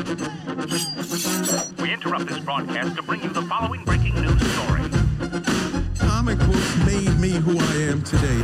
We interrupt this broadcast to bring you the following breaking news story. Comic books made me who I am today.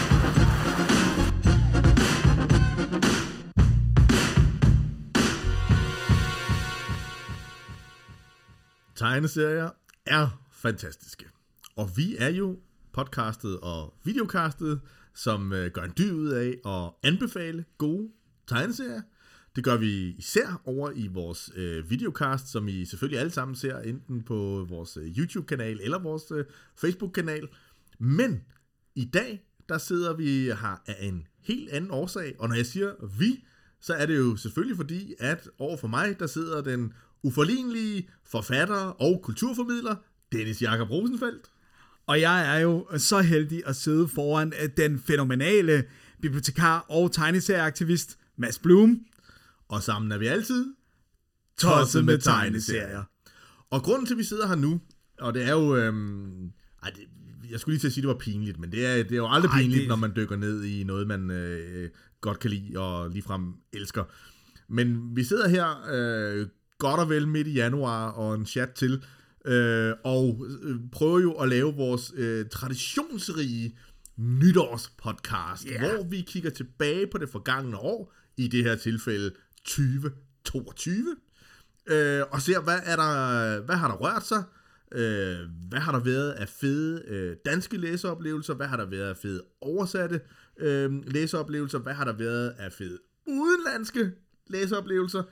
Tegneserier er fantastiske. Og vi er jo podcastet og videocastet, som gør en dyd ud af at anbefale gode tegneserier. Det gør vi især over i vores videocast, som I selvfølgelig alle sammen ser enten på vores YouTube-kanal eller vores Facebook-kanal. Men i dag, der sidder vi her af en helt anden årsag. Og når jeg siger vi, så er det jo selvfølgelig fordi, at over for mig, der sidder den uforlignelige forfatter og kulturformidler, Dennis Jakob Rosenfeldt. Og jeg er jo så heldig at sidde foran den fænomenale bibliotekar og tegneserieaktivist Mads Blum. Og sammen er vi altid tosset med tegneserier. Og grunden til, at vi sidder her nu, og det er jo... jeg skulle lige til at sige, at det var pinligt, men det er jo aldrig pinligt, når man dykker ned i noget, man godt kan lide og ligefrem elsker. Men vi sidder her godt og vel midt i januar og en chat til, og prøver jo at lave vores traditionsrige nytårspodcast, hvor vi kigger tilbage på det forgangne år, i det her tilfælde 2022, og ser, hvad har der rørt sig, hvad har der været af fede danske læseoplevelser, hvad har der været af fede oversatte læseoplevelser, hvad har der været af fede udenlandske læseoplevelser.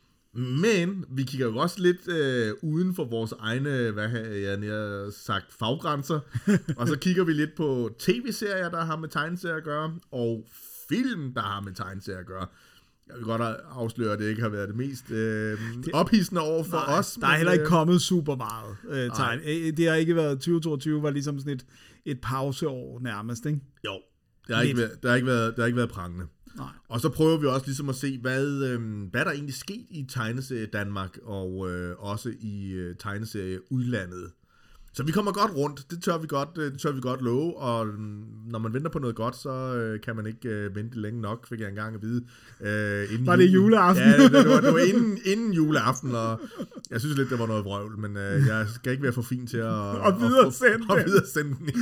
Men vi kigger jo også lidt uden for vores egne, hvad jeg nær sagt, faggrænser. Og så kigger vi lidt på tv-serier, der har med tegneserier at gøre, og film, der har med tegneserier at gøre. Jeg vil godt afsløre, at det ikke har været det mest ophidsende år for os. Der er heller ikke kommet super meget tegn. Det har ikke været 2022, var ligesom sådan et pauseår nærmest, ikke? Jo, det har ikke været prangende. Nej. Og så prøver vi også ligesom at se, hvad der egentlig sket i tegneserie Danmark, og også i tegneserie udlandet. Så vi kommer godt rundt, det tør vi godt love, og når man venter på noget godt, så kan man ikke vente længe nok, fik jeg engang at vide. Var det juleaften? Ja, det var inden juleaften, og jeg synes lidt, det var noget vrøvl, men jeg skal ikke være for fin til at videresende den.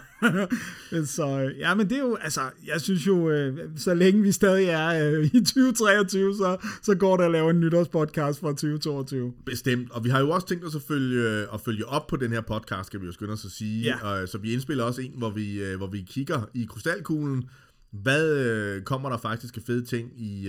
Ja. Så, ja, men det er jo, altså, jeg synes jo, så længe vi stadig er i 2023, så går det at lave en nytårspodcast fra 2022. Bestemt, og vi har jo også tænkt os at følge op på den her podcast, skal vi jo skynde os at sige. Ja. Så vi indspiller også en, hvor vi kigger i krystalkuglen. Hvad kommer der faktisk af fede ting i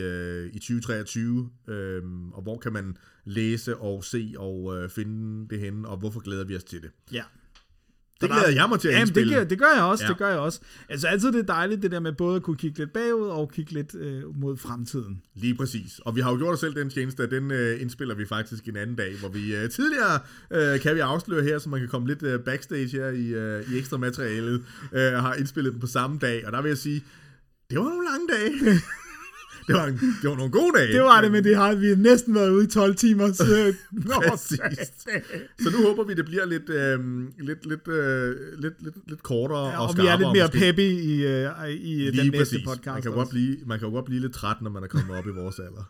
2023? Og hvor kan man læse og se og finde det henne? Og hvorfor glæder vi os til det? Ja. Det glæder jeg mig til at indspille. Det gør jeg også, det gør jeg også. Altså altid det er dejligt, det der med både at kunne kigge lidt bagud og kigge lidt mod fremtiden. Lige præcis. Og vi har jo gjort os selv den tjeneste, at den indspiller vi faktisk en anden dag, hvor vi tidligere, kan vi afsløre her, så man kan komme lidt backstage her i ekstra materialet, har indspillet den på samme dag. Og der vil jeg sige, det var nogle lange dage. Det var nogle gode dage. Det var det, men det har vi næsten været ude i 12 timer. Så nu håber vi, det bliver lidt kortere og skarpere. Og vi er lidt mere peppy i den næste podcast. Man kan jo godt blive lidt træt, når man er kommet op i vores alder.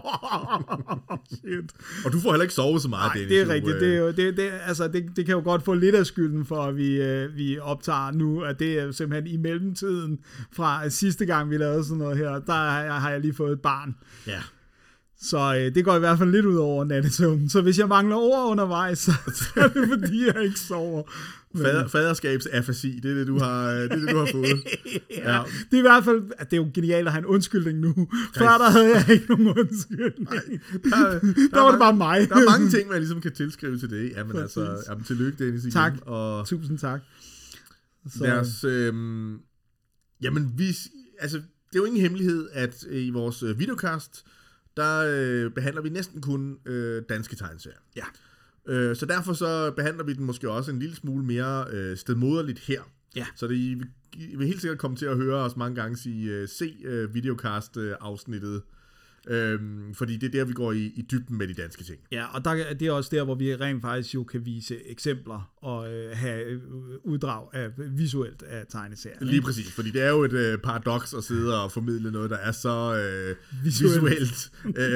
Shit. Og du får heller ikke sovet så meget, Dennis. Det er rigtigt. Det kan jo godt få lidt af skylden for, at vi optager nu, at det er simpelthen i mellemtiden fra sidste gang, vi lavede sådan noget her, der har jeg lige fået et barn. Ja. Så det går i hvert fald lidt ud over nattesøvnen. Så hvis jeg mangler ord undervejs, så er det fordi, jeg ikke sover. Faderskabsafasi, det er det, du har fået. Ja. Det er i hvert fald, at det er jo genialt at have en undskyldning nu. Før der havde jeg ikke nogen undskyldning. Der var det bare mig. Der er mange ting, man ligesom kan tilskrive til det. Jamen altså, tillykke, Dennis, igen. Tak. Tusind tak. Så. Lad os, jamen, det er jo ingen hemmelighed, at i vores videocast, der behandler vi næsten kun danske tegneserier. Ja. Så derfor så behandler vi den måske også en lille smule mere stedmoderligt her. Ja. Så I vil helt sikkert komme til at høre os mange gange sige, se videocast-afsnittet. Fordi det er der, vi går i dybden med de danske ting. Ja, og det er også der, hvor vi rent faktisk jo kan vise eksempler og have uddrag af visuelt af tegneserier. Lige præcis, fordi det er jo et paradoks at sidde og formidle noget, der er så visuelt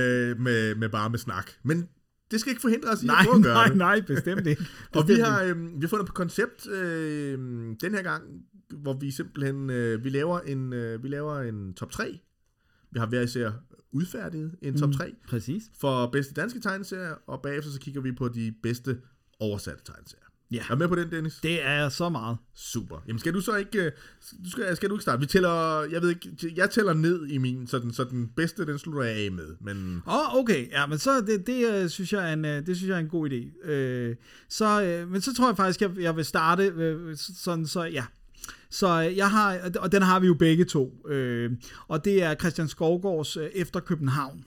med snak. Men det skal ikke forhindre os i at prøve at gøre det. Nej, bestemt ikke. Og vi har fundet på koncept den her gang, hvor vi simpelthen vi laver en top 3. Vi har hver især udfærdiget en top 3 præcis. For bedste danske tegneserier, og bagefter så kigger vi på de bedste oversatte tegneserier. Ja. Er du med på den, Dennis? Det er så meget. Super. Jamen skal du så ikke skal du ikke starte? Vi tæller, jeg tæller ned i min, så den bedste, den slutter jeg af med. Men Okay. Ja, men så det synes jeg er en god idé. Men så tror jeg faktisk jeg vil starte sådan så ja. Så jeg har, og den har vi jo begge to, og det er Christian Skovgaards Efter København,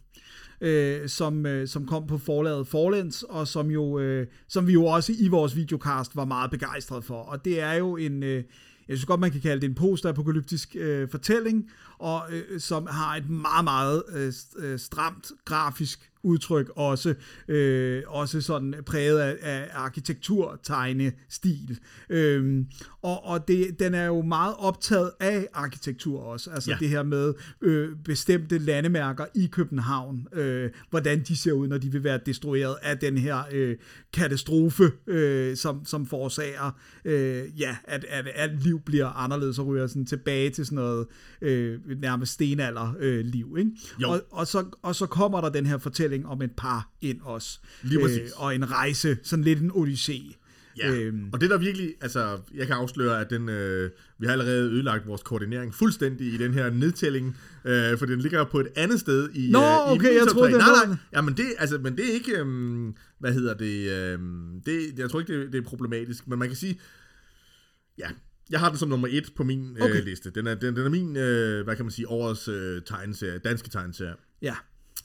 som kom på forlaget Forlæns, og som vi jo også i vores videocast var meget begejstret for. Og det er jo jeg synes godt, man kan kalde det en postapokalyptisk fortælling, og som har et meget, meget stramt grafisk udtryk, også sådan præget af arkitekturtegnestil. Og den er jo meget optaget af arkitektur også, altså det her med bestemte landemærker i København, hvordan de ser ud, når de vil være destrueret af den her katastrofe, som forårsager, at alt liv bliver anderledes og ryger sådan tilbage til sådan noget nærmest stenalder-liv. Ikke? Og så kommer der den her fortælling om et par ind også. Og en rejse, sådan lidt en odyssé. Ja, og det der virkelig, altså, jeg kan afsløre, at vi har allerede ødelagt vores koordinering fuldstændig i den her nedtælling, for den ligger på et andet sted i okay, jeg troede det nej. Ja, men det er ikke, jeg tror ikke, det er problematisk, men man kan sige, ja, jeg har den som nummer 1 på min liste. Den er min, hvad kan man sige, årets tegneserie, danske tegneserie. Ja.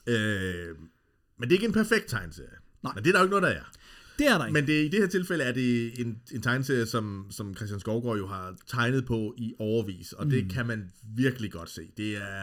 Men det er ikke en perfekt tegneserie. Nej. Men det er der jo ikke noget, der er. Det er der ikke. Men i det her tilfælde er det en tegneserie, som Christian Skovgaard jo har tegnet på i årevis, og det kan man virkelig godt se.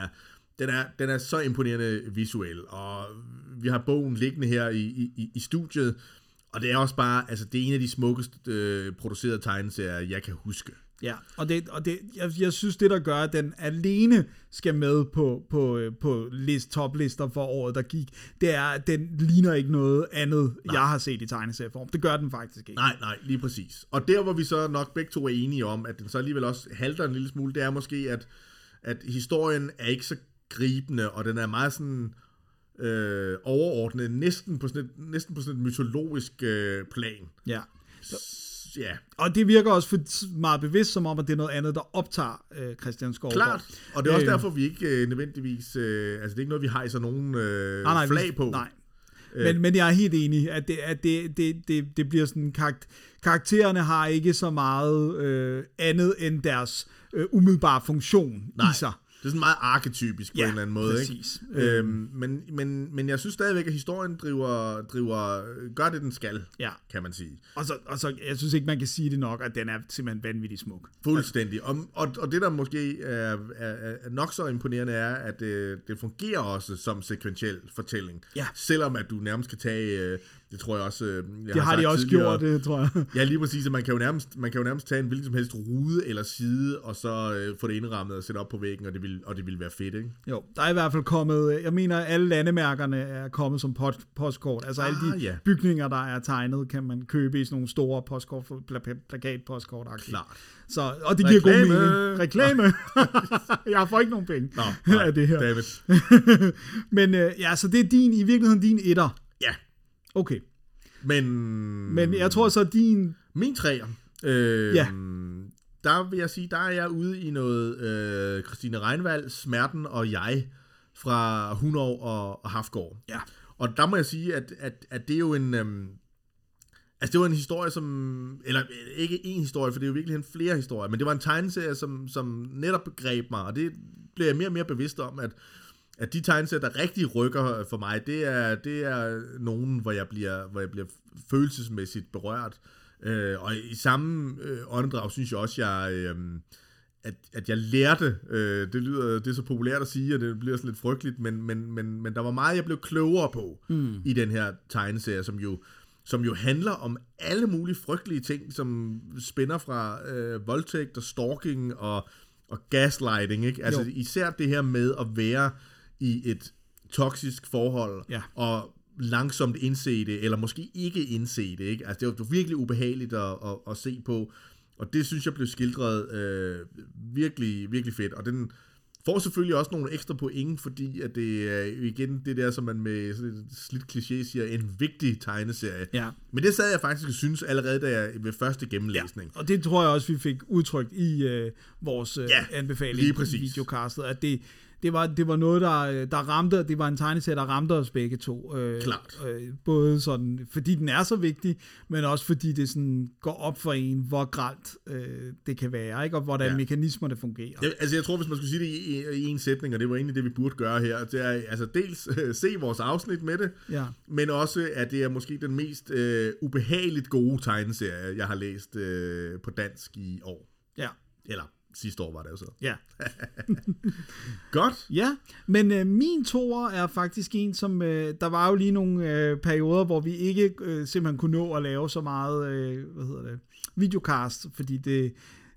Den er så imponerende visuel, og vi har bogen liggende her i studiet, og det er også bare, altså det er en af de smukkest producerede tegneserier, jeg kan huske. Ja, og jeg synes, det der gør, at den alene skal med på toplister for året, der gik, det er, at den ligner ikke noget andet, jeg har set i tegneserieform. Det gør den faktisk ikke. Nej, lige præcis. Og der, hvor vi så nok begge to er enige om, at den så alligevel også halter en lille smule, det er måske, at historien er ikke så gribende, og den er meget sådan overordnet, næsten på sådan et mytologisk plan. Ja. Ja. Og det virker også meget bevidst, som om, at det er noget andet, der optager Christian Skovgaard. Klart, og det er også derfor, vi ikke nødvendigvis, altså det er ikke noget, vi har i sådan nogen flag på. Nej, men jeg er helt enig, at det bliver sådan, karaktererne har ikke så meget andet end deres umiddelbare funktion i sig. Det er sådan meget arketypisk på en eller anden måde. Præcis. Ikke? Men jeg synes stadigvæk, at historien gør det, den skal, kan man sige. Og så jeg synes ikke, man kan sige det nok, at den er simpelthen vanvittigt smuk. Fuldstændig. Og det, der måske er nok så imponerende, er, at det fungerer også som sekventiel fortælling. Ja. Selvom at du nærmest kan tage... Det tror jeg også, det har de også gjort, det tror jeg. Ja, lige præcis, at man kan jo nærmest tage en hvilken som helst rude eller side, og så få det indrammet og sætte op på væggen, og det vil være fedt, ikke? Jo, der er i hvert fald kommet, jeg mener, alle landemærkerne er kommet som postkort. Altså alle de bygninger, der er tegnet, kan man købe i sådan nogle store postkort, plakat-postkort. Klart. Så, og det giver god mening. Reklame! Jeg får ikke nogen penge af det her. David. Men så det er i virkeligheden din etter. Ja. Okay. Men jeg tror så, din... Min træer. Der vil jeg sige, der er jeg ude i noget Christine Reinvald, Smerten og jeg fra Hunov og Hafgaard. Ja. Og der må jeg sige, at det er jo en... altså det var en historie, eller ikke en historie, for det er jo virkelig flere historier, men det var en tegneserie, som netop greb mig, og det blev jeg mere og mere bevidst om, at de tegneserier, der rigtig rykker for mig, det er nogen, hvor jeg bliver følelsesmæssigt berørt. Og i samme åndedrag synes jeg også, at jeg lærte, det er så populært at sige, og det bliver sådan lidt frygteligt, men der var meget, jeg blev klogere på i den her tegneserie, som jo handler om alle mulige frygtelige ting, som spænder fra voldtægt og stalking og gaslighting, ikke? Altså især det her med at være i et toksisk forhold, og langsomt indse det, eller måske ikke indse det, ikke? Altså det var virkelig ubehageligt at se på, og det synes jeg blev skildret virkelig, virkelig fedt, og den får selvfølgelig også nogle ekstra point, fordi at det er igen det der, som man med slidt kliché siger, en vigtig tegneserie. Ja. Men det sad jeg faktisk og synes allerede, da jeg ved første gennemlæsning. Ja. Og det tror jeg også, vi fik udtrykt i vores anbefaling i videocastet, at det var noget, der ramte, det var en tegneserie, der ramte os begge to. Klart. Både sådan, fordi den er så vigtig, men også fordi det sådan går op for en, hvor grelt det kan være, ikke? Og hvordan mekanismerne fungerer. Jeg tror, hvis man skulle sige det i en sætning, og det var egentlig det, vi burde gøre her, det er altså dels se vores afsnit med det, men også, at det er måske den mest ubehageligt gode tegneserie, jeg har læst på dansk i år. Ja. Eller sidste år var det jo så. Ja. Godt. Ja, men min toer er faktisk en, som... der var jo lige nogle perioder, hvor vi ikke simpelthen kunne nå at lave så meget, videocast, fordi det...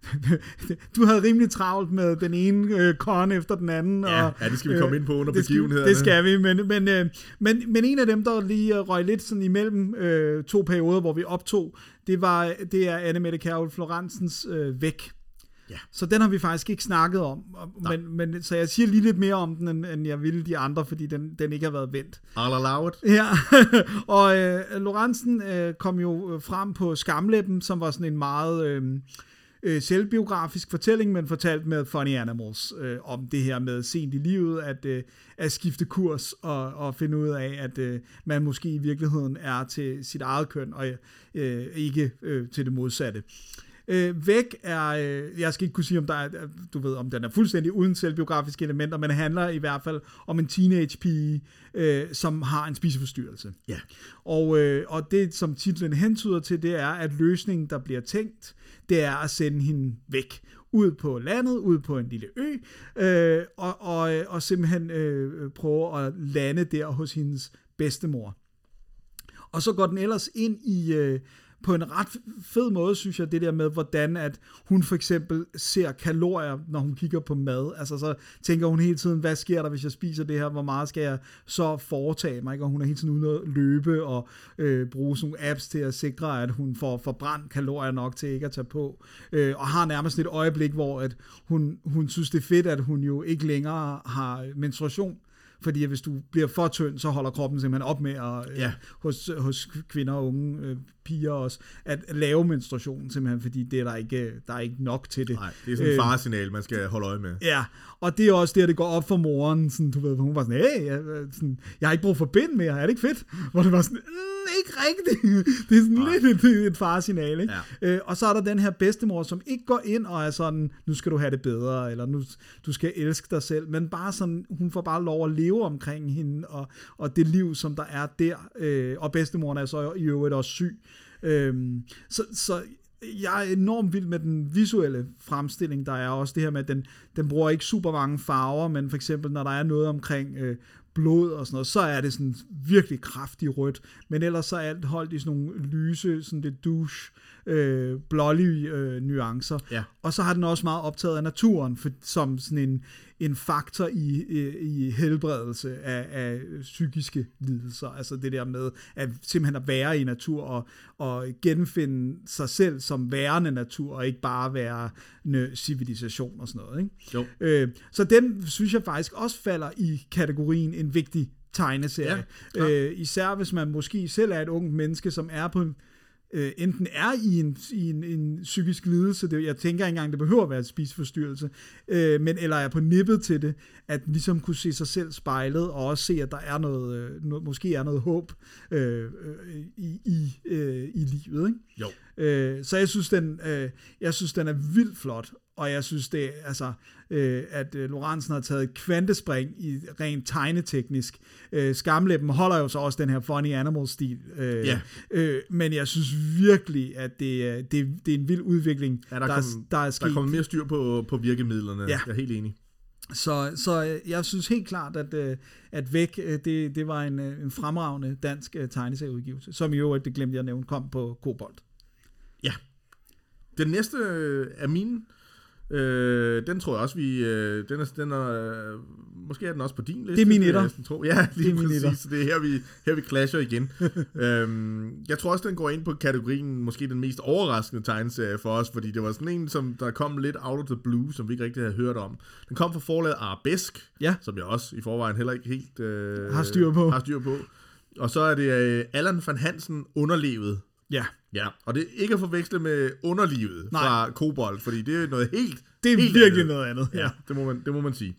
Du havde rimelig travlt med den ene con efter den anden. Ja, det skal vi komme ind på under begivenhederne. Det skal vi, men en af dem, der lige røg lidt sådan imellem to perioder, hvor vi optog, det er Anne Mette Kjærulff Lorenzens Væk. Ja. Så den har vi faktisk ikke snakket om, men så jeg siger lige lidt mere om den, end jeg ville de andre, fordi den ikke har været vendt. All allowed. Ja, og Lorentzen kom jo frem på Skamlæben, som var sådan en meget selvbiografisk fortælling, men fortalt med Funny Animals, om det her med sent i livet, at skifte kurs og finde ud af, at man måske i virkeligheden er til sit eget køn, og ikke til det modsatte. Væk er, jeg skal ikke kunne sige, om der er, du ved, om den er fuldstændig uden selvbiografiske elementer, men det handler i hvert fald om en teenage-pige, som har en spiseforstyrrelse. Ja. Og det, som titlen hentyder til, det er, at løsningen, der bliver tænkt, det er at sende hende væk. Ud på landet, ud på en lille ø, og simpelthen prøve at lande der hos hendes bedstemor. Og så går den ellers ind i... på en ret fed måde, synes jeg, det der med, hvordan at hun for eksempel ser kalorier, når hun kigger på mad. Altså så tænker hun hele tiden, hvad sker der, hvis jeg spiser det her? Hvor meget skal jeg så foretage mig? Ikke? Og hun er hele tiden ude at løbe og bruge sådan nogle apps til at sikre, at hun får forbrændt kalorier nok til ikke at tage på. Og har nærmest et øjeblik, hvor at hun synes, det er fedt, at hun jo ikke længere har menstruation. Fordi hvis du bliver for tynd, så holder kroppen simpelthen op med at, hos kvinder og unge piger også, at lave menstruation simpelthen, fordi det er der er ikke nok til det. Nej, det er sådan et faresignal, man skal holde øje med. Ja, og det er også det går op for moren, sådan, du ved, hun var sådan, hey, jeg har ikke brug for bind mere, er det ikke fedt? Hvor det var sådan, ikke rigtigt. Det er sådan lidt et faresignal, ikke? Ja. Og så er der den her bedstemor, som ikke går ind og er sådan, nu skal du have det bedre, eller nu du skal elske dig selv, men bare sådan, hun får bare lov at leve omkring hende, og det liv, som der er der, og bedstemoren er så i øvrigt også syg. Så jeg er enormt vild med den visuelle fremstilling, der er også det her med, at den bruger ikke super mange farver, men for eksempel, når der er noget omkring blod og sådan noget, så er det sådan virkelig kraftig rødt, men ellers så er alt holdt i sådan nogle lyse, sådan lidt douche, blålige nuancer. Ja. Og så har den også meget optaget af naturen, som sådan en faktor i helbredelse af psykiske lidelser. Altså det der med at simpelthen at være i natur og genfinde sig selv som værende natur, og ikke bare være civilisation og sådan noget. Ikke? Jo. Så den synes jeg faktisk også falder i kategorien en vigtig tegneserie. Ja, især hvis man måske selv er et ungt menneske, som er på enten er i en psykisk lidelse, jeg tænker ikke engang, det behøver at være en spiseforstyrrelse, men eller er på nippet til det, at ligesom kunne se sig selv spejlet, og også se, at der er måske er noget håb i livet. Ikke? Så jeg synes, den er vildt flot, og jeg synes, det altså, at Lorentzen har taget et kvantespring i rent tegneteknisk. Skamlæben holder jo så også den her funny animal-stil, men jeg synes virkelig, at det er en vild udvikling, der er sket. Der kommer mere styr på virkemidlerne, jeg er helt enig. Så jeg synes helt klart, at Væk, det var en fremragende dansk tegneserieudgivelse, som i øvrigt, det glemte jeg at nævne, kom på Kobolt. Ja. Den næste er min. Den tror jeg også, den er måske er den også på din liste. Det er min etter. Ja, lige præcis. Det er her vi clasher igen. Jeg tror også, den går ind på kategorien, måske den mest overraskende tegneserie for os, fordi det var sådan en, som der kom lidt out of the blue, som vi ikke rigtig havde hørt om. Den kom fra forlaget Arabesk, som jeg også i forvejen heller ikke helt har styr på. Og så er det Allan van Hansen, Underlevet. Ja, og det er ikke at forveksle med Underlivet fra Kobolt, fordi det er noget helt... Det er helt virkelig andet. noget andet. Ja, det må man sige.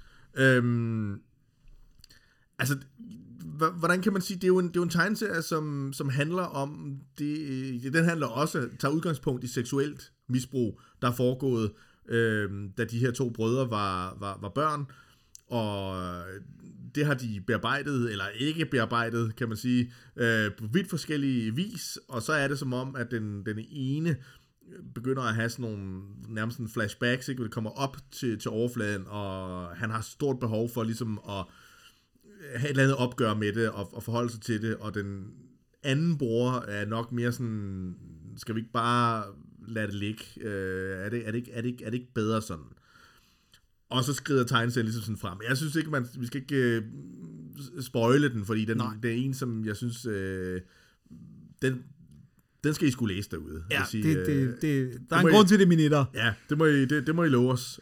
Altså, hvordan kan man sige, det er jo en tegneserie, som handler om, den handler også, tager udgangspunkt i seksuelt misbrug, der er foregået, da de her to brødre var børn, og det har de bearbejdet, eller ikke bearbejdet, kan man sige, på vidt forskellige vis, og så er det som om, at den ene begynder at have sådan nogle nærmest sådan flashbacks, ikke, hvor det kommer op til overfladen, og han har stort behov for ligesom at have et eller andet opgør med det, og forholde sig til det, og den anden bror er nok mere sådan, skal vi ikke bare lade det ligge, er det ikke bedre sådan? Og så skrider tegneserien ligesom sådan frem. Jeg synes ikke, vi skal ikke spoile den, fordi det er en, som jeg synes, den skal I skulle læse derude. Ja, sige, der er en grund til det, mine etter. Ja, det må I love os.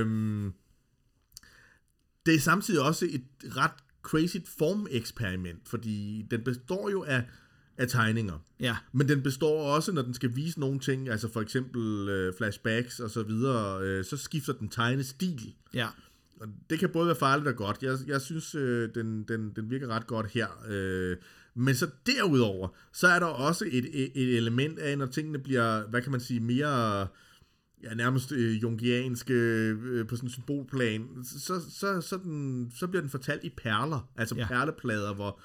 Det er samtidig også et ret crazy formeksperiment, fordi den består jo af tegninger. Ja. Men den består også, når den skal vise nogle ting, altså for eksempel flashbacks og så videre, så skifter den tegnestil. Ja. Og det kan både være farligt og godt. Jeg synes, den virker ret godt her. Men så derudover, så er der også et element af, når tingene bliver, hvad kan man sige, mere nærmest jungianske på sådan en symbolplan, så bliver den fortalt i perler, altså perleplader, hvor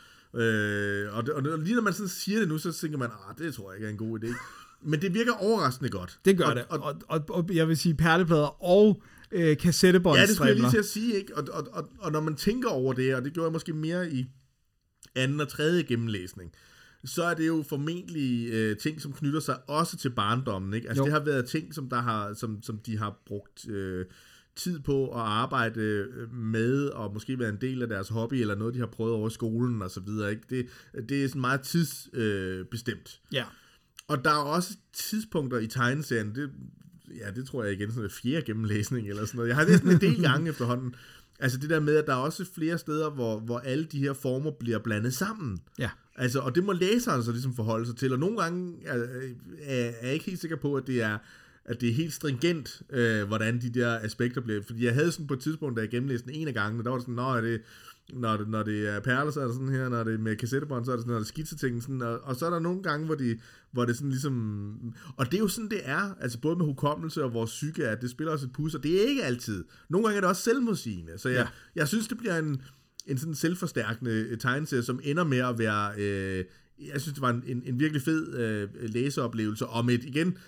og lige når man sådan siger det nu, så tænker man, det tror jeg ikke er en god idé. Men det virker overraskende godt. Det gør det. Og jeg vil sige perleplader og kassettebåndstrimler. Ja, det skulle jeg lige til at sige, ikke? Og når man tænker over det, og det gjorde jeg måske mere i anden og tredje gennemlæsning, så er det jo formentlig ting, som knytter sig også til barndommen, ikke? Altså det har været ting, som de har brugt tid på at arbejde med, og måske være en del af deres hobby, eller noget, de har prøvet over i skolen, og så videre, ikke? Det er sådan meget tidsbestemt. Ja. Og der er også tidspunkter i tegneserien, det tror jeg igen, sådan en fjerde gennemlæsning, eller sådan noget. Jeg har læst en del gange efterhånden. Altså det der med, at der er også flere steder, hvor alle de her former bliver blandet sammen. Ja. Altså, og det må læseren så ligesom forholde sig til, og nogle gange er jeg ikke helt sikker på, at det er helt stringent, hvordan de der aspekter bliver. Fordi jeg havde sådan på et tidspunkt, da jeg gennemlæste den en af gangene, der var det sådan, når det er perler, så er det sådan her, når det er med kassettebånd, så er det sådan, når det er skitseting, sådan, og så er der nogle gange, hvor det sådan ligesom, og det er jo sådan, det er, altså både med hukommelse og vores psyke, at det spiller også et pus, og det er ikke altid. Nogle gange er det også selvmodsigende, så jeg synes, det bliver en sådan selvforstærkende tegneserie, som ender med at være, jeg synes, det var en virkelig fed læseoplevelse, og med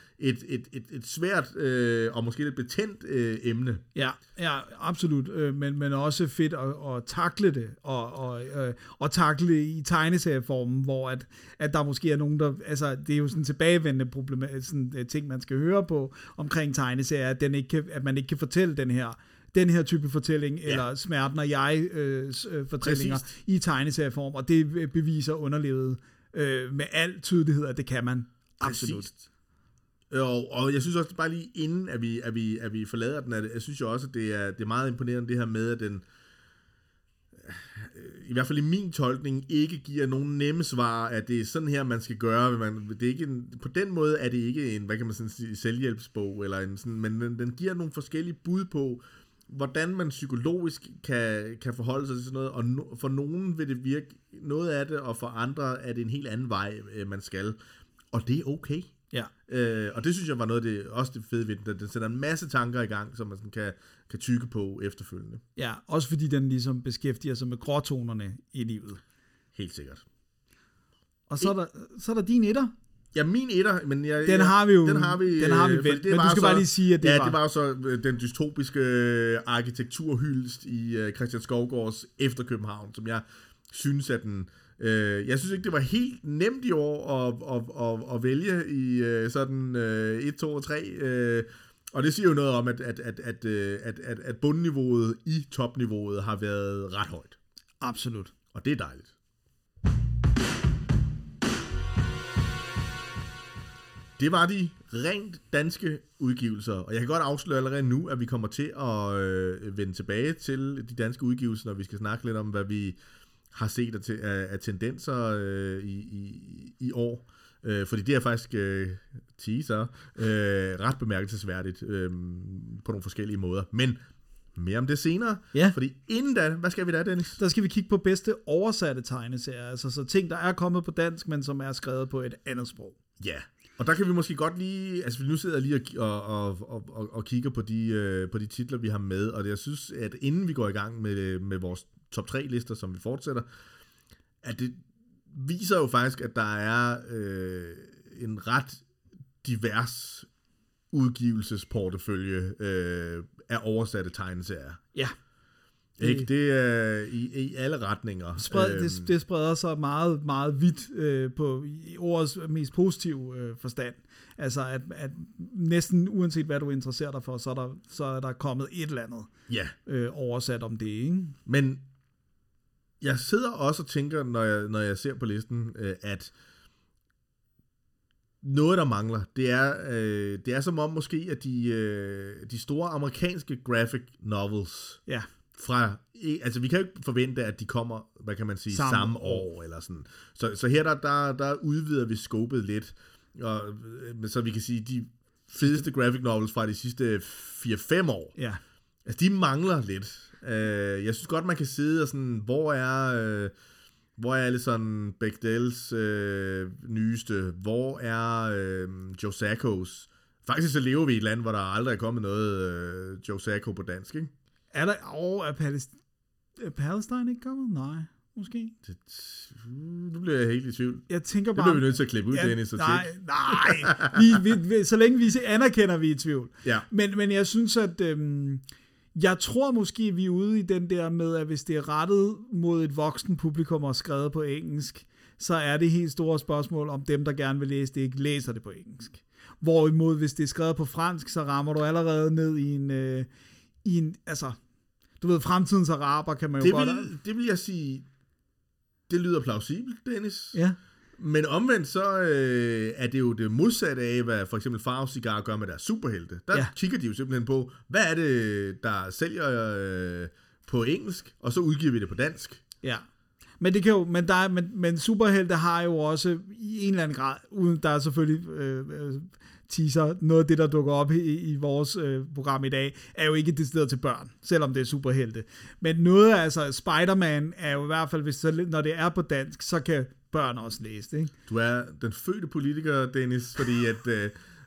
et svært og måske lidt betændt emne. Ja, absolut, men også fedt at takle det, og takle det i tegneserieformen, hvor at der måske er nogen, der, altså det er jo sådan tilbagevendende sådan ting, man skal høre på omkring tegneserier, at man ikke kan fortælle den her type fortælling, eller smerten og jeg fortællinger i tegneserieform, og det beviser Underlevet med al tydelighed, at det kan man. Absolut. Og jeg synes også, bare lige inden, at vi forlader den, jeg synes jo også, at det er meget imponerende det her med, at den, i hvert fald i min tolkning, ikke giver nogen nemme svar, at det er sådan her, man skal gøre. Det er ikke på den måde er det ikke en, hvad kan man sådan sige, selvhjælpsbog, eller en sådan, men den giver nogle forskellige bud på, hvordan man psykologisk kan forholde sig til sådan noget, og for nogen vil det virke noget af det, og for andre er det en helt anden vej, man skal. Og det er okay. Ja. Og det synes jeg var noget af det, også det fede ved den. Den sætter en masse tanker i gang, som man sådan kan tykke på efterfølgende. Ja, også fordi den ligesom beskæftiger sig med gråtonerne i livet. Helt sikkert. Og så er der din etter. Ja, min etter, men den har vi vendt. Men du skal bare lige sige, at det det var så den dystopiske arkitekturhyldest i Christian Skovgaards Efter København, som jeg synes, at den... jeg synes ikke, det var helt nemt i år at vælge i sådan 1, 2 og 3. Og det siger jo noget om, at bundniveauet i topniveauet har været ret højt. Absolut. Og det er dejligt. Det var de rent danske udgivelser, og jeg kan godt afsløre allerede nu, at vi kommer til at vende tilbage til de danske udgivelser, når vi skal snakke lidt om, hvad vi har set af tendenser i år. Fordi det er faktisk teaser ret bemærkelsesværdigt på nogle forskellige måder. Men mere om det senere. Ja. Fordi inden da, hvad skal vi da, Dennis? Der skal vi kigge på bedste oversatte tegneserier. Altså så ting, der er kommet på dansk, men som er skrevet på et andet sprog. Ja. Og der kan vi måske godt lige, altså vi nu sidder lige og kigger på de titler, vi har med, og jeg synes, at inden vi går i gang med vores top 3 lister, som vi fortsætter, at det viser jo faktisk, at der er en ret divers udgivelsesportefølje af oversatte tegneserier. Ja. Ikke? Det er i alle retninger. Det spreder sig meget, meget vidt på i ordets mest positive forstand. Altså, at næsten uanset hvad du interesserer dig for, så er der kommet et eller andet oversat om det, ikke? Men jeg sidder også og tænker, når jeg ser på listen, at noget, der mangler, det er som om måske, at de store amerikanske graphic novels fra, altså vi kan jo ikke forvente, at de kommer, hvad kan man sige, samme år eller sådan. Så her der udvider vi scopet lidt, og så vi kan sige, de fedeste graphic novels fra de sidste 4-5 år, altså de mangler lidt. Jeg synes godt, man kan sidde og sådan, hvor er Alison Bechdel's nyeste? Hvor er Joe Saccos? Faktisk så lever vi i et land, hvor der aldrig er kommet noget Joe Sacco på dansk, ikke? Er der... er Palestine ikke kommet? Nej, måske. Nu bliver jeg helt i tvivl. Jeg tænker bare... Det bliver vi nødt til at klippe ud, Dennis. Nej. Så længe vi anerkender, vi er i tvivl. Ja. Men jeg synes, at... jeg tror måske, vi er ude i den der med, at hvis det er rettet mod et voksen publikum og skrevet på engelsk, så er det helt store spørgsmål, om dem, der gerne vil læse det, ikke læser det på engelsk. Hvorimod, hvis det er skrevet på fransk, så rammer du allerede ned i en altså, du ved, fremtidens araber kan man jo godt... Det vil jeg sige, det lyder plausibelt, Dennis. Ja. Men omvendt så er det jo det modsatte af, hvad for eksempel Farve Cigar gør med deres superhelte. Der kigger de jo simpelthen på, hvad er det, der sælger på engelsk, og så udgiver vi det på dansk. Ja. Men det kan jo, men superhelte har jo også i en eller anden grad, uden der er selvfølgelig teaser, noget af det, der dukker op i vores program i dag, er jo ikke decideret til børn, selvom det er superhelte. Men noget, altså Spider-Man er jo i hvert fald, når det er på dansk, så kan børn også læse det, ikke? Du er den fødte politiker, Dennis, fordi at...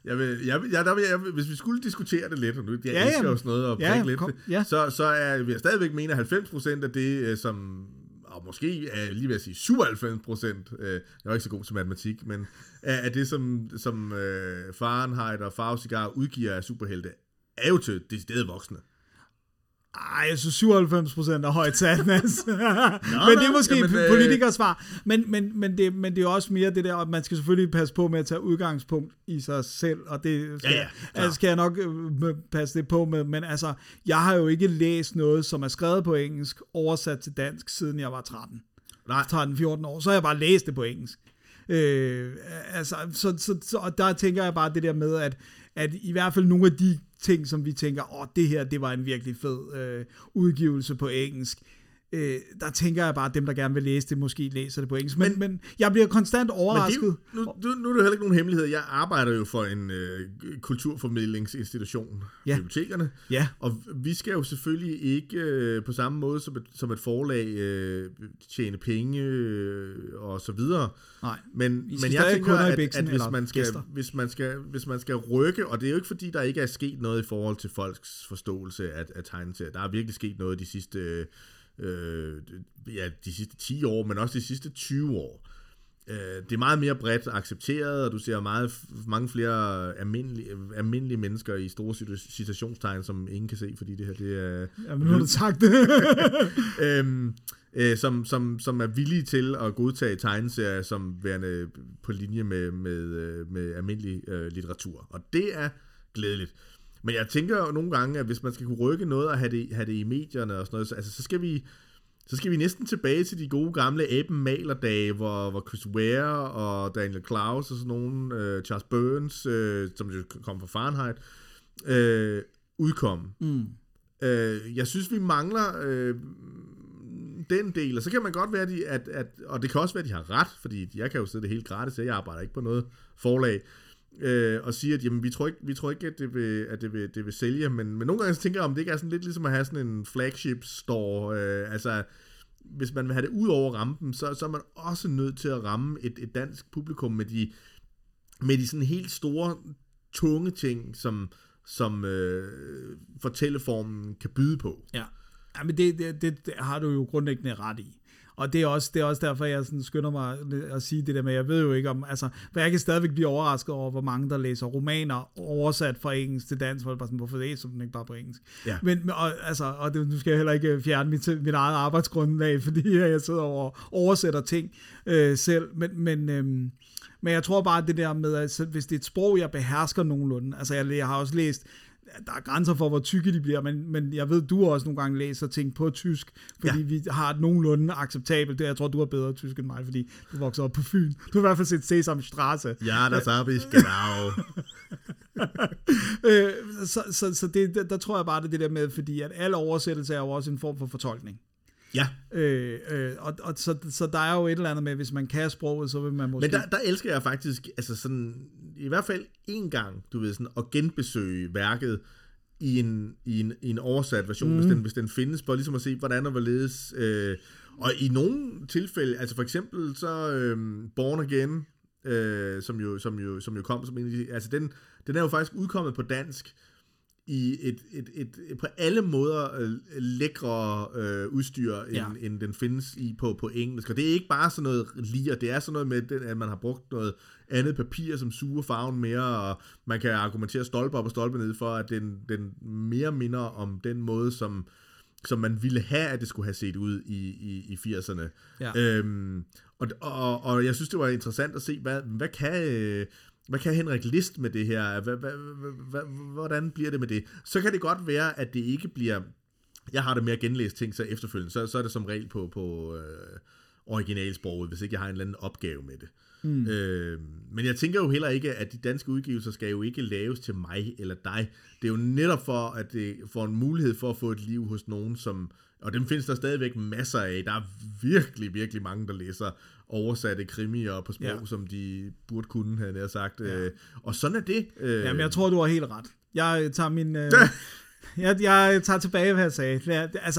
hvis vi skulle diskutere det lidt, og nu elsker jo sådan noget og prikke lidt, så er vi stadigvæk mener 90% af det, som, og måske er lige ved at sige 97%, jeg er ikke så god til matematik, men af det, som Fahrenheit og Farve Cigar udgiver af superhelte, er jo til deciderede voksne. Ej, jeg synes 97% er højt sat, Mads. Men det er måske politikersvar. Men det er også mere det der, at man skal selvfølgelig passe på med at tage udgangspunkt i sig selv, og det skal jeg nok passe det på med. Men altså, jeg har jo ikke læst noget, som er skrevet på engelsk, oversat til dansk, siden jeg var 13. 13-14 år. Så har jeg bare læst det på engelsk. Så der tænker jeg bare det der med, at i hvert fald nogle af de ting, som vi tænker, det her, det var en virkelig fed udgivelse på engelsk, der tænker jeg bare, at dem, der gerne vil læse det, måske læser det på engelsk. Men jeg bliver konstant overrasket. Nu er det jo heller ikke nogen hemmelighed. Jeg arbejder jo for en kulturformidlingsinstitution, bibliotekerne. Ja. Og vi skal jo selvfølgelig ikke på samme måde som et forlag tjene penge og så videre. Nej. Men jeg tænker, at hvis man skal rykke, og det er jo ikke fordi, der ikke er sket noget i forhold til folks forståelse af tegneserier. Der er virkelig sket noget de sidste 10 år, men også de sidste 20 år. Det er meget mere bredt accepteret, og du ser mange flere almindelige mennesker i store citationstegn, som ingen kan se, fordi det her, det er... Ja, men nu har du sagt det. som er villige til at godtage tegneserier som værende på linje med almindelig litteratur. Og det er glædeligt. Men jeg tænker jo nogle gange, at hvis man skal kunne rykke noget og have det i medierne og sådan noget, altså, så skal vi næsten tilbage til de gode gamle Aben-malerdage, hvor Chris Ware og Daniel Clowes og sådan nogen, Charles Burns, som jo kom fra Fahrenheit, udkom. Jeg synes, vi mangler den del, og så kan man godt være, og det kan også være, at de har ret, fordi jeg kan jo sidde det helt gratis, jeg arbejder ikke på noget forlag, og sige, at jamen, vi tror ikke at det vil sælge, men nogle gange så tænker jeg, om det ikke er sådan lidt ligesom at have sådan en flagship store, altså hvis man vil have det ud over rampen, så er man også nødt til at ramme et dansk publikum med de sådan helt store, tunge ting, som fortælleformen kan byde på. Ja, men det har du jo grundlæggende ret i. Og det er også derfor, jeg sådan skynder mig at sige det der med, jeg ved jo ikke om, altså, for jeg kan stadigvæk blive overrasket over, hvor mange der læser romaner oversat fra engelsk til dansk, hvor bare sådan, hvorfor læser den ikke bare på engelsk? Ja. Men nu skal jeg heller ikke fjerne mit eget arbejdsgrundlag, fordi jeg sidder og oversætter ting selv, men jeg tror bare, det der med, at hvis det er et sprog, jeg behersker nogenlunde, altså jeg har også læst, der er grænser for, hvor tykke de bliver, men jeg ved, du også nogle gange læser ting på tysk, fordi vi har et nogenlunde acceptabelt. Jeg tror, du har bedre tysk end mig, fordi du vokser op på Fyn. Du har i hvert fald set Sesamstraße. Ja, das habe ich, genau. Så der tror jeg bare, det der med, fordi at alle oversættelser er jo også en form for fortolkning. Ja. Så der er jo et eller andet med, hvis man kan sproget, så vil man måske... Men der elsker jeg faktisk, altså sådan, i hvert fald en gang, du ved sådan, at genbesøge værket i en oversat version, hvis den findes, for ligesom at se, hvordan og hvorledes. Og i nogle tilfælde, altså for eksempel så Born Again, som jo kom som en af de, altså den er jo faktisk udkommet på dansk, i et på alle måder lækre udstyr, end den findes i på engelsk. Og det er ikke bare sådan noget lir, det er sådan noget med, at man har brugt noget andet papir, som suger farven mere, og man kan argumentere stolpe op og stolpe ned for, at den mere minder om den måde, som man ville have, at det skulle have set ud i 80'erne. Ja. Og jeg synes, det var interessant at se, hvad kan Henrik List med det her? Hvordan bliver det med det? Så kan det godt være, at det ikke bliver... Jeg har det med at genlæse ting så efterfølgende, så er det som regel på originalsproget, hvis ikke jeg har en eller anden opgave med det. Men jeg tænker jo heller ikke, at de danske udgivelser skal jo ikke laves til mig eller dig. Det er jo netop for, at det får en mulighed for at få et liv hos nogen, som... Og dem findes der stadigvæk masser af. Der er virkelig, virkelig mange, der læser oversatte krimier på sprog, som de burde kunne, havde jeg sagt. Ja. Og sådan er det. Jamen, jeg tror, du har helt ret. Jeg tager min... jeg tager tilbage, hvad jeg sagde. Altså...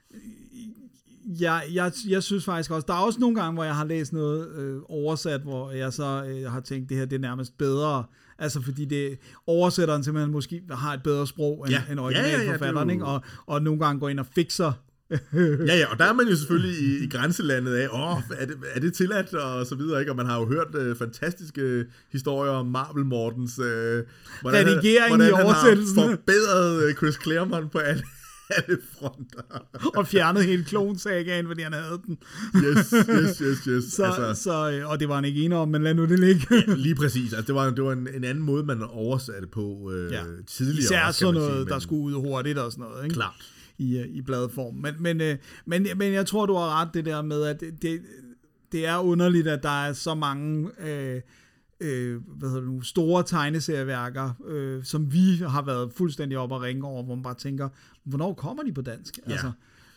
Jeg synes faktisk også, der er også nogle gange, hvor jeg har læst noget oversat, hvor jeg så har tænkt, det her det er nærmest bedre, altså fordi det oversætteren simpelthen måske har et bedre sprog end originalforfatteren, ikke? Og nogle gange går ind og fikser. Og der er man jo selvfølgelig i grænselandet af, er det tilladt, og så videre, ikke? Og man har jo hørt fantastiske historier om Marvel Mortens, hvordan i oversættelsen har forbedret Chris Claremont på alle fronter. Og fjernede hele klonsagaen, fordi han havde den. Yes. Så, og det var han ikke enig om, men lad nu det ligge. Ja, lige præcis. Altså, det var en anden måde, man oversatte på tidligere. Især sådan noget, der skulle ud hurtigt og sådan noget. Ikke? Klart. I bladform. Men jeg tror, du har ret det der med, at det er underligt, at der er så mange... store tegneserieværker, som vi har været fuldstændig op at ringe over, hvor man bare tænker, hvornår kommer de på dansk? Ja. Altså,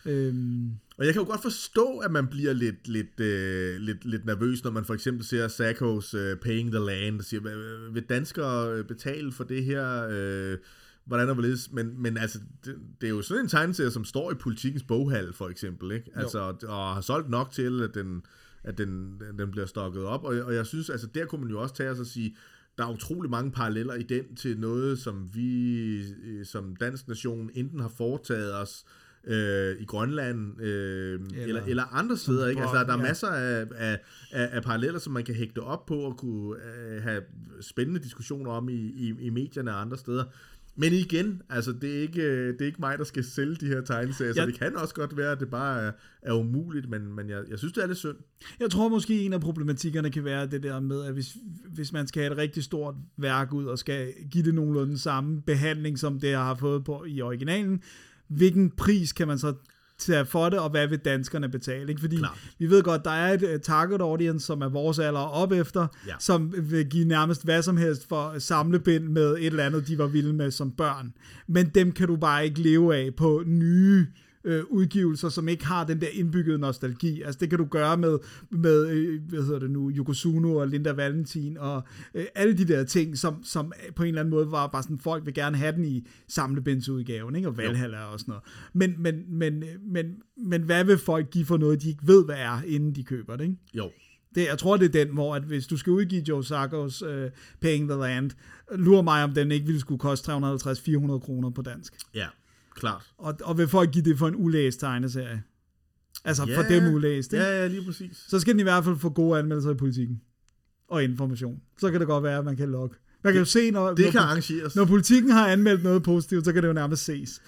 Og jeg kan jo godt forstå, at man bliver lidt nervøs, når man for eksempel ser Sackos Paying the Land, og siger, vil danskere betale for det her? Hvordan er det? Men altså, det er jo sådan en tegneserie, som står i Politikens Boghal, for eksempel, ikke? Altså, og har solgt nok til, at den bliver stokket op. Og jeg synes, altså, der kunne man jo også tage os og sige, der er utrolig mange paralleller i den til noget, som vi som dansk nation enten har foretaget os i Grønland eller andre steder. Ikke? Altså, der er masser af paralleller, som man kan hægte op på og kunne have spændende diskussioner om i medierne og andre steder. Men igen, altså det er ikke mig, der skal sælge de her tegneserier, så det kan også godt være, at det bare er umuligt, men jeg synes, det er lidt synd. Jeg tror måske, en af problematikkerne kan være det der med, at hvis man skal have et rigtig stort værk ud, og skal give det nogenlunde samme behandling, som det har fået på i originalen, hvilken pris kan man så tage for det, og hvad vil danskerne betale? Ikke? Fordi vi ved godt, der er et target audience, som er vores alder op efter, som vil give nærmest hvad som helst for samlebind med et eller andet, de var vilde med som børn. Men dem kan du bare ikke leve af på nye udgivelser, som ikke har den der indbyggede nostalgi. Altså det kan du gøre med hvad hedder det nu, Yokozuna og Linda Valentin og alle de der ting, som på en eller anden måde var bare sådan, folk vil gerne have den i samlebindsudgaven, ikke? Og Valhalla og sådan noget. Men hvad vil folk give for noget, de ikke ved, hvad er, inden de køber det, ikke? Jo. Jeg tror, det er den, hvor at hvis du skal udgive Joe Sackos Paying the Land, lurer mig, om den ikke ville skulle koste 350-400 kroner på dansk. Ja. Klart. Og vil folk give det for en ulæst tegneserie? Altså for dem ulæst, ikke? Ja, lige præcis. Så skal den i hvert fald få gode anmeldelser i Politikken. Og information. Så kan det godt være, at man kan logge. Man kan jo se, når Politikken har anmeldt noget positivt, så kan det jo nærmest ses.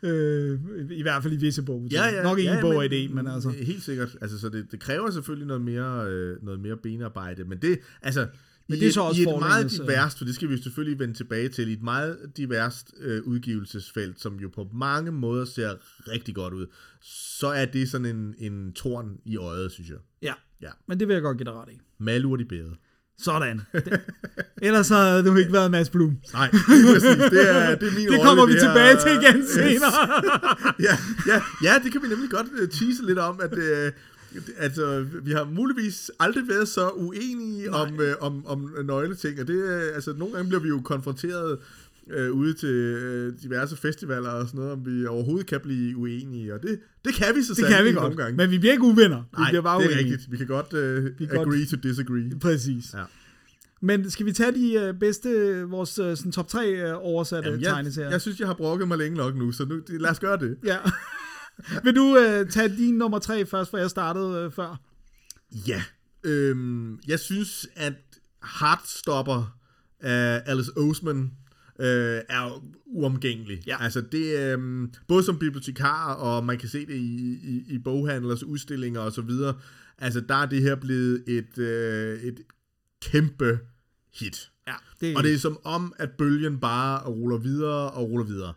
I hvert fald i visse bog. Nok ikke en bog af det, men altså. Helt sikkert. Altså, så det kræver selvfølgelig noget mere benarbejde. Men det, altså... Men det er så også i et meget diverst, for det skal vi selvfølgelig vende tilbage til, i et meget diverst udgivelsesfelt, som jo på mange måder ser rigtig godt ud, så er det sådan en torn i øjet, synes jeg. Ja, men det vil jeg godt give dig ret i. Malurt i bæret. Sådan. Ellers havde du ikke været Mads Blum. Nej, præcis. Det er min det kommer vi tilbage til igen senere. ja, det kan vi nemlig godt tease lidt om, at... Altså, vi har muligvis aldrig været så uenige om nøgleting, og det altså nogle gange bliver vi jo konfronteret ude til diverse festivaler og sådan noget, om vi overhovedet kan blive uenige, og det kan vi så sandelig nogle gange. Men vi bliver ikke uvenner. Nej, vi bliver bare det er rigtigt. Vi kan godt agree to disagree. Præcis. Ja. Men skal vi tage de bedste, vores sådan, top 3 oversatte tegneserier? Jeg synes, jeg har brokket mig længe nok nu, så lad os gøre det. Ja. Vil du tage din nummer 3 først, for jeg startede før? Ja. Jeg synes, at Heartstopper af Alice Oseman er uomgængelig. Ja. Altså det både som bibliotekar, og man kan se det i boghandlers udstillinger og så videre. Altså der er det her blevet et kæmpe hit. Ja, og det er som om, at bølgen bare ruller videre og ruller videre.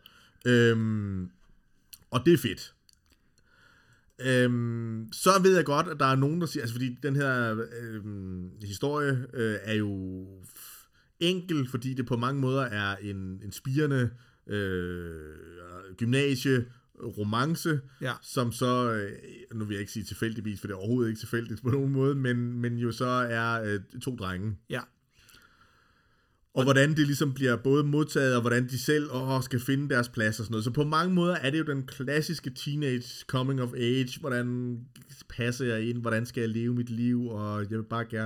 Og det er fedt. Så ved jeg godt, at der er nogen, der siger, altså fordi den her historie er jo enkel, fordi det på mange måder er en spirende gymnasie-romance, som så, nu vil jeg ikke sige tilfældigvis, for det er overhovedet ikke tilfældigt på nogen måde, men jo så er 2 drenge. Ja. Og hvordan det ligesom bliver både modtaget, og hvordan de selv skal finde deres plads og sådan noget. Så på mange måder er det jo den klassiske teenage coming of age. Hvordan passer jeg ind? Hvordan skal jeg leve mit liv? Og jeg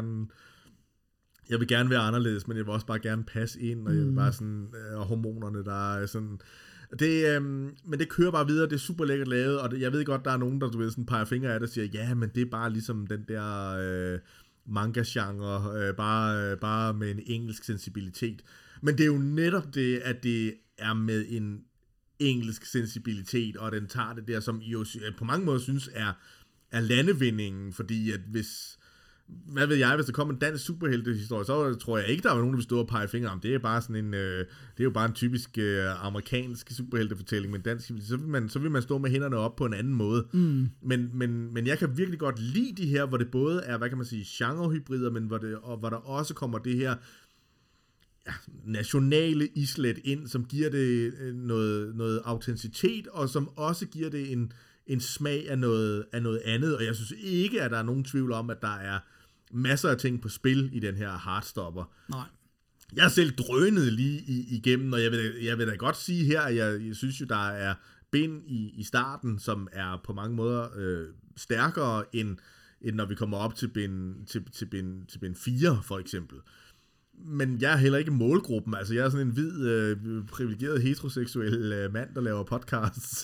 vil gerne være anderledes, men jeg vil også bare gerne passe ind. Og jeg vil bare sådan, og hormonerne, der er sådan... men det kører bare videre, det er super lækkert lavet, og jeg ved godt, der er nogen, der du ved, sådan peger fingre af det og siger, ja, men det er bare ligesom den der... manga-genre, bare med en engelsk sensibilitet. Men det er jo netop det, at det er med en engelsk sensibilitet, og den tager det der, som I jo på mange måder synes er landevindingen, fordi at hvis der kommer en dansk superheltehistorie, så tror jeg ikke, der er nogen, der vil stå og pege fingre om. Det er bare sådan det er jo bare en typisk amerikansk superheltefortælling, men dansk, så vil man stå med hænderne op på en anden måde. Men jeg kan virkelig godt lide de her, hvor det både er, hvad kan man sige, genrehybrider, men hvor der også kommer det her nationale islet ind, som giver det noget autenticitet, og som også giver det en smag af noget andet, og jeg synes ikke, at der er nogen tvivl om, at der er masser af ting på spil i den her Heartstopper. Nej. Jeg har selv drønet lige igennem, og jeg vil da godt sige her, at jeg synes jo, der er bind i starten, som er på mange måder stærkere, end når vi kommer op til bind 4, for eksempel. Men jeg er heller ikke målgruppen. Altså, jeg er sådan en hvid, privilegeret, heteroseksuel mand, der laver podcasts.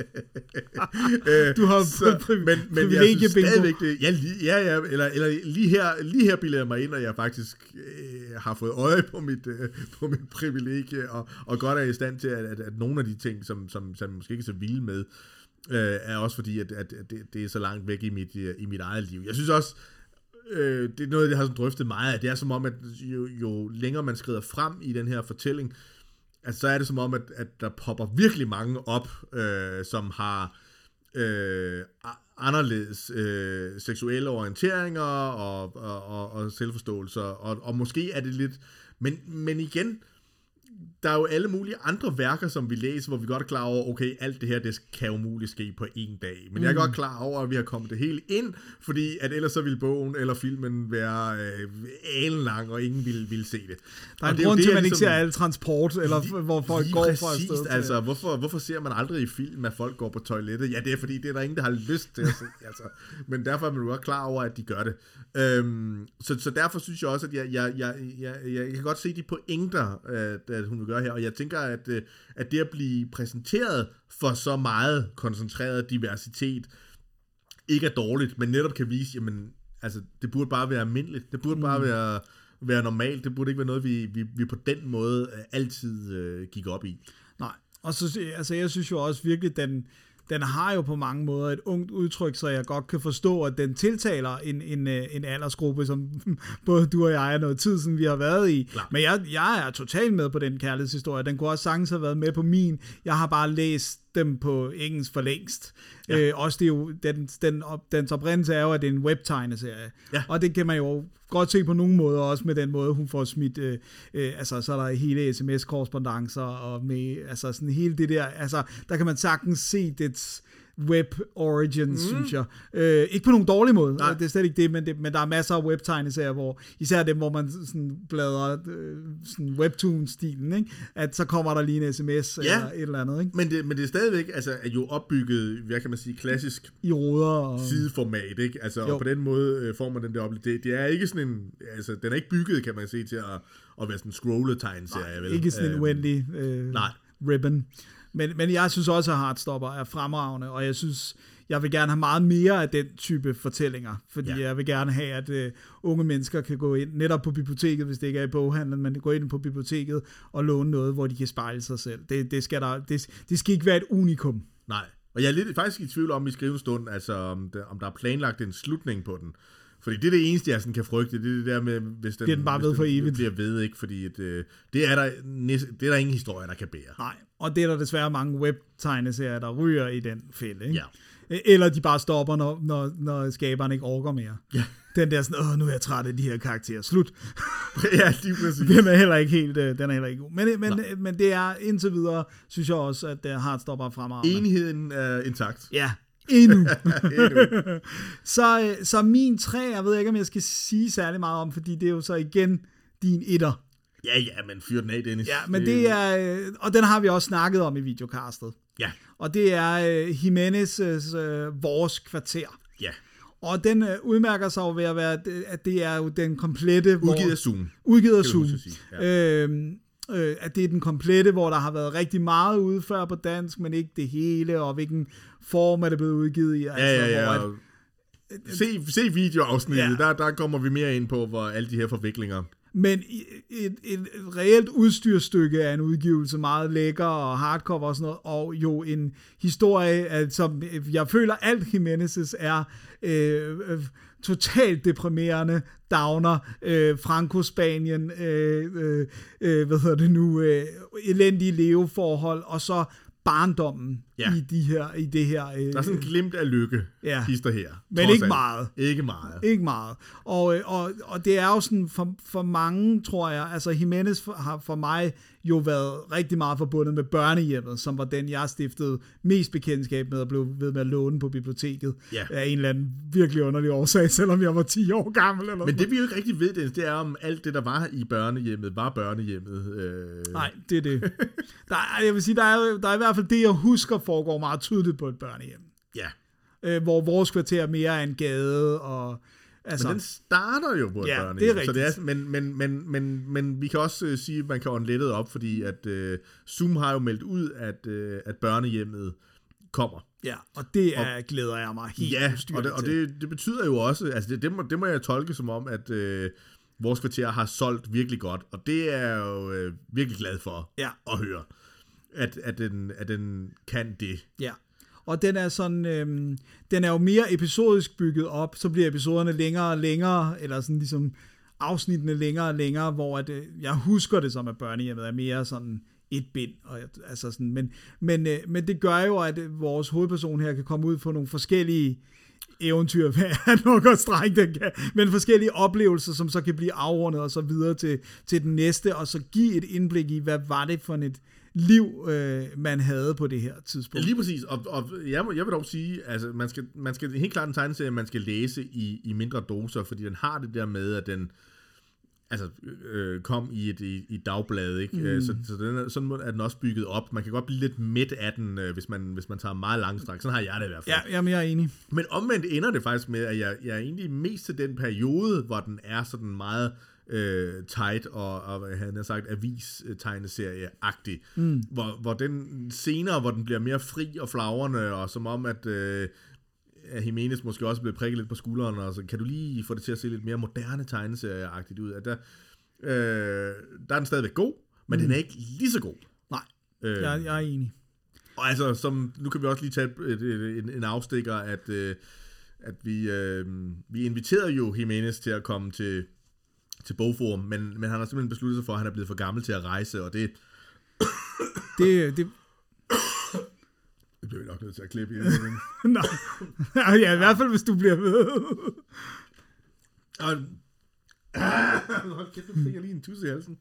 Du har men jeg synes stadigvæk det. Ja, eller lige her bilder jeg mig ind, og jeg faktisk har fået øje på mit privilegie, og godt er i stand til, at nogle af de ting, som måske ikke er så vilde med, er også fordi, at det er så langt væk i mit eget liv. Jeg synes også, det er noget, jeg har drøftet meget af. Det er som om, at jo længere man skrider frem i den her fortælling, at så er det som om, at der popper virkelig mange op, som har anderledes seksuelle orienteringer og selvforståelser, og måske er det lidt... Men igen, der er jo alle mulige andre værker, som vi læser, hvor vi godt er klar over, okay, alt det her, det kan jo muligt ske på en dag. Men jeg er godt klar over, at vi har kommet det hele ind, fordi at ellers så ville bogen eller filmen være alenlang, og ingen ville se det. Der er en grund til, at man ikke ser alle transport, eller hvor folk går fra et sted. Altså, hvorfor ser man aldrig i film, at folk går på toilettet? Ja, det er fordi, det er der ingen, der har lyst til at se. Altså. Men derfor er man jo godt klar over, at de gør det. Så derfor synes jeg også, at jeg kan godt se de pointer, at hun vil gøre her, og jeg tænker, at det at blive præsenteret for så meget koncentreret diversitet ikke er dårligt, men netop kan vise, jamen, altså, det burde bare være almindeligt, det burde bare være normalt, det burde ikke være noget, vi på den måde altid gik op i. Nej, og så, altså, jeg synes jo også virkelig, den har jo på mange måder et ungt udtryk, så jeg godt kan forstå, at den tiltaler en aldersgruppe, som både du og jeg er noget tid siden, vi har været i. Klar. Men jeg er totalt med på den kærlighedshistorie. Den kunne også sagtens have været med på min. Jeg har bare læst dem på engelsk for længst. Ja. Også det er jo, dens oprindelse er jo, at det er en webtegneserie. Ja. Og det kan man jo godt se på nogle måder, også med den måde, hun får smidt, altså så er der hele sms-korrespondancer, og med, altså sådan hele det der, altså der kan man sagtens se dets web origins, synes jeg. Ikke på nogen dårlig måde, det er slet ikke det, men der er masser af webtegneserier, hvor især dem, hvor man sådan bladrer sådan webtoon-stilen, ikke? At så kommer der lige en sms eller et eller andet. Ikke? Men det er stadigvæk altså, er jo opbygget, hvad kan man sige, klassisk i ruder og sideformat, ikke? Altså, og på den måde får man den der oplevelse. Det er ikke sådan en, altså den er ikke bygget, kan man sige, til at være sådan en scrollet-tegneserie. Ikke sådan en uendelig ribbon. Men jeg synes også, at Heartstopper er fremragende, og jeg synes, jeg vil gerne have meget mere af den type fortællinger, fordi jeg vil gerne have, at unge mennesker kan gå ind, netop på biblioteket, hvis det ikke er i boghandlen, men gå ind på biblioteket og låne noget, hvor de kan spejle sig selv. Det skal ikke være et unikum. Nej, og jeg er lidt faktisk i tvivl om i skrivestund, altså om der er planlagt en slutning på den. Fordi det er det eneste, jeg sådan kan frygte, det er det der med, hvis den bare ved for evigt. Bliver ved, ikke? Fordi det er der ingen historie, der kan bære. Nej, og det er der desværre mange web-tegneserier, der ryger i den fælde, ikke? Ja. Eller de bare stopper, når skaberen ikke orker mere. Ja. Den der sådan, nu er jeg træt af de her karakterer. Slut. Ja, lige præcis. Den er heller ikke helt, den er heller ikke god. Men det er indtil videre, synes jeg også, at Heartstopper er fremragende. Enigheden er intakt. Ja. Endnu. Så min 3, jeg ved ikke, om jeg skal sige særlig meget om, fordi det er jo så igen din etter. Ja, men fyr den af, Dennis. Ja, men det er, og den har vi også snakket om i videocastet. Ja. Og det er Jimenez' Vores Kvarter. Ja. Og den udmærker sig jo ved at være, at det er jo den komplette... Udgivet af Zoom. At det er den komplette, hvor der har været rigtig meget ude før på dansk, men ikke det hele, og hvilken form er det blevet udgivet i. Altså, Se videoafsnittet, der kommer vi mere ind på, hvor alle de her forviklinger. Men et reelt udstyrstykke af en udgivelse, meget lækker og hardcore og sådan noget, og jo en historie, som jeg føler alt Jimenez' er totalt deprimerende, downer, Franco-Spanien, elendige leveforhold, og så barndommen i det her. Der er sådan en glimt af lykke, hister her. Men ikke meget. Ikke meget. Ikke meget. Og det er jo sådan, for mange, tror jeg, altså Jimenez har for mig jo været rigtig meget forbundet med børnehjemmet, som var den, jeg stiftede mest bekendtskab med og blev ved med at låne på biblioteket af en eller anden virkelig underlig årsag, selvom jeg var 10 år gammel. Eller men det vi jo ikke rigtig ved, det er om alt det, der var i børnehjemmet, var børnehjemmet. Nej, det er det. Jeg vil sige, der er i hvert fald det, jeg husker, foregår meget tydeligt på et børnehjem. Ja. Hvor vores kvarter mere er en gade, og altså, men den starter jo på et børnehjem. Det er rigtigt. Så det er, men vi kan også sige, at man kan ånde lettet op, fordi at Zoom har jo meldt ud, at børnehjemmet kommer. Ja, og det glæder jeg mig helt og det betyder jo også, altså det må jeg tolke som om, at vores kvarter har solgt virkelig godt, og det er jeg jo virkelig glad for at høre, at den kan det. Ja. Og den er sådan, den er jo mere episodisk bygget op, så bliver episoderne længere og længere, eller sådan ligesom afsnittene længere og længere, hvor jeg husker det som, at børnehjemmet er mere sådan et bind, og, altså sådan, men det gør jo, at vores hovedperson her kan komme ud på nogle forskellige eventyr, hvad er nok at strække den kan, men forskellige oplevelser, som så kan blive afrundet og så videre til den næste, og så give et indblik i, hvad var det for et liv, man havde på det her tidspunkt. Lige præcis, og jeg vil dog sige, altså man skal helt klart en tegneserie, man skal læse i mindre doser, fordi den har det der med, at den kom i et dagblad, ikke? Så sådan er den også bygget op. Man kan godt blive lidt midt af den, hvis man tager meget langstrakt. Sådan har jeg det i hvert fald. Ja, jamen jeg er enig. Men omvendt ender det faktisk med, at jeg er egentlig mest til den periode, hvor den er sådan meget tight og han har sagt avis-tegneserie-agtig. Hvor den senere, hvor den bliver mere fri og flagrende, og som om, at Jimenez måske også blev prikket lidt på skulderen, og så kan du lige få det til at se lidt mere moderne tegneserie-agtigt ud. At der er den stadigvæk god, men den er ikke lige så god. Nej, jeg er enig. Og altså, nu kan vi også lige tage en afstikker, at vi inviterede jo Jimenez til at komme til Bogforum, men han har simpelthen besluttet sig for, at han er blevet for gammel til at rejse, og det bliver vi nok nødt til at klippe i. Nej. Ja, i hvert fald, hvis du bliver ved. Hold kæft, nu fik jeg lige en tusse i halsen.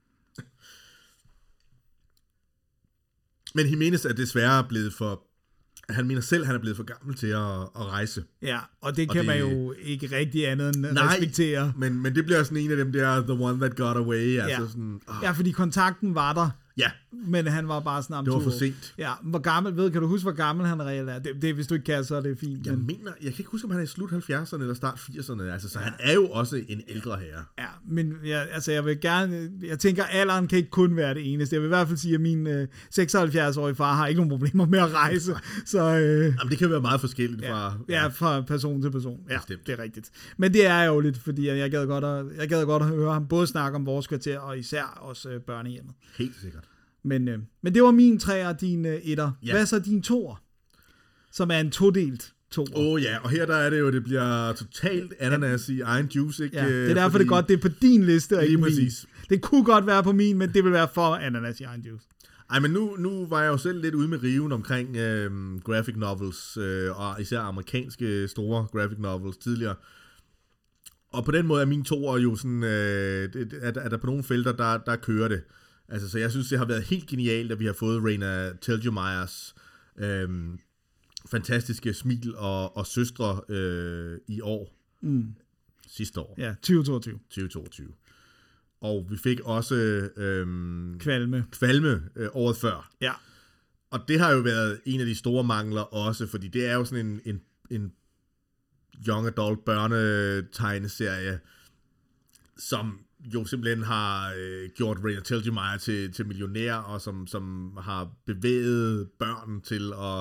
Men Jimenez er desværre blevet for... Han mener selv, at han er blevet for gammel til at rejse. Ja, og det kan man jo ikke rigtig andet end respektere. Men det bliver sådan en af dem der, the one that got away. Ja, altså sådan, ja, fordi kontakten var der. Ja. Men han var bare sådan... Det var for sent. Ja, hvor gammel, kan du huske, hvor gammel han reelt er? Det, hvis du ikke kan, så er det fint. Jeg kan ikke huske, om han er i slut 70'erne eller start 80'erne. Altså, så han er jo også en ældre herre. Ja, men jeg vil gerne... Jeg tænker, alderen kan ikke kun være det eneste. Jeg vil i hvert fald sige, at min 76-årige far har ikke nogen problemer med at rejse. Så, jamen, det kan være meget forskelligt fra... Ja, fra person til person. Ja, det er rigtigt. Men det er jo lidt, fordi jeg gad godt at høre ham både snakke om vores kvarter, og især også børnehjemmet. Helt sikkert. Men det var min 3'er og din 1'er. Ja. Hvad er så din 2'er? Som er en todelt 2'er. Ja, og her der er det jo, det bliver totalt ananas i egen juice, ikke? Ja, det er derfor det er godt, det er på din liste, og ikke min. Præcis. Det kunne godt være på min, men det vil være for ananas i egen juice. Ej, men nu var jeg jo selv lidt ude med riven omkring graphic novels, og især amerikanske store graphic novels tidligere. Og på den måde er min 2'er jo sådan, er der på nogle felter, der kører det. Altså, så jeg synes, det har været helt genialt, at vi har fået Raina Telgemeyers fantastiske smil og søstre i år. Sidste år. Ja, 2022. Og vi fik også Kvalme året før. Ja. Og det har jo været en af de store mangler også, fordi det er jo sådan en young adult børnetegneserie, som jo simpelthen har gjort Raina Telgemeier til millionær, og som har bevæget børn til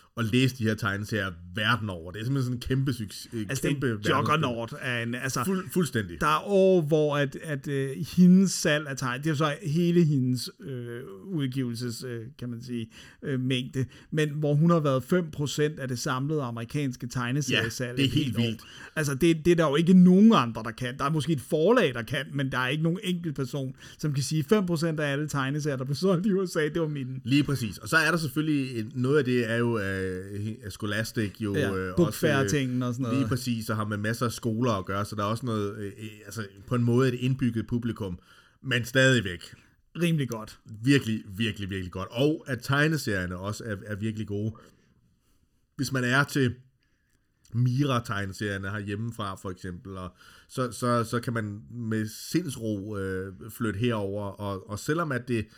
at læse de her tegneserier verden over. Det er simpelthen sådan en kæmpe succes. Altså, det er juggernaut af en... Altså, fuldstændig. Der er år, hvor at hendes salg af tegn, det er jo så hele hendes udgivelses, kan man sige, mængde, men hvor hun har været 5% af det samlede amerikanske tegneseriesalg. Ja, det er helt vildt. Altså, det er der jo ikke nogen andre, der kan. Der er måske et forlag, der kan, men der er ikke nogen enkelt person, som kan sige, 5% af alle tegneserier, der blev solgt i USA, det var mine. Lige præcis. Og så er der selvfølgelig, noget af det er jo Scholastic, jo Bookfair-tingen og sådan noget. Lige præcis, og har med masser af skoler at gøre, så der er også noget, altså på en måde et indbygget publikum, men stadigvæk. Rimelig godt. Virkelig, virkelig, virkelig godt. Og at tegneserierne også er virkelig gode. Hvis man er til Mira-tegneserierne herhjemmefra, for eksempel, og så kan man med sindsro flytte herover, og selvom at det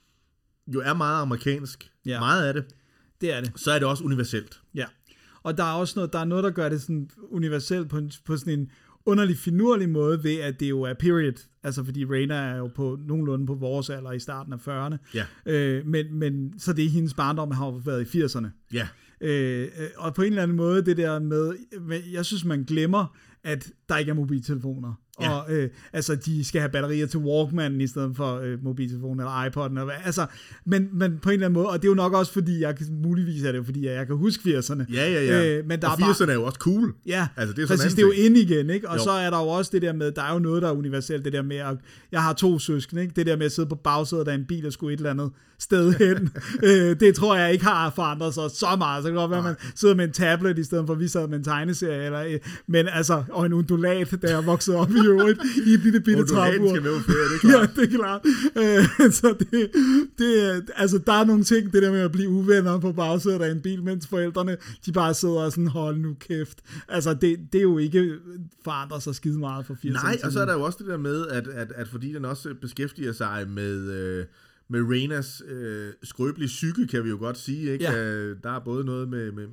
jo er meget amerikansk, meget af det, det er det. Så er det også universelt. Ja, og der er også noget, der gør det sådan universelt på sådan en underlig finurlig måde, ved at det jo er period, altså fordi Raina er jo på nogenlunde på vores alder i starten af 40'erne, men så det er hendes barndom har jo været i 80'erne. Ja. Og på en eller anden måde, det der med, jeg synes, man glemmer, at der ikke er mobiltelefoner. Ja. Og altså, de skal have batterier til Walkman i stedet for mobiltelefonen eller iPod'en. Altså, men på en eller anden måde, og det er jo nok også fordi, muligvis er det jo fordi, jeg kan huske 80'erne. Ja. Men der og 80'erne er jo også cool. Ja, altså, det er præcis, det er jo ind igen, ikke? Og så er der jo også det der med, der er jo noget, der er universelt, det der med, at jeg har 2 søskende, ikke? Det der med at sidde på bagsædet af en bil og skulle et eller andet sted hen, det tror jeg ikke har forandret sig så meget. Så kan det godt være, at man sidder med en tablet, i stedet for at vi sad med en tegneserie, eller, men altså, og en undulat, der er vokset op i øvrigt, i et lille bitte træbord. Skal med på ferie, det er klart. Ja, det er klart. Så altså, der er nogle ting, det der med at blive uvenner på bagsædet af en bil, mens forældrene, de bare sidder og sådan, hold nu kæft. Altså, det er jo ikke forandret sig skide meget for 80'erne. Nej, og så er der jo også det der med, at fordi den også beskæftiger sig med Rainas skrøbelige psyke, kan vi jo godt sige, ikke? Ja. Der er både noget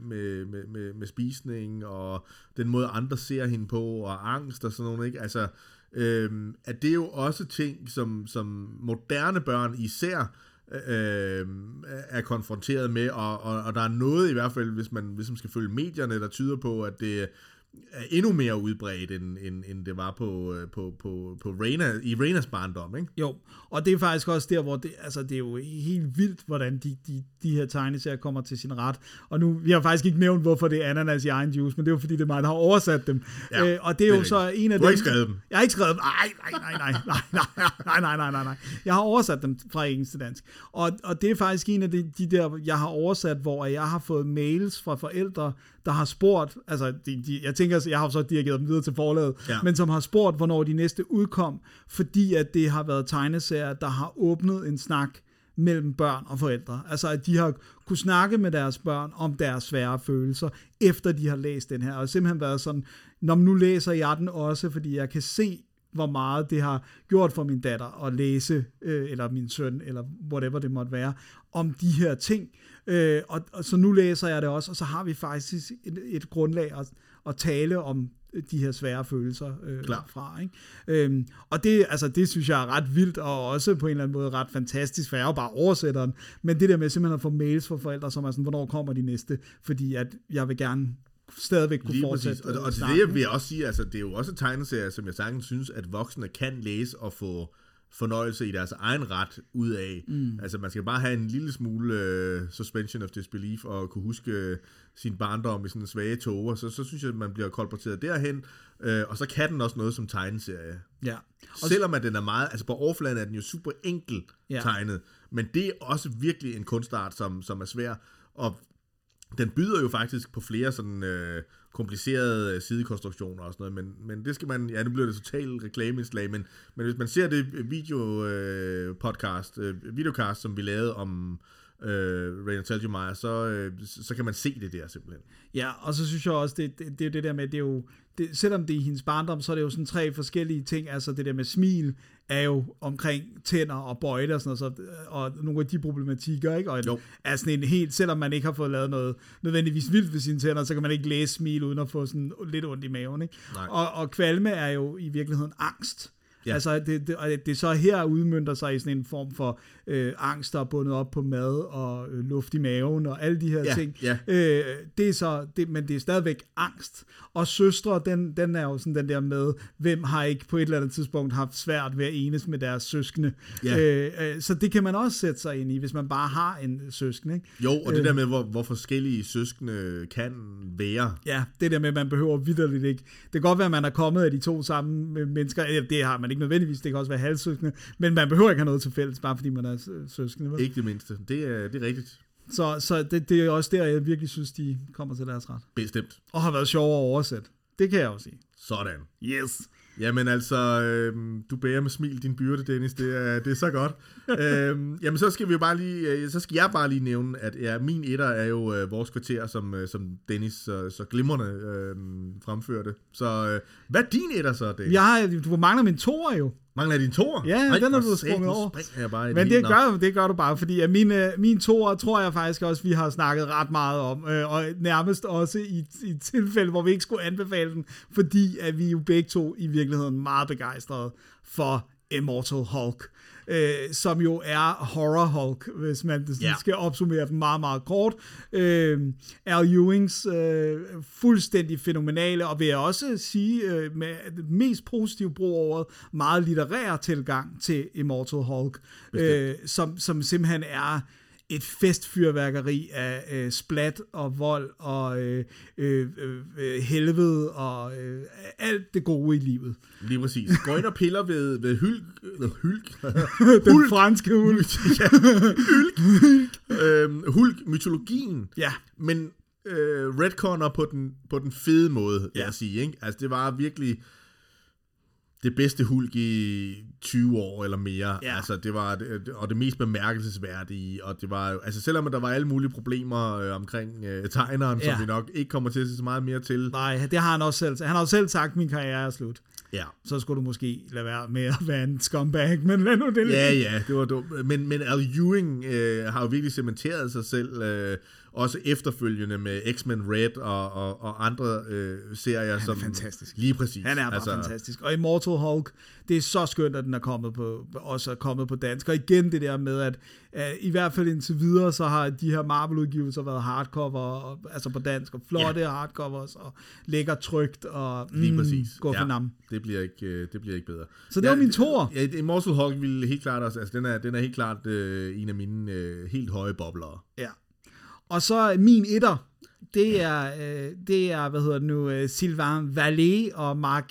med spisning, og den måde andre ser hende på, og angst og sådan noget, ikke? Altså, at det er jo også ting, som moderne børn især er konfronteret med, og der er noget i hvert fald, hvis man skal følge medierne, der tyder på, at det er endnu mere udbredt, end det var på Raina, i Rainas barndom, ikke? Jo, og det er faktisk også der, hvor det er jo helt vildt, hvordan de her tegneserier kommer til sin ret. Og nu, vi har faktisk ikke nævnt, hvorfor det er ananas i egen juice, men det er jo fordi, det er mig, der har oversat dem. Ja, og det er jo så en af dem... Du har ikke skrevet dem? Jeg har ikke skrevet dem. Nej. Jeg har oversat dem fra engelsk til dansk. Og det er faktisk en af de der, jeg har oversat, hvor jeg har fået mails fra forældre, der har spurgt, altså jeg tænker, jeg har så dirigeret dem videre til forlaget, men som har spurgt, hvornår de næste udkom, fordi at det har været tegneserier, der har åbnet en snak mellem børn og forældre. Altså at de har kunne snakke med deres børn om deres svære følelser, efter de har læst den her, og simpelthen været sådan, når nu læser jeg den også, fordi jeg kan se, hvor meget det har gjort for min datter at læse, eller min søn, eller whatever det måtte være, om de her ting. Og så nu læser jeg det også, og så har vi faktisk et grundlag at tale om de her svære følelser fra. Ikke? Og det synes jeg er ret vildt, og også på en eller anden måde ret fantastisk, for jeg er jo bare oversætteren, men det der med simpelthen at få mails fra forældre, som er sådan, hvornår kommer de næste, fordi at jeg vil gerne stadigvæk kunne fortsætte. Og til det vil jeg også sige, altså det er jo også tegneserier, som jeg sagtens synes, at voksne kan læse og få fornøjelse i deres egen ret ud af. Altså man skal bare have en lille smule suspension of disbelief og kunne huske sin barndom i sådan en svage tåger, så synes jeg, at man bliver kolporteret derhen, og så kan den også noget som tegneserie. Ja. Selvom at den er meget, altså på overfladen er den jo super enkel tegnet, men det er også virkelig en kunstart, som er svær, og den byder jo faktisk på flere sådan komplicerede sidekonstruktioner og sådan noget, men det skal man, nu bliver det totalt reklameindslag, men hvis man ser det videocast, som vi lavede om Raina Telgemeier, så kan man se det der simpelthen. Ja, og så synes jeg også, det er det der med, det er jo, selvom det er hendes barndom, så er det jo sådan 3 forskellige ting, altså det der med smil, er jo omkring tænder og bøjle og sådan noget, og nogle af de problematikker, ikke? Og er sådan en helt, selvom man ikke har fået lavet noget nødvendigvis vildt ved sine tænder, så kan man ikke læse smil uden at få sådan lidt ondt i maven, ikke? Og kvalme er jo i virkeligheden angst. Ja. Altså, det så her udmønter sig i sådan en form for angst, der er bundet op på mad og luft i maven og alle de her ting. Ja. Det er så, men det er stadigvæk angst. Og søstre, den er jo sådan den der med, hvem har ikke på et eller andet tidspunkt haft svært ved at enes med deres søskende. Ja. Så det kan man også sætte sig ind i, hvis man bare har en søskende. Ikke? Jo, og det der med, hvor forskellige søskende kan være. Ja, det der med, at man behøver vitterligt ikke. Det kan godt være, at man er kommet af de to samme mennesker. Det har man ikke nødvendigvis, det kan også være halvsøskende, men man behøver ikke have noget til fælles, bare fordi man er søskende. Ikke det mindste. Det er rigtigt. Så det er også der, jeg virkelig synes, de kommer til deres ret. Bestemt. Og har været sjovere at oversætte. Det kan jeg også sige. Sådan. Yes. Jamen altså, du bærer med smil din byrde, Dennis. Det er så godt. Jamen så skal vi jo bare lige, så skal jeg bare lige nævne, at min etter er jo vores kvarter, som Dennis så glimrende fremførte. Så hvad er din etter så, Dennis? Du mangler min toer jo. Mangler din toer? Ja, den har du sprunget over. Men det gør du bare, fordi at min toer tror jeg faktisk også, vi har snakket ret meget om, og nærmest også i tilfælde, hvor vi ikke skulle anbefale den, fordi at vi jo begge to i virkeligheden meget begejstrede for Immortal Hulk, som jo er Horror Hulk, hvis man skal opsummere den meget, meget kort. Al Ewings fuldstændig fænomenale, og vil jeg også sige, med det mest positive brug over meget litterær tilgang til Immortal Hulk, som simpelthen er et festfyrværkeri af splat og vold og helvede og alt det gode i livet. Lige præcis. Gå ind og piller ved Hulk. Den franske Hulk. Hulk-mytologien. Ja. Men retconner på den fede måde, vil jeg sige. Ikke? Altså, det var virkelig det bedste Hulk i 20 år eller mere. Ja. Altså, det var det mest bemærkelsesværdige, og det var jo, altså selvom der var alle mulige problemer omkring tegneren, som vi nok ikke kommer til at se så meget mere til. Nej, det har han også selv. Han har jo selv sagt, min karriere er slut. Ja. Så skulle du måske lade være med at være en scumbag, men lad nu det ligge. Ja, det var dumt. Men Al Ewing har jo virkelig cementeret sig selv, også efterfølgende med X-Men Red og andre serier. Han er fantastisk. Lige præcis. Han er bare fantastisk. Og Immortal Hulk, det er så skønt, at den er kommet på dansk. Og igen det der med, at i hvert fald indtil videre, så har de her Marvel-udgivelser været hardcover, altså på dansk, og flotte hardcovers, og lækker trygt, og lige præcis. Gå for nam. Det bliver ikke bedre. Så det var min toer. Ja, Immortal Hulk ville helt klart også, altså den er helt klart en af mine helt høje boblere. Ja. Og så min etter, det er hvad hedder det nu, Sylvain Vallée og Marc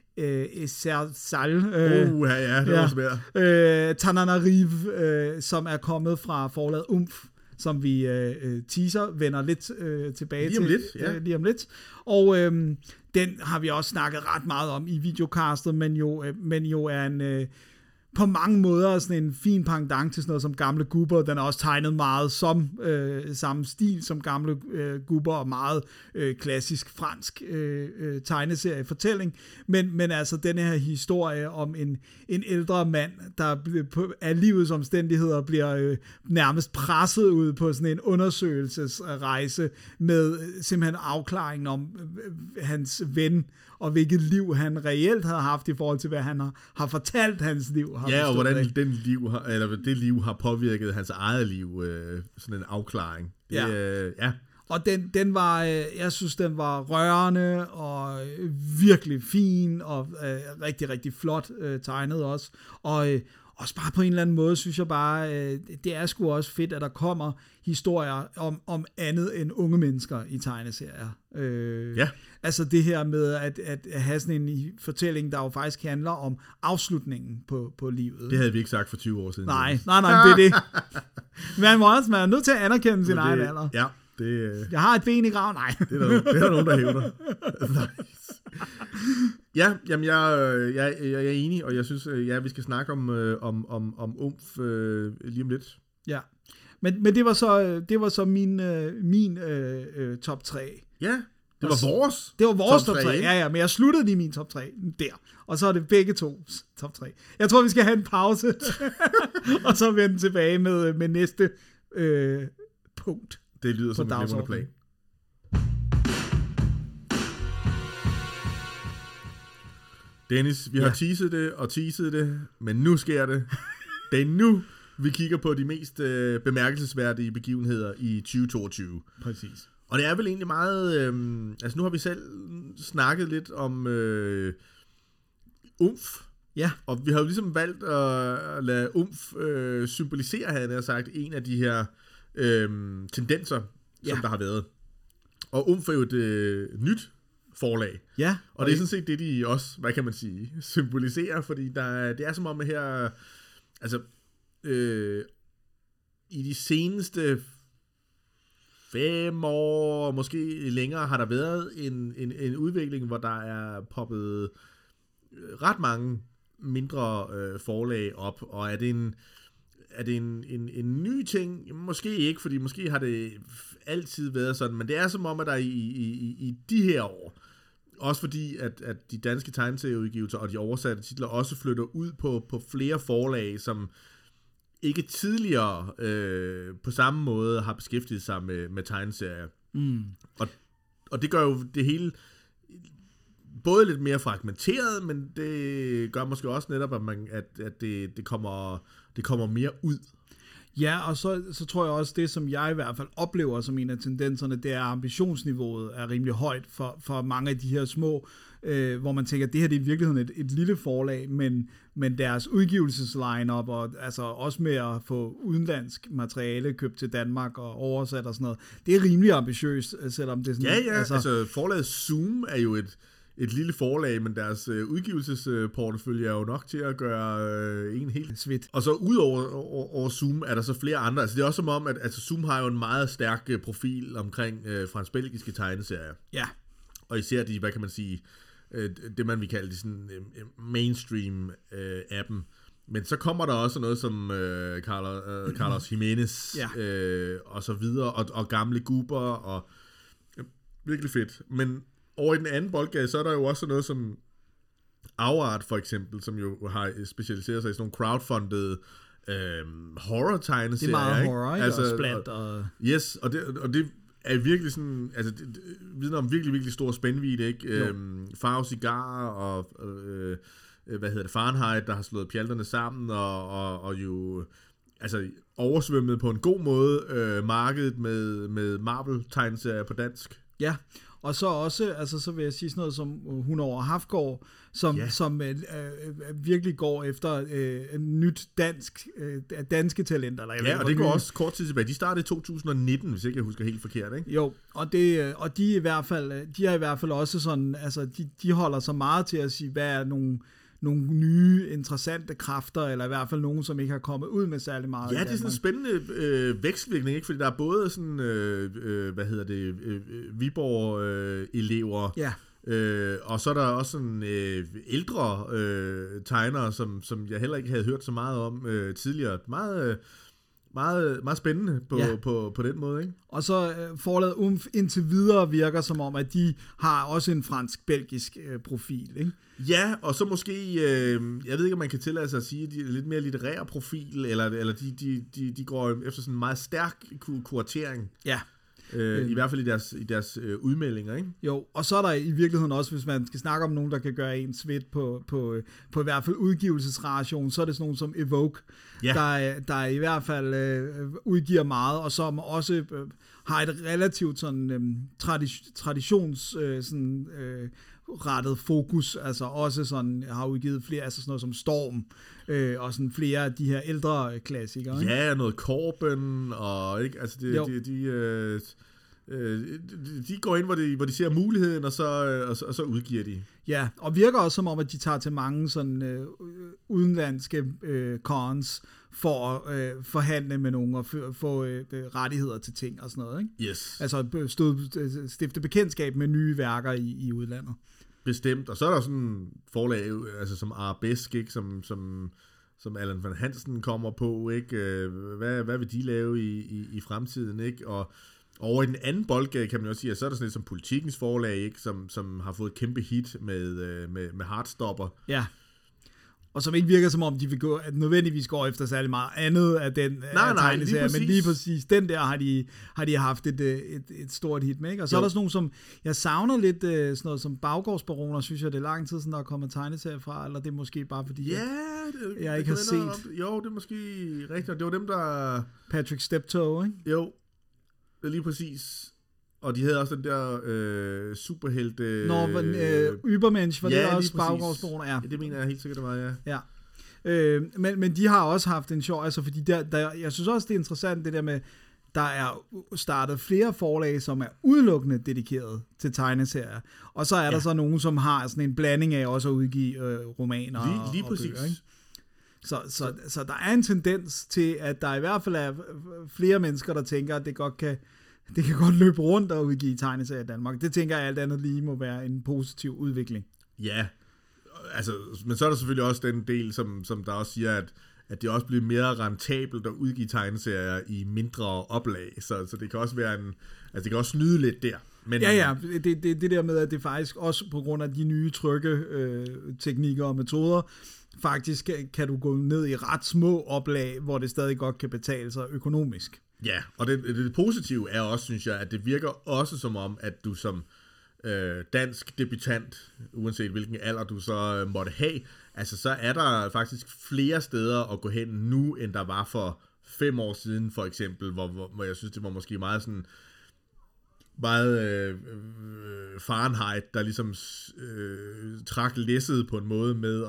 Ezersal. Det var svært. Tananarive, som er kommet fra forlaget Umf, som vi teaser, vender lidt tilbage til. Lige om lidt. Og den har vi også snakket ret meget om i videocastet, men jo er en på mange måder sådan en fin pendant til sådan noget som Gamle Gubber. Den er også tegnet meget som samme stil som Gamle Gubber, og meget klassisk fransk tegneseriefortælling. Men altså denne her historie om en ældre mand, der af livets omstændigheder bliver nærmest presset ud på sådan en undersøgelsesrejse med simpelthen afklaringen om hans ven, og hvilket liv han reelt havde haft i forhold til, hvad han har fortalt hans liv. Ja, og hvordan det liv har påvirket hans eget liv. Sådan en afklaring. Ja. Og den var, jeg synes, den var rørende og virkelig fin og rigtig, rigtig flot tegnet også. Og også bare på en eller anden måde, synes jeg bare, det er sgu også fedt, at der kommer historier om andet end unge mennesker i tegneserier. Altså det her med at have sådan en fortælling, der jo faktisk handler om afslutningen på livet. Det havde vi ikke sagt for 20 år siden. Nej, det er det. Man er nødt til at anerkende sin egen alder. Ja. Jeg har et ben i graven. Nej. Det er der nogen, der hævder. Ja, jamen jeg er enig, og jeg synes, vi skal snakke om Umf lige om lidt. Ja, men det var så min top 3. Ja, det var vores. Det var vores top 3. Ja, men jeg sluttede lige min top 3 der. Og så er det begge to top 3. Jeg tror, vi skal have en pause, og så vende tilbage med næste punkt. Det lyder som en glimrende plan. Dennis, vi har teaset det, men nu sker det. Det er nu, vi kigger på de mest bemærkelsesværdige begivenheder i 2022. Præcis. Og det er vel egentlig meget... altså nu har vi selv snakket lidt om umf. Ja. Og vi har jo ligesom valgt at lade umf symbolisere, havde jeg sagt, en af de her tendenser, som der har været. Og umf er jo et nyt forlag. Ja. Og det er sådan set det, de også, hvad kan man sige, symboliserer, fordi det er som om, at her... Altså, i de seneste 5 år, måske længere, har der været en udvikling, hvor der er poppet ret mange mindre forlag op, og er det en ny ting? Måske ikke, fordi måske har det altid været sådan, men det er som om, at der i de her år, også fordi, at de danske tegneserieudgivelser og de oversatte titler også flytter ud på flere forlag, som ikke tidligere på samme måde har beskæftiget sig med tegneserier. Og det gør jo det hele både lidt mere fragmenteret, men det gør måske også netop, at det kommer mere ud. Ja, og så tror jeg også, det som jeg i hvert fald oplever som en af tendenserne, det er, at ambitionsniveauet er rimelig højt for mange af de her små, hvor man tænker, at det her det er i virkeligheden et lille forlag, men deres udgivelsesline-up, og altså også med at få udenlandsk materiale købt til Danmark og oversat og sådan noget, det er rimelig ambitiøst, selvom det er sådan... Ja, altså forlaget Zoom er jo et lille forlag, men deres udgivelsesportefølje er jo nok til at gøre en helt svedt. Og så udover Zoom er der så flere andre. Altså det er også som om, at Zoom har jo en meget stærk profil omkring fransk-belgiske tegneserier. Ja. Og især de, hvad kan man sige, det man vil kalde de sådan mainstream appen. Men så kommer der også noget som Carlos Jimenez og så videre, og gamle gubber, og virkelig fedt. Men over i den anden boldgade, så er der jo også noget som Afart for eksempel, som jo har specialiseret sig i sådan nogle crowdfundede horror-tegneserier. Det er meget horror, ikke? Altså, og splat og... Yes, og det er virkelig sådan, altså det vidner om virkelig, virkelig stor spændvidde, ikke? Farve Cigar og Fahrenheit, der har slået pjalterne sammen, og jo altså oversvømmet på en god måde markedet med Marvel-tegneserier på dansk. Ja. Og så også, altså så vil jeg sige sådan noget som 100 år Hafgaard, som virkelig går efter nyt danske talenter. Eller og det går også kort tid tilbage. De startede i 2019, hvis ikke jeg husker helt forkert, ikke? Jo, og de er i hvert fald også sådan, altså de holder sig meget til at sige, hvad er nogle nye, interessante kræfter, eller i hvert fald nogen, som ikke har kommet ud med særlig meget. Ja, det er sådan en spændende vekselvirkning, ikke? Fordi der er både sådan, Viborg-elever, og så er der også sådan ældre tegnere, som jeg heller ikke havde hørt så meget om tidligere. Meget spændende på den måde, ikke? Og så forlaget umf indtil videre virker som om, at de har også en fransk-belgisk profil, ikke? Ja, og så måske, jeg ved ikke, om man kan tillade sig at sige, at de er lidt mere litterær profil, eller de går efter sådan en meget stærk kuratering. Ja. I hvert fald i deres udmeldinger, ikke? Jo, og så er der i virkeligheden også, hvis man skal snakke om nogen, der kan gøre en svedt på i hvert fald udgivelsesration, så er det sådan nogen som Evoke, der i hvert fald udgiver meget, og som også har et relativt sådan rettet fokus, altså også sådan har udgivet flere, altså sådan noget som Storm, og sådan flere af de her ældre klassikere, ikke? Ja, noget Corben, og ikke, altså de går ind, hvor de ser muligheden, og så udgiver de. Ja, og virker også som om, at de tager til mange sådan udenlandske cons for at forhandle med nogen og få rettigheder til ting og sådan noget, ikke? Yes. Altså stifte bekendtskab med nye værker i udlandet. Bestemt, og så er der sådan forlag, altså som Arabesk, ikke? Som Allan van Hansen kommer på, ikke? Hvad vil de lave i fremtiden, ikke? Og over i den anden boldgade kan man også sige, at så er der sådan et som Politikens forlag, ikke? Som har fået et kæmpe hit med Heartstopper. Ja. og som ikke virker som om, de vil gå, at nødvendigvis går efter særlig meget andet af den tegneserie, men lige præcis den der har de haft et stort hit med, ikke? Og så er der sådan nogle, som jeg savner lidt, sådan noget som Baggårdsbaroner, synes jeg, det er lang tid siden, der er kommet tegneserier fra, eller det er måske bare fordi, jeg ikke har set. Jo, det er måske rigtigt, det var dem, der... Patrick Steptoe, ikke? Jo, det er lige præcis. Og de havde også den der superhelte... Übermensch, var det også Baggårdsbaroner? Ja, det mener jeg helt sikkert, det var, ja. Men de har også haft en sjov, altså fordi jeg synes også, det er interessant, det der med, der er startet flere forlag, som er udelukkende dedikeret til tegneserier. Og så er der så nogen, som har sådan en blanding af også at udgive romaner lige og præcis. bøger, ikke? Så der er en tendens til, at der i hvert fald er flere mennesker, der tænker, at det kan godt løbe rundt og udgive tegneserier i Danmark. Det tænker jeg alt andet lige må være en positiv udvikling. Ja, altså, men så er der selvfølgelig også den del, som der også siger, at det også bliver mere rentabelt at udgive tegneserier i mindre oplag. Så det kan også være det kan også snyde lidt der. Men, det der med, at det faktisk også på grund af de nye trykketeknikker og metoder, faktisk kan du gå ned i ret små oplag, hvor det stadig godt kan betale sig økonomisk. Ja, og det positive er også, synes jeg, at det virker også som om, at du som dansk debutant, uanset hvilken alder du så måtte have, altså så er der faktisk flere steder at gå hen nu, end der var for 5 år siden, for eksempel, hvor jeg synes, det var måske meget sådan Fahrenheit, der ligesom trak læsset på en måde med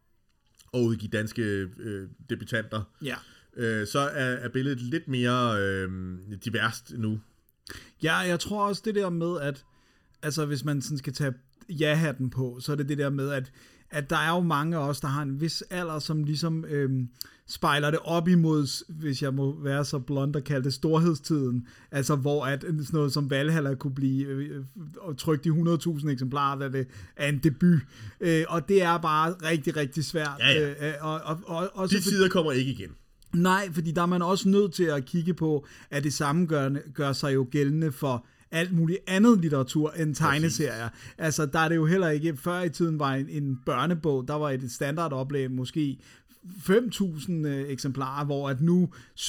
at udgive danske debutanter. Ja. Så er billedet lidt mere diverst nu. Ja, jeg tror også det der med, at altså hvis man sådan skal tage ja-hatten på, så er det der med, at der er jo mange af os, der har en vis alder, som ligesom spejler det op imod, hvis jeg må være så blond og kalde det storhedstiden, altså hvor at sådan noget som Valhalla kunne blive trykt i 100.000 eksemplarer, da det er en debut, og det er bare rigtig, rigtig svært. Ja. Og de sider kommer ikke igen. Nej, fordi der er man også nødt til at kigge på, at det samme gør sig jo gældende for alt muligt andet litteratur end tegneserier. Altså, der er det jo heller ikke, før i tiden var en børnebog, der var et standardoplag måske 5.000 eksemplarer, hvor at nu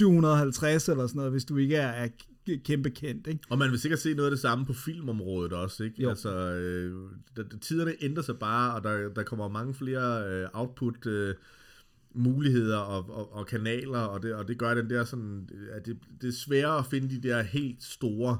750 eller sådan noget, hvis du ikke er kæmpe kendt, ikke? Og man vil sikkert se noget af det samme på filmområdet også, ikke? Jo. Altså, tiderne ændrer sig bare, og der kommer mange flere output muligheder og kanaler, og det gør den der sådan, at det er sværere at finde de der helt store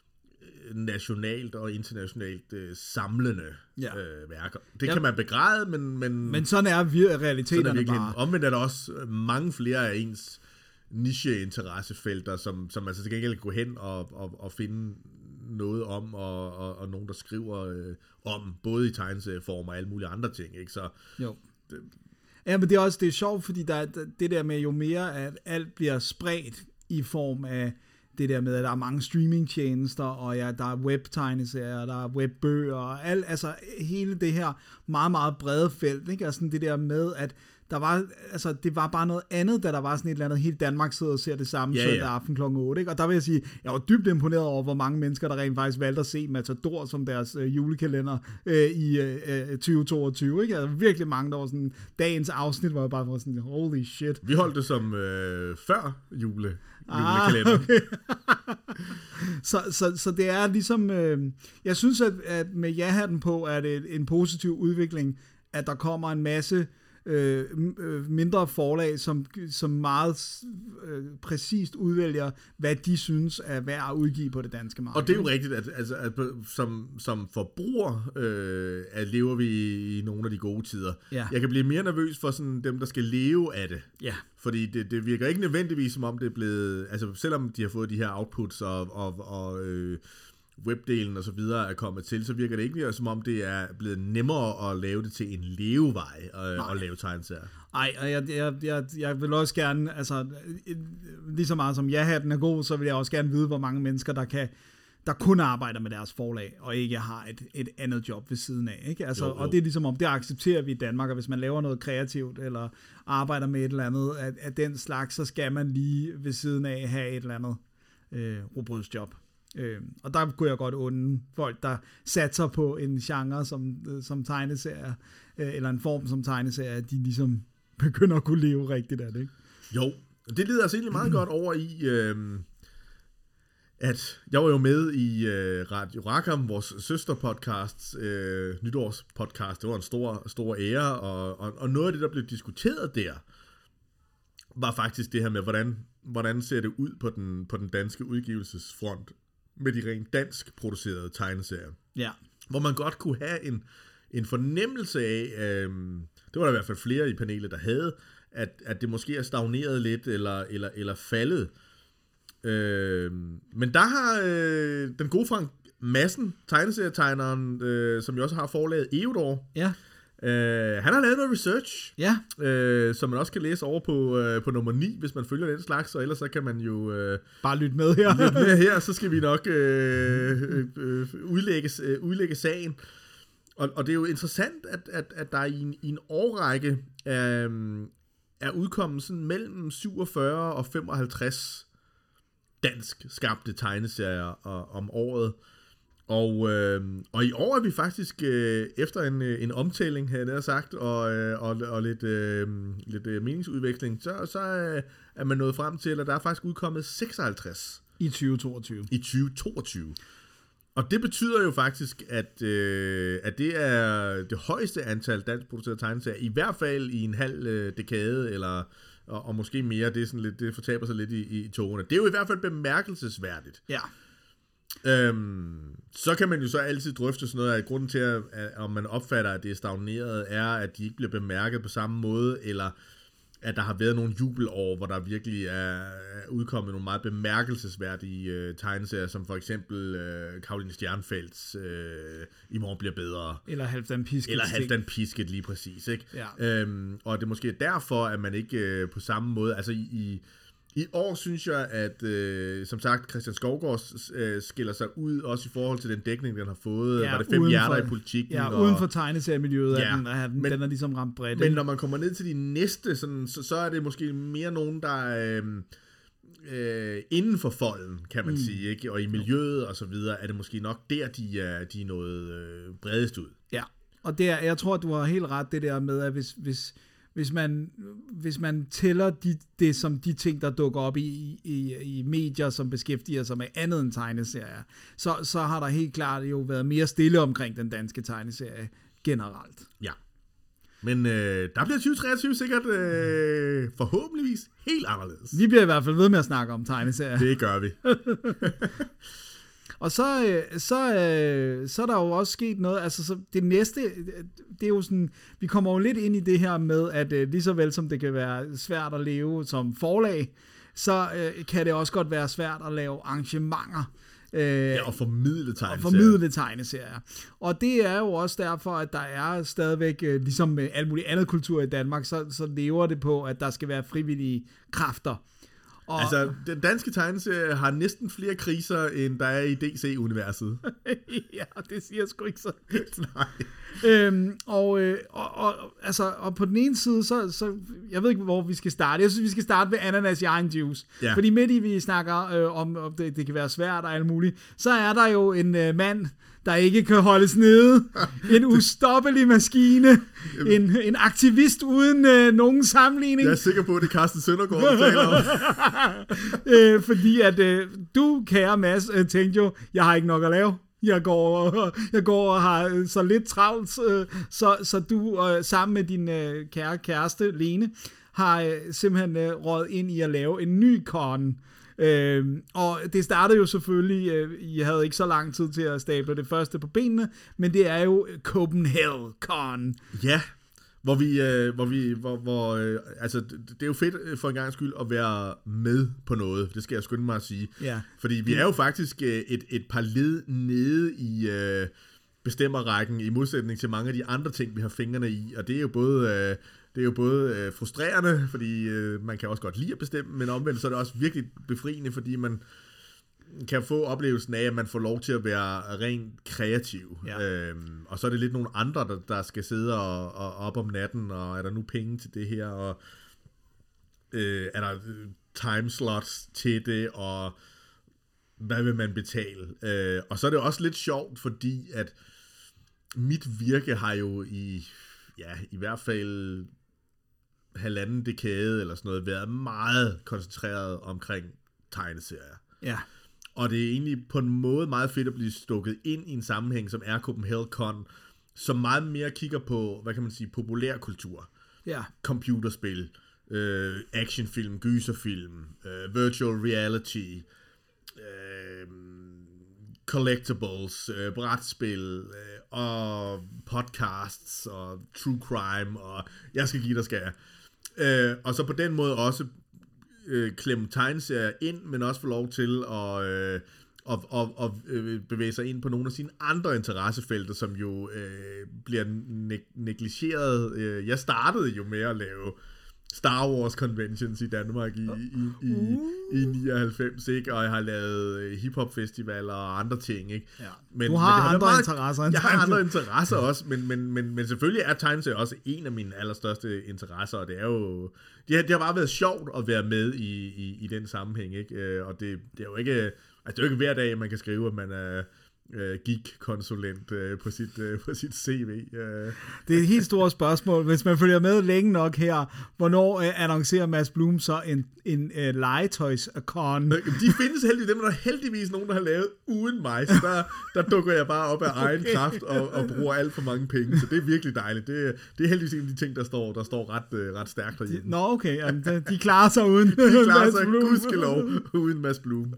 nationalt og internationalt samlende værker. Det kan man begræde, men sådan er realiteterne bare. Omvendt er der også mange flere af ens niche-interessefelter, som altså til gengæld kan gå hen og finde noget om, og nogen, der skriver om, både i tegneserieform og alle mulige andre ting, ikke? Så jo. Ja, men det er sjovt, fordi der er det der med, jo mere at alt bliver spredt i form af det der med, at der er mange streamingtjenester, og ja, der er webtegneserier, der er webbøger, og altså hele det her meget, meget brede felt, ikke? Altså det der med, at der var, altså det var bare noget andet, da der var sådan et eller andet, hele Danmark sidder og ser det samme søndag aften kl. 8, ikke? Og der vil jeg sige, jeg var dybt imponeret over, hvor mange mennesker, der rent faktisk valgte at se Matador som deres julekalender i 2022, ikke? Altså virkelig mange, der var sådan, dagens afsnit var bare for sådan, holy shit. Vi holdt det som før julekalender. Okay. så det er ligesom, jeg synes, at med ja-hatten på, er det en positiv udvikling, at der kommer en masse mindre forlag, som meget præcist udvælger, hvad de synes er værd at udgive på det danske marked. Og det er jo rigtigt, at som forbruger lever vi i nogle af de gode tider. Ja. Jeg kan blive mere nervøs for sådan dem, der skal leve af det. Ja. Fordi det virker ikke nødvendigvis, som om det er blevet, altså selvom de har fået de her outputs og webdelen og så videre er kommet til, så virker det ikke som om det er blevet nemmere at lave det til en levevej at lave tegneserier. Nej, og jeg vil også gerne, altså lige så meget som ja-hatten er god, så vil jeg også gerne vide, hvor mange mennesker, der kun arbejder med deres forlag, og ikke har et andet job ved siden af, ikke? Altså, jo. Og det er ligesom om, det accepterer vi i Danmark, og hvis man laver noget kreativt, eller arbejder med et eller andet af den slags, så skal man lige ved siden af have et eller andet robotsjob. Og der kunne jeg godt undre folk, der satser på en genre som tegneserier, eller en form som tegneserier, de ligesom begynder at kunne leve rigtigt af det, ikke? Jo, det leder os egentlig meget godt over i, at jeg var jo med i Radio Rackham, vores søsterpodcast, nytårspodcast. Det var en stor ære, og noget af det, der blev diskuteret der, var faktisk det her med, hvordan ser det ud på den danske udgivelsesfront med de rent dansk producerede tegneserier. Ja. Hvor man godt kunne have en fornemmelse af, det var der i hvert fald flere i panelet, der havde, at det måske er stagneret lidt, eller faldet. Men der har den gode Frank Madsen, tegneserietegneren, som jo også har forlaget Eudor, Ja. han har lavet noget research, Ja. som man også kan læse over på nummer 9, hvis man følger den slags, og ellers så kan man jo Bare lytte med her. lidt mere her, så skal vi nok udlægge sagen. Og det er jo interessant, at der i en årrække er udkommet sådan mellem 47 og 55 dansk skabte tegneserier om året. Og i år er vi faktisk efter en omtælling, havde jeg sagt, og lidt meningsudveksling, så er man nået frem til, at der er faktisk udkommet 56 I 2022. i 2022. Og det betyder jo faktisk, at det er det højeste antal danskproducerede tegneserier, i hvert fald i en halv dekade, og måske mere. Det er sådan lidt, det fortaber sig lidt i togene. Det er jo i hvert fald bemærkelsesværdigt. Ja. Så kan man jo så altid drøfte sådan noget, at grunden til, at om man opfatter, at det er stagneret, er, at de ikke bliver bemærket på samme måde, eller at der har været nogle jubelår, hvor der virkelig er udkommet nogle meget bemærkelsesværdige tegneserier, som for eksempel Caroline Stjernfeldts I morgen bliver bedre. Eller Halvdan Pisket. Eller Halvdan Pisket, lige præcis. Ikke? Ja. Og det er måske derfor, at man ikke på samme måde, altså i år synes jeg, at som sagt, Christian Skovgaard skiller sig ud, også i forhold til den dækning, den har fået. Ja, var det 5 hjerter i politikken? Ja, uden for tegneseriemiljøet, Ja, den er ligesom ramt bredt. Men når man kommer ned til de næste, så er det måske mere nogen, der er inden for folden, kan man sige, ikke? Og i miljøet og så videre, er det måske nok der, de er noget bredest ud. Ja, og jeg tror, du har helt ret det der med, at hvis man tæller det som de ting, der dukker op i medier, som beskæftiger sig med andet end tegneserier, så har der helt klart jo været mere stille omkring den danske tegneserie generelt. Ja. Men der bliver 2023 sikkert forhåbentligvis helt anderledes. Vi bliver i hvert fald ved med at snakke om tegneserier. Det gør vi. Og så er der jo også sket noget, altså så det næste, det er jo sådan, vi kommer jo lidt ind i det her med, at lige så vel som det kan være svært at leve som forlag, så kan det også godt være svært at lave arrangementer. Og formidle tegneserier. Og det er jo også derfor, at der er stadigvæk, ligesom med alt muligt andet kultur i Danmark, så lever det på, at der skal være frivillige kræfter. Og altså, den danske tegneserie har næsten flere kriser, end der er i DC-universet. ja, det siger jeg sgu ikke så. Nej. Og på den ene side, så jeg ved ikke, hvor vi skal starte. Jeg synes, vi skal starte ved ananas i egen juice. Ja. Fordi midt i, vi snakker om det kan være svært og alt muligt, så er der jo en mand, der ikke kan holdes nede. En ustoppelig maskine. En aktivist uden nogen sammenligning. Jeg er sikker på, at det er Carsten Søndergaard, der taler om. Fordi at du, kære Mads, tænkte jo, jeg har ikke nok at lave. Jeg går og har så lidt travlt, så du sammen med din kære kæreste, Lene, har simpelthen røget ind i at lave en ny con. Og det startede jo selvfølgelig, I havde ikke så lang tid til at stable det første på benene, men det er jo Copenhagen. Ja, altså det er jo fedt for en gang skyld at være med på noget, det skal jeg skynde mig at sige. Ja. Fordi vi er jo faktisk et par led nede i bestemmerrækken, i modsætning til mange af de andre ting, vi har fingrene i, og det er jo både frustrerende, fordi man kan også godt lide at bestemme, men omvendt så er det også virkelig befriende, fordi man kan få oplevelsen af, at man får lov til at være rent kreativ. Ja. Og så er det lidt nogle andre, der skal sidde og op om natten, og er der nu penge til det her, og er der timeslots til det, og hvad vil man betale? Og så er det også lidt sjovt, fordi at mit virke har jo i hvert fald halvanden dekade eller sådan noget været meget koncentreret omkring tegneserier. Ja. Og det er egentlig på en måde meget fedt at blive stukket ind i en sammenhæng, som er Copenhagen, som meget mere kigger på, hvad kan man sige, populærkultur. Ja. Computerspil, actionfilm, gyserfilm, virtual reality, collectibles, brætspil, og podcasts, og true crime, og jeg skal give dig skal jeg. Og så på den måde også klemme tegneserier ind, men også få lov til at bevæge sig ind på nogle af sine andre interessefelter, som jo bliver negligeret. Jeg startede jo med at lave Star Wars conventions i Danmark i 99, ikke? Og jeg har lavet hiphop festivaler og andre ting, ikke? Ja. Men, du har men andre interesser. Jeg har andre interesser også, men selvfølgelig er tegneserier også en af mine allerstørste interesser, og det er jo det har bare været sjovt at være med i den sammenhæng, ikke? Og det er jo ikke, altså det er jo ikke hver dag, man kan skrive, at man er geek-konsulent på sit CV. Det er et helt stort spørgsmål. Hvis man følger med længe nok her, hvornår annoncerer Mads Blum så en legetøjs-con? De findes heldigvis, dem er der heldigvis nogen, der har lavet uden mig, så der dukker jeg bare op af egen kraft og bruger alt for mange penge, så det er virkelig dejligt. Det er heldigvis en af de ting, der står ret stærkt derhjemme. Nå, okay. Jamen, de klarer sig uden de klarer Mads sig, Blum. gudskelov, uden Mads Blum.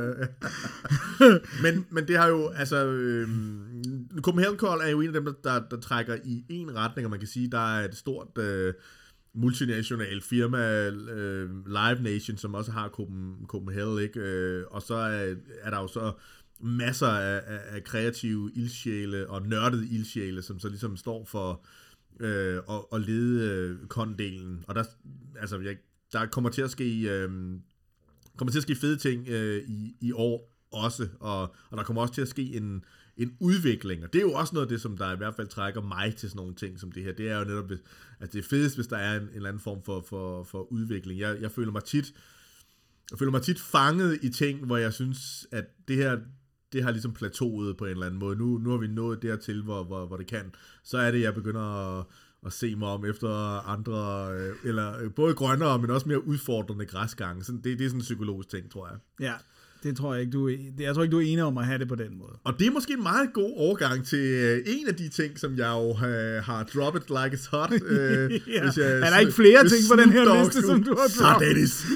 Men det har jo, altså, Copenhagen Call er jo en af dem, der trækker i en retning, og man kan sige, der er et stort multinational firma, Live Nation, som også har Copenhagen, ikke? Og så er der jo så masser af kreative ildsjæle og nørdede ildsjæle, som så ligesom står for at lede kondelen. Og der kommer til at ske fede ting i år også, og der kommer også til at ske en udvikling, og det er jo også noget af det, som der i hvert fald trækker mig til sådan nogle ting som det her. Det er jo netop, at det er fedest, hvis der er en eller anden form for udvikling. Jeg føler mig tit fanget i ting, hvor jeg synes, at det har ligesom plateauet på en eller anden måde. Nu har vi nået dertil, hvor det kan. Så er det, jeg begynder at se mig om efter andre, eller både grønnere, men også mere udfordrende græsgange. Det er sådan en psykologisk ting, tror jeg. Ja. Det tror jeg ikke, jeg tror ikke, du er enig om at have det på den måde. Og det er måske en meget god overgang til en af de ting, som jeg jo har droppet like it's hot. Ja. Er der ikke flere ting på den her liste, som du har droppet? Så Dennis!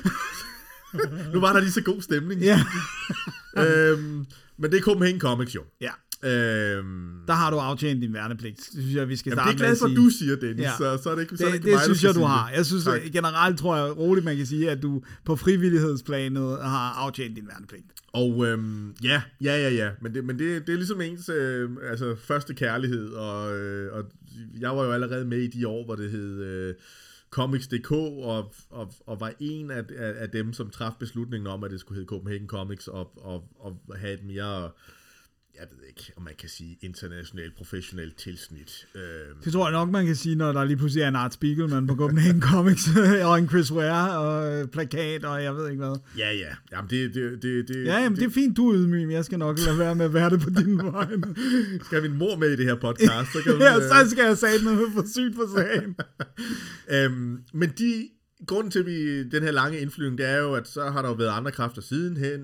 Nu var der lige så god stemning. Ja. Men det er Copenhagen Comics jo. Ja. Der har du aftjent din værnepligt. Det synes jeg, vi skal starte med at sige. Det er glad for, at du siger, Dennis. Ja. Så er det ikke, det synes jeg, du har. Jeg synes generelt, tror jeg roligt, man kan sige, at du på frivillighedsplanet har aftjent din værnepligt. Og ja. Men det er ligesom ens første kærlighed, og jeg var jo allerede med i de år, hvor det hed Comics.dk, og var en af dem, som traf beslutningen om, at det skulle hedde Copenhagen Comics, og have et mere, jeg ved ikke, om man kan sige, internationalt, professionelt tilsnit. Det tror jeg nok, man kan sige, når der lige pludselig er en Art Spiegelman på Copenhagen Comics, og en Chris Ware, og plakat, og jeg ved ikke hvad. Ja. Jamen, det er fint, du er ydmyg, men jeg skal nok lade være med at være det på din vej. Skal min mor med i det her podcast? Så kan så skal jeg sige noget for sygt på sagen. Men grunden til den her lange indflyvning, det er jo, at så har der jo været andre kræfter sidenhen.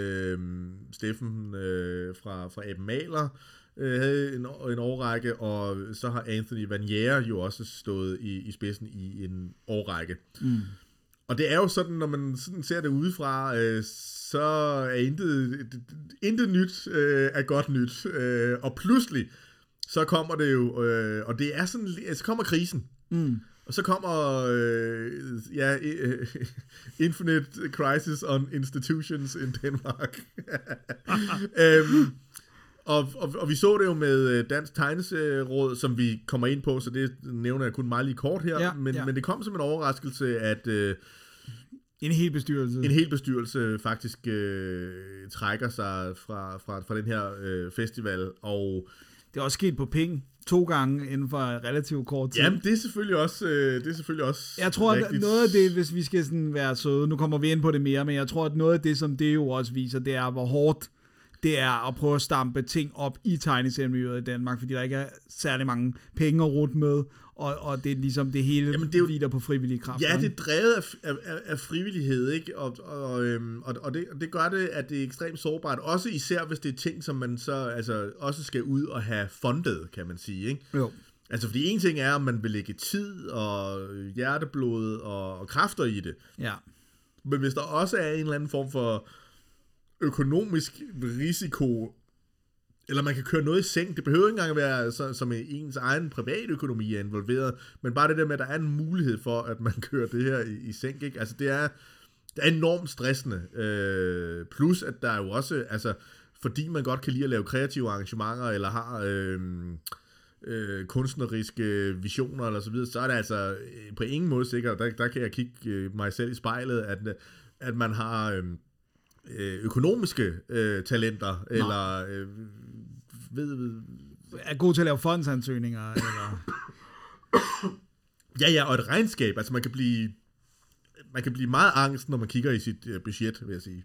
Steffen fra Aben Maler havde en årrække, og så har Anthony Vanier jo også stået i spidsen i en årrække. Og det er jo sådan, når man sådan ser det udefra, så er intet nyt er godt nyt. Og pludselig, så kommer det jo, og det er sådan, så kommer krisen. Og så kommer Infinite Crisis on Institutions in Denmark. Og vi så det jo med Dansk Tegneserieråd, som vi kommer ind på, så det nævner jeg kun meget lige kort her. Men det kom som en overraskelse, at en hel bestyrelse faktisk trækker sig fra den her festival. Og det er også sket på penge 2 gange inden for relativt kort tid. Jamen, det er selvfølgelig også jeg tror, rigtigt. At noget af det, hvis vi skal sådan være søde, nu kommer vi ind på det mere, men jeg tror, at noget af det, som det jo også viser, det er, hvor hårdt det er at prøve at stampe ting op i tegneseriemiljøet i Danmark, fordi der ikke er særlig mange penge at rute med, og det er ligesom det hele hviler på frivillige kræfter. Ja, det er drevet af frivillighed, ikke? Og det gør det, at det er ekstremt sårbart, også især hvis det er ting, som man så altså også skal ud og have fundet, kan man sige, ikke? Jo. Altså, fordi en ting er, at man vil lægge tid og hjerteblod og kræfter i det. Ja. Men hvis der også er en eller anden form for økonomisk risiko, eller man kan køre noget i sænk, det behøver ikke engang at være som ens egen privatøkonomi er involveret, men bare det der med, at der er en mulighed for, at man kører det her i sænk, ikke? Altså, det er enormt stressende. Plus, at der er jo også, altså, fordi man godt kan lide at lave kreative arrangementer, eller har kunstneriske visioner, eller så videre, så er det altså på ingen måde sikkert, der kan jeg kigge mig selv i spejlet, at man har økonomiske talenter, eller er god til at lave fondsansøgninger, eller... Ja, og et regnskab, altså man kan blive meget angst, når man kigger i sit budget, vil jeg sige.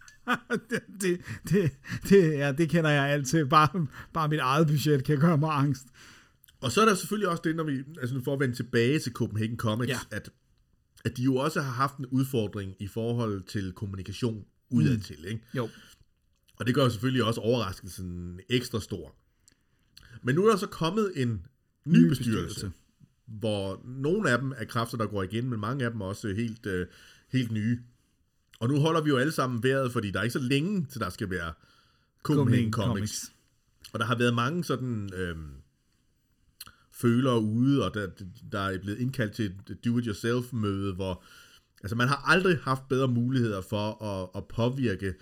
det kender jeg altid. Bare mit eget budget kan gøre mig angst. Og så er der selvfølgelig også det, når vi, altså for at vende tilbage til Copenhagen Comics, at de jo også har haft en udfordring i forhold til kommunikation udadtil, ikke? Jo. Og det gør jo selvfølgelig også overraskelsen ekstra stor. Men nu er der så kommet en ny bestyrelse, hvor nogle af dem er kræfter, der går igen, men mange af dem er også helt nye. Og nu holder vi jo alle sammen vejret, fordi der er ikke så længe, til der skal være Copenhagen Comics. Og der har været mange sådan følere ude, og der er blevet indkaldt til et do-it-yourself-møde, hvor altså man har aldrig haft bedre muligheder for at påvirke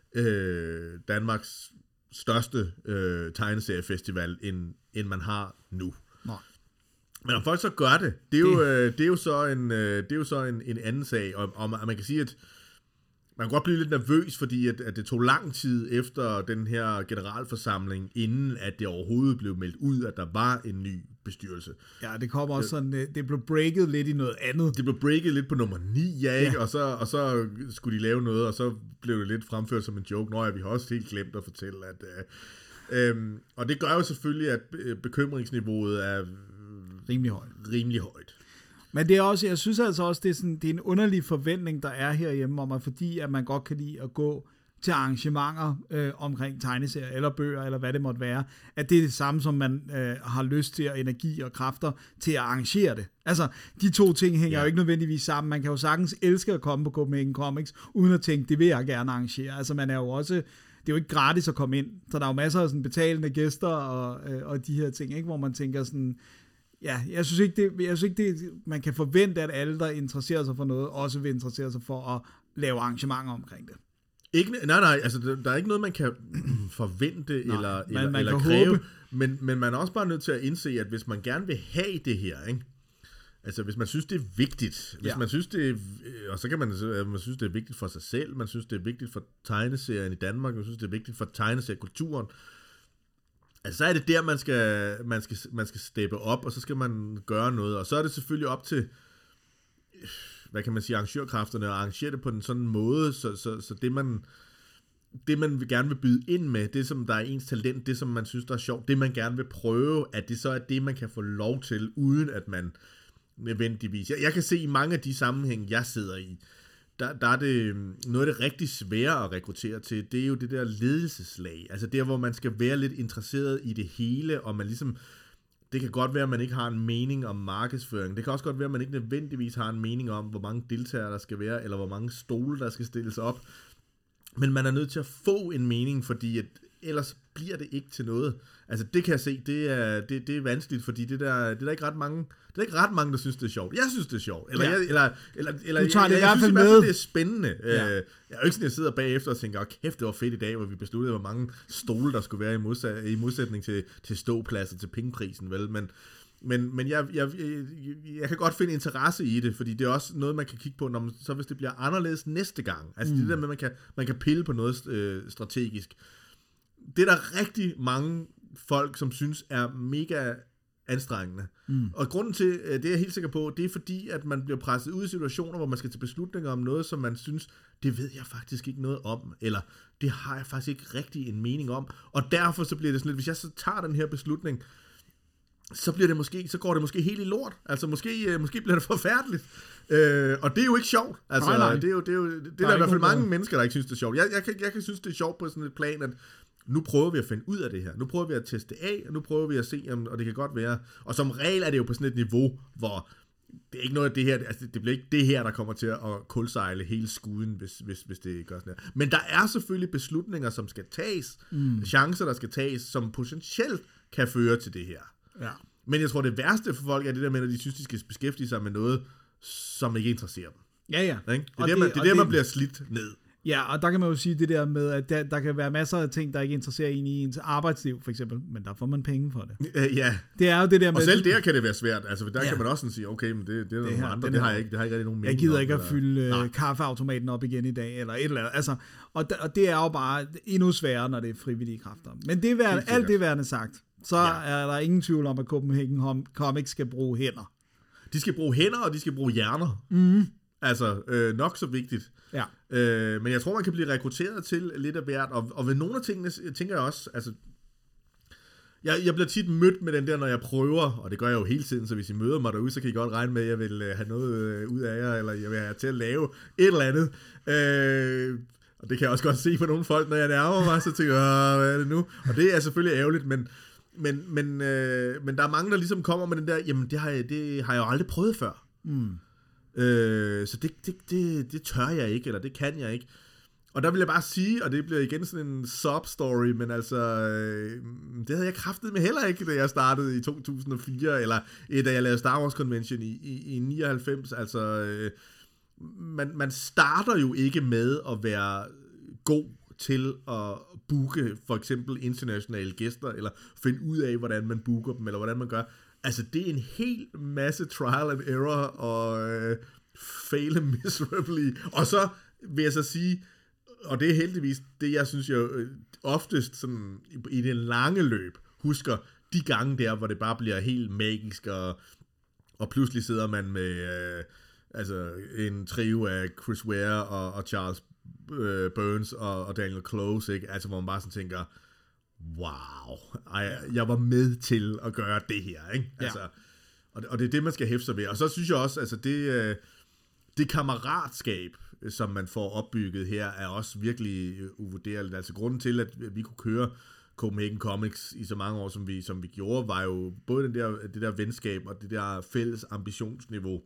Danmarks største tegneseriefestival, end man har nu. Nej. Men om folk så gør det, det er jo så en anden sag, og man kan sige, at man kan godt blive lidt nervøs, fordi at det tog lang tid efter den her generalforsamling, inden at det overhovedet blev meldt ud, at der var en ny bestyrelse. Ja, det kom også sådan, det blev breaket lidt i noget andet. Det blev breaket lidt på nummer 9, ikke? Og så skulle de lave noget, og så blev det lidt fremført som en joke. Nå ja, vi har også helt glemt at fortælle, at... og det gør jo selvfølgelig, at bekymringsniveauet er rimelig højt. Men det er også, jeg synes altså også, det er en underlig forventning, der er herhjemme om, at fordi at man godt kan lide at gå til arrangementer omkring tegneserier eller bøger, eller hvad det måtte være, at det er det samme, som man har lyst til, og energi og kræfter til at arrangere det. Altså, de to ting hænger jo ikke nødvendigvis sammen. Man kan jo sagtens elske at komme på Copenhagen Comics, uden at tænke, det vil jeg gerne arrangere. Altså, man er jo også... Det er jo ikke gratis at komme ind, så der er jo masser af sådan betalende gæster og de her ting, ikke? Hvor man tænker sådan... Ja, jeg synes ikke, man kan forvente, at alle, der interesserer sig for noget, også vil interessere sig for at lave arrangementer omkring det. Nej, altså der er ikke noget, man kan forvente eller kan kræve, håbe. men man er også bare nødt til at indse, at hvis man gerne vil have det her, ikke? Altså hvis man synes, det er vigtigt, hvis man synes, det er, og så kan man synes, det er vigtigt for sig selv, man synes, det er vigtigt for tegneserien i Danmark, man synes, det er vigtigt for tegneseriekulturen, altså så er det der, man skal steppe op, og så skal man gøre noget, og så er det selvfølgelig op til, hvad kan man sige, arrangørkræfterne, at arrangere det på en sådan måde, så det man gerne vil byde ind med, det som der er ens talent, det som man synes, der er sjovt, det man gerne vil prøve, at det så er det, man kan få lov til, uden at man nødvendigvis. Jeg kan se i mange af de sammenhænge, jeg sidder i, der er det noget af det rigtig svære at rekruttere til, det er jo det der ledelseslag, altså der, hvor man skal være lidt interesseret i det hele, og man ligesom, det kan godt være, at man ikke har en mening om markedsføring, det kan også godt være, at man ikke nødvendigvis har en mening om, hvor mange deltagere der skal være, eller hvor mange stole, der skal stilles op, men man er nødt til at få en mening, fordi at ellers bliver det ikke til noget. Altså det kan jeg se, det er vanskeligt, fordi det er der ikke ret mange, der synes det er sjovt. Jeg synes det er sjovt. Eller du tager det i hvert fald med. Det er spændende. Ja. Jeg er jo ikke sådan, jeg sidder bagefter og tænker, kæft, det var fedt i dag, hvor vi besluttede, hvor mange stole der skulle være i modsætning til ståpladser til pengeprisen, vel? Men jeg kan godt finde interesse i det, fordi det er også noget, man kan kigge på, så hvis det bliver anderledes næste gang. Altså det der med, man kan pille på noget strategisk. Det er der rigtig mange folk, som synes er mega anstrengende. Og grunden til, det er jeg helt sikker på, det er fordi, at man bliver presset ud i situationer, hvor man skal til beslutninger om noget, som man synes, det ved jeg faktisk ikke noget om, eller det har jeg faktisk ikke rigtig en mening om, og derfor så bliver det sådan lidt, hvis jeg så tager den her beslutning, så går det måske helt i lort. Altså måske bliver det forfærdeligt. Og det er jo ikke sjovt. Altså nej. det er der i hvert fald mange mennesker, der ikke synes det er sjovt. Jeg kan synes det er sjovt på sådan et plan, at nu prøver vi at finde ud af det her. Nu prøver vi at teste af, og nu prøver vi at se, og det kan godt være. Og som regel er det jo på sådan et niveau, hvor det er ikke noget af det her, altså det bliver ikke det her, der kommer til at kulsejle hele skuden, hvis det gør sådan her. Men der er selvfølgelig beslutninger, som skal tages, chancer, der skal tages, som potentielt kan føre til det her. Ja. Men jeg tror, det værste for folk er det der med, at de synes, de skal beskæftige sig med noget, som ikke interesserer dem. Ja. Ikke? Det er der, man bliver slidt ned. Ja, og der kan man jo sige det der med, at der kan være masser af ting, der ikke interesserer en i ens arbejdsliv, for eksempel, men der får man penge for det. Ja. Det er jo det der med... Og selv der kan det være svært. Altså, der kan man også sådan sige, okay, men det er nogle andre, det har jeg ikke rigtig nogen mening. Jeg gider ikke at fylde kaffeautomaten op igen i dag, eller et eller andet. Altså, og det er jo bare endnu sværere, når det er frivillige kræfter. Men det er alt det værende sagt, så er der ingen tvivl om, at Copenhagen Comics skal bruge hænder. De skal bruge hænder, og de skal bruge hjerner. Altså, nok så vigtigt. Ja. Men jeg tror, man kan blive rekrutteret til lidt af hvert, og ved nogle af tingene, tænker jeg også, altså, jeg bliver tit mødt med den der, når jeg prøver, og det gør jeg jo hele tiden, så hvis I møder mig derude, så kan I godt regne med, at jeg vil have noget ud af jer, eller jeg vil have til at lave et eller andet. Og det kan jeg også godt se på nogle folk, når jeg nærmer mig, så tænker jeg, hvad er det nu? Og det er selvfølgelig ærgerligt, men der er mange, der ligesom kommer med den der, jamen det har jeg jo aldrig prøvet før. Så det tør jeg ikke, eller det kan jeg ikke. Og der vil jeg bare sige, og det bliver igen sådan en sob-story, men altså, det havde jeg kraftet med heller ikke, da jeg startede i 2004, eller da jeg lavede Star Wars Convention i 99. Altså, man starter jo ikke med at være god til at booke for eksempel internationale gæster, eller finde ud af, hvordan man booker dem, eller hvordan man gør. Altså, det er en hel masse trial and error, og fail miserably. Og så vil jeg så sige, og det er heldigvis det, jeg synes jeg oftest sådan, i det lange løb husker de gange der, hvor det bare bliver helt magisk, og pludselig sidder man med altså en trio af Chris Ware og Charles Burns og Daniel Close, ikke? Altså, hvor man bare sådan tænker, wow, jeg var med til at gøre det her, ikke? Altså, og det er det, man skal hæfte sig ved. Og så synes jeg også, altså det kammeratskab, som man får opbygget her, er også virkelig uvurderligt. Altså grunden til, at vi kunne køre Copenhagen Comics i så mange år, som vi gjorde, var jo både det der venskab og det der fælles ambitionsniveau.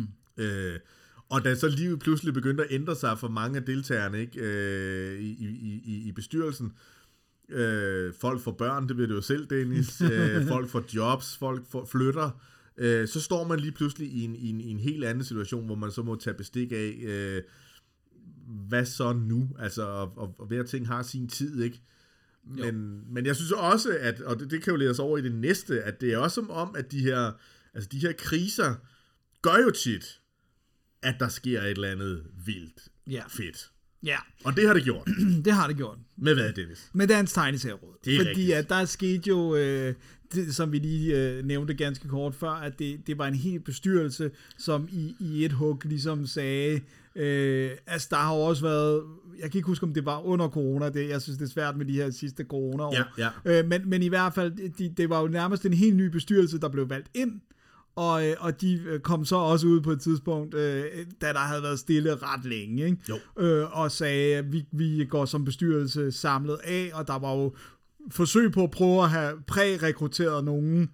Og da så livet pludselig begyndte at ændre sig for mange af deltagerne, ikke, i bestyrelsen, folk får børn, det ved du jo selv, Dennis, folk får jobs, folk flytter, så står man lige pludselig i en helt anden situation, hvor man så må tage bestik af, hvad så nu? Altså, og hver ting har sin tid, ikke? Men jeg synes også, at, og det kan jo lede os over i det næste, at det er også som om, at de her kriser gør jo tit, at der sker et eller andet vildt fedt. Ja. Og det har det gjort. Det har det gjort. Med hvad, Dennis? Med Dansk Tegneserieråd. Det er fordi rigtigt. at der skete jo, som vi lige nævnte ganske kort før, at det var en hel bestyrelse, som i et hug ligesom sagde, altså der har jo også været, jeg kan ikke huske, om det var under corona, jeg synes det er svært med de her sidste corona-år, men i hvert fald, det var jo nærmest en helt ny bestyrelse, der blev valgt ind, og de kom så også ud på et tidspunkt, da der havde været stille ret længe, ikke? Og sagde, at vi går som bestyrelse samlet af, og der var jo forsøg på at prøve at have prærekrutteret nogen.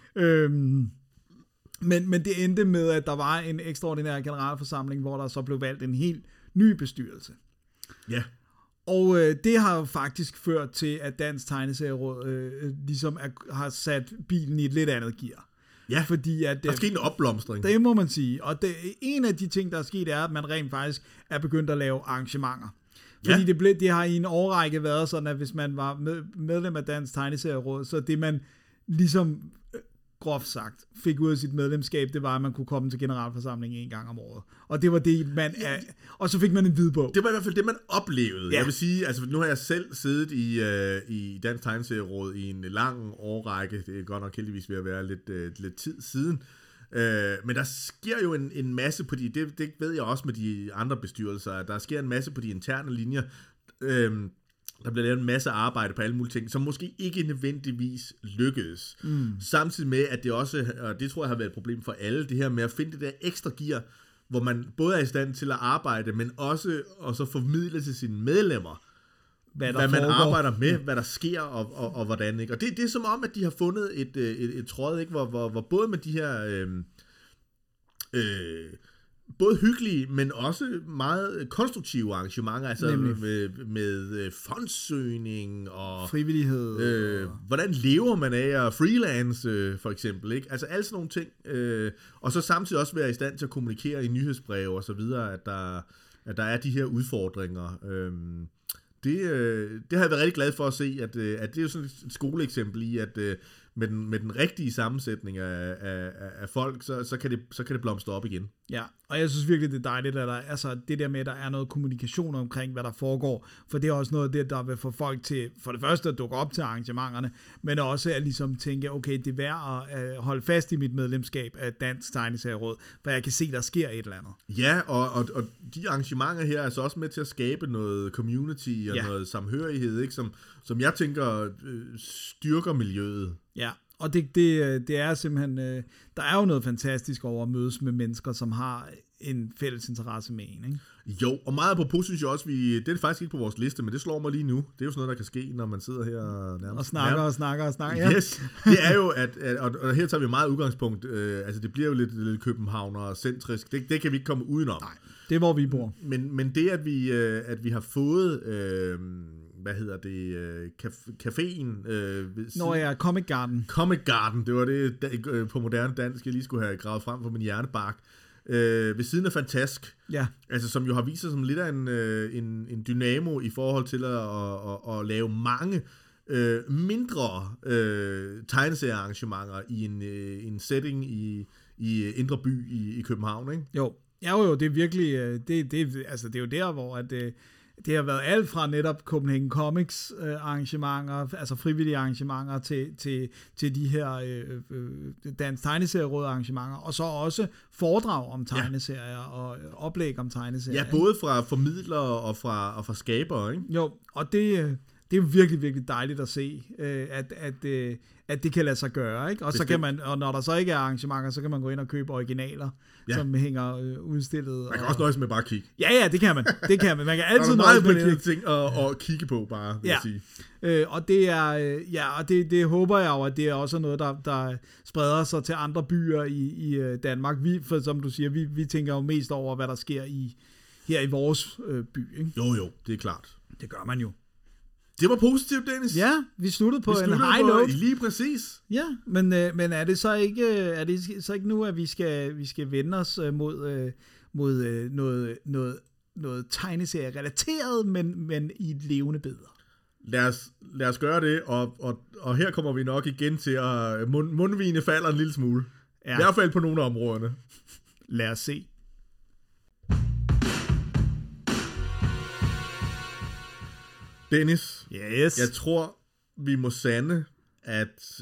Men det endte med, at der var en ekstraordinær generalforsamling, hvor der så blev valgt en helt ny bestyrelse. Ja. Og det har jo faktisk ført til, at Dansk Tegneserieråd ligesom har sat bilen i et lidt andet gear. Ja, fordi at, der er sket en opblomstring. Det må man sige. Og en af de ting, der er sket, er, at man rent faktisk er begyndt at lave arrangementer. Fordi det har i en årrække været sådan, at hvis man var medlem af Dansk Tegneserieråd, så det man ligesom groft sagt, fik ud af sit medlemskab, det var, at man kunne komme til generalforsamlingen en gang om året. Og det var det, og så fik man en hvidbog. Det var i hvert fald det, man oplevede. Ja. Jeg vil sige, altså nu har jeg selv siddet i Dansk Tegneserieråd i en lang årrække. Det er godt nok heldigvis ved at være lidt tid siden. Men der sker jo en masse på det ved jeg også med de andre bestyrelser, der sker en masse på de interne linjer. Der bliver lavet en masse arbejde på alle mulige ting, som måske ikke nødvendigvis lykkedes. Samtidig med, at det også, og det tror jeg har været et problem for alle, det her med at finde det der ekstra gear, hvor man både er i stand til at arbejde, men også og så formidle til sine medlemmer, hvad man arbejder med, hvad der sker, og hvordan. Ikke? Og det er som om, at de har fundet et tråd, ikke? Hvor både med de her både hyggelige, men også meget konstruktive arrangementer, altså med fondssøgning og frivillighed. Hvordan lever man af at freelance, for eksempel, ikke? Altså alle sådan nogle ting. Og så samtidig også være i stand til at kommunikere i nyhedsbreve og så videre, at der er de her udfordringer. Det har jeg været rigtig glad for at se, at det er jo sådan et skoleeksempel i, at med den rigtige sammensætning af folk, så kan det blomstre op igen. Ja, og jeg synes virkelig, det er dejligt, at det der med, at der er noget kommunikation omkring, hvad der foregår, for det er også noget af det, der vil få folk til, for det første at dukke op til arrangementerne, men også at ligesom tænke, okay, det er værd at holde fast i mit medlemskab af Dansk Tegneserieråd, for jeg kan se, der sker et eller andet. Ja, og de arrangementer her er så også med til at skabe noget community og noget samhørighed, ikke? Som jeg tænker styrker miljøet. Ja, og det er simpelthen, der er jo noget fantastisk over at mødes med mennesker, som har en fælles interesse med en, ikke? Jo, og meget apropos synes jeg også, det er faktisk ikke på vores liste, men det slår mig lige nu. Det er jo sådan noget, der kan ske, når man sidder her og snakker. Ja. Yes, det er jo, og her tager vi meget udgangspunkt, altså det bliver jo lidt københavner-centrisk, det kan vi ikke komme udenom. Nej, det er hvor vi bor. Men det, at vi har fået, caféen. Comic Garden. Comic Garden, det var det på moderne dansk, jeg lige skulle have gravet frem fra min hjernebark. Ved siden af Fantask, altså som jo har vist sig som lidt af en dynamo i forhold til at lave mange mindre tegneseriearrangementer i en setting i Indre By i København, ikke? Jo, det er virkelig, det er jo der, hvor det har været alt fra netop Copenhagen Comics arrangementer, altså frivillige arrangementer, til de her Dansk Tegneserieråd arrangementer, og så også foredrag om tegneserier og oplæg om tegneserier. Ja, både fra formidlere og fra skabere, ikke? Jo, og det er jo virkelig, virkelig dejligt at se, at det kan lade sig gøre, ikke? Og så kan man, og når der så ikke er arrangementer, så kan man gå ind og købe originaler, som hænger udstillet. Man kan også nøjes med bare at kigge. Ja, det kan man. Man kan altid nøjes med ting og kigge på bare, vil jeg sige. Og det er, og det håber jeg jo, at det er også noget, der spreder sig til andre byer i Danmark. For som du siger, vi tænker jo mest over, hvad der sker her i vores by, ikke? Jo, det er klart. Det gør man jo. Det var positivt, Dennis. Ja, vi sluttede på en high note. Lige præcis. Ja, men er det så ikke nu, at vi skal vende os mod noget tegneserie-relateret, men i et levende billede? Lad os gøre det, og her kommer vi nok igen til at mundvigene falder en lille smule. Ja. I hvert fald på nogle af områderne. Lad os se. Dennis, yes. Jeg tror, vi må sande, at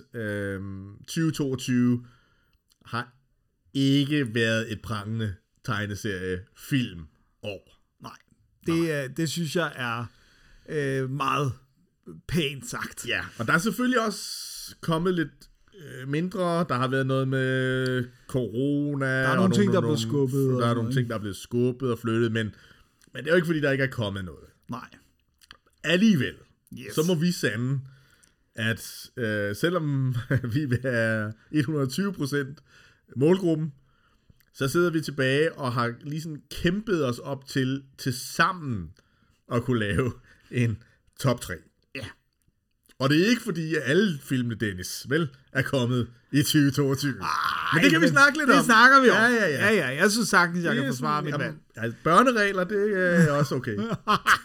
2022 har ikke været et prangende tegneseriefilm år. Nej, det synes jeg er meget pænt sagt. Ja, og der er selvfølgelig også kommet lidt mindre. Der har været noget med corona. Der er nogle ting, der er blevet skubbet. Der er nogle ting, der er blevet skubbet og flyttet, men det er jo ikke, fordi der ikke er kommet noget. Nej. Alligevel, så må vi sande, at selvom vi vil have 120% målgruppen, så sidder vi tilbage og har ligesom kæmpet os op til sammen at kunne lave en top 3. Ja. Og det er ikke fordi, at alle filmene, Dennis, vel, er kommet i 2022. Men det kan vi snakke lidt om. Det snakker vi om. Ja. Jeg synes sagtens, jeg kan forsvare mit valg. Altså, børneregler, det er også okay.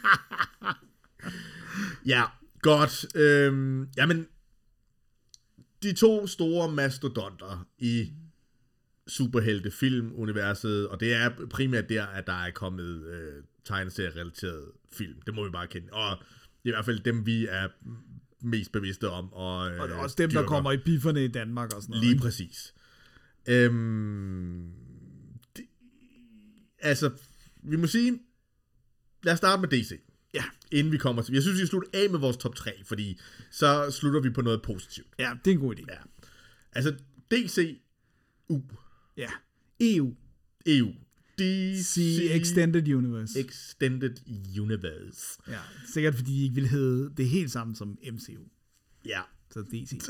Ja, godt. Jamen, de to store mastodonter i superheltefilmuniverset, og det er primært der, at der er kommet tegneserie-relateret film. Det må vi bare kende. Og det er i hvert fald dem, vi er mest bevidste om. Og det er også dem, der kommer i bifferne i Danmark og sådan noget. Lige præcis. Altså, vi må sige, lad os starte med DC. Ja. Inden vi kommer til. Jeg synes, vi skal slutte af med vores top 3, fordi så slutter vi på noget positivt. Ja, det er en god idé. Ja. Altså, DCU. Ja. EU. DC Extended Universe. Extended Universe. Ja, sikkert fordi de ikke ville hedde det helt samme som MCU. Ja. Så DC.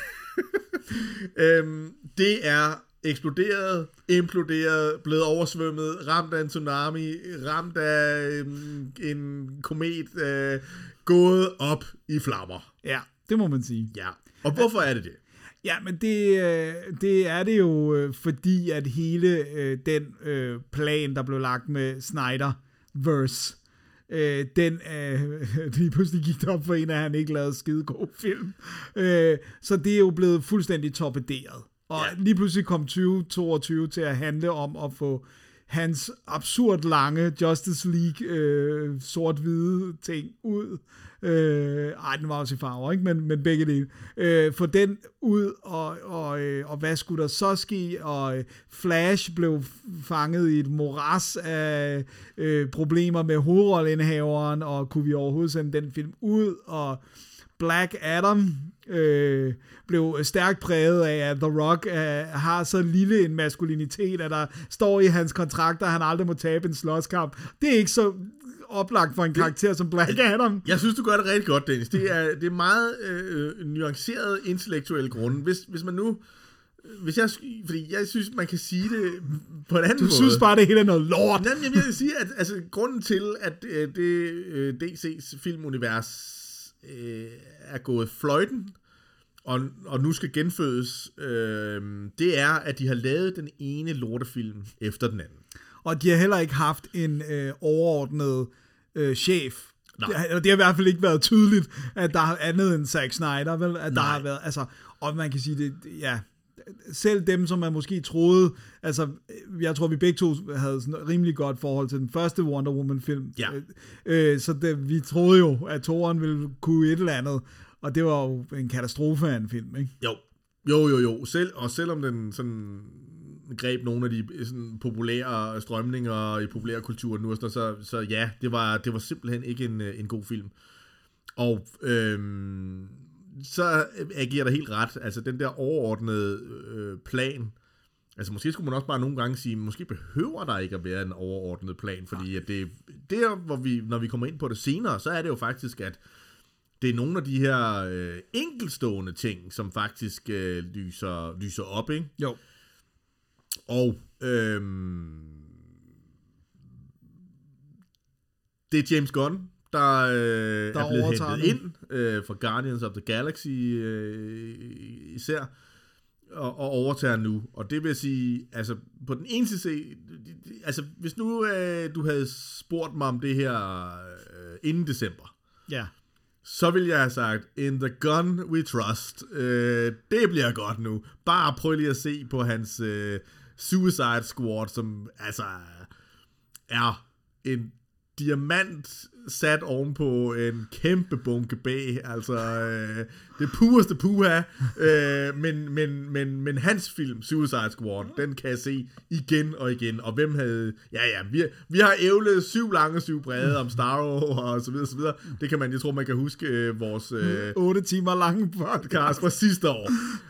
Det er eksploderet, imploderet, blevet oversvømmet, ramt af en tsunami, ramt af en komet, gået op i flammer. Ja, det må man sige. Ja, og hvorfor er det det? Ja, men det er det jo, fordi at hele den plan, der blev lagt med Snyderverse, den lige pludselig gik det op for en, at han ikke lavede skide god film. Så det er jo blevet fuldstændig torpederet. Og lige pludselig kom 2022 til at handle om at få hans absurd lange Justice League sort-hvide ting ud. Den var også i farver, ikke? Men begge dele. Få den ud, og hvad skulle der så ske? Og Flash blev fanget i et moras af problemer med hovedrolleindehaveren, og kunne vi overhovedet sende den film ud? Og Black Adam blev stærkt præget af, at The Rock har så lille en maskulinitet, at der står i hans kontrakter, at han aldrig må tabe en slåskamp. Det er ikke så oplagt for en karakter som Black Adam. Jeg synes, du gør det rigtig godt, Dennis. Det er meget nuanceret intellektuelle grunde. Hvis man nu... fordi jeg synes, man kan sige det på en anden måde. Du synes bare, det hele er noget lort. Jeg vil sige, at altså, grunden til, at det DC's filmunivers er gået fløjten, og nu skal genfødes, det er, at de har lavet den ene lortefilm efter den anden. Og de har heller ikke haft en overordnet chef. Det har i hvert fald ikke været tydeligt, at der er andet end Zack Snyder, vel? At der har været, altså, og man kan sige det, ja, selv dem, som man måske troede, altså, jeg tror, vi begge to havde sådan et rimelig godt forhold til den første Wonder Woman-film. Ja. Så vi troede jo, at Thoren ville kunne et eller andet, og det var jo en katastrofe af en film, ikke? Jo. Selvom den sådan greb nogle af de sådan populære strømninger i populærkulturen nu, så ja, det var simpelthen ikke en god film. Og så giver der helt ret, altså den der overordnede plan, altså måske skulle man også bare nogle gange sige, måske behøver der ikke at være en overordnet plan, fordi at det der, hvor når vi kommer ind på det senere, så er det jo faktisk, at det er nogle af de her enkeltstående ting, som faktisk lyser op, ikke? Jo. Og det er James Gunn, der er blevet hentet ind fra Guardians of the Galaxy især, og overtager nu. Og det vil sige, altså på den ene side, altså hvis nu du havde spurgt mig om det her inden december, ja, så ville jeg have sagt, in the gun we trust. Det bliver godt nu. Bare prøv lige at se på hans Suicide Squad, som altså er en diamant sat ovenpå en kæmpe bunke bag, altså det pureste puha, men hans film, Suicide Squad, den kan jeg se igen og igen, og hvem havde, vi har ævlet 7 lange, 7 brede om Starro, og så videre, det kan man, jeg tror man kan huske vores 8 timer lange podcast fra sidste år,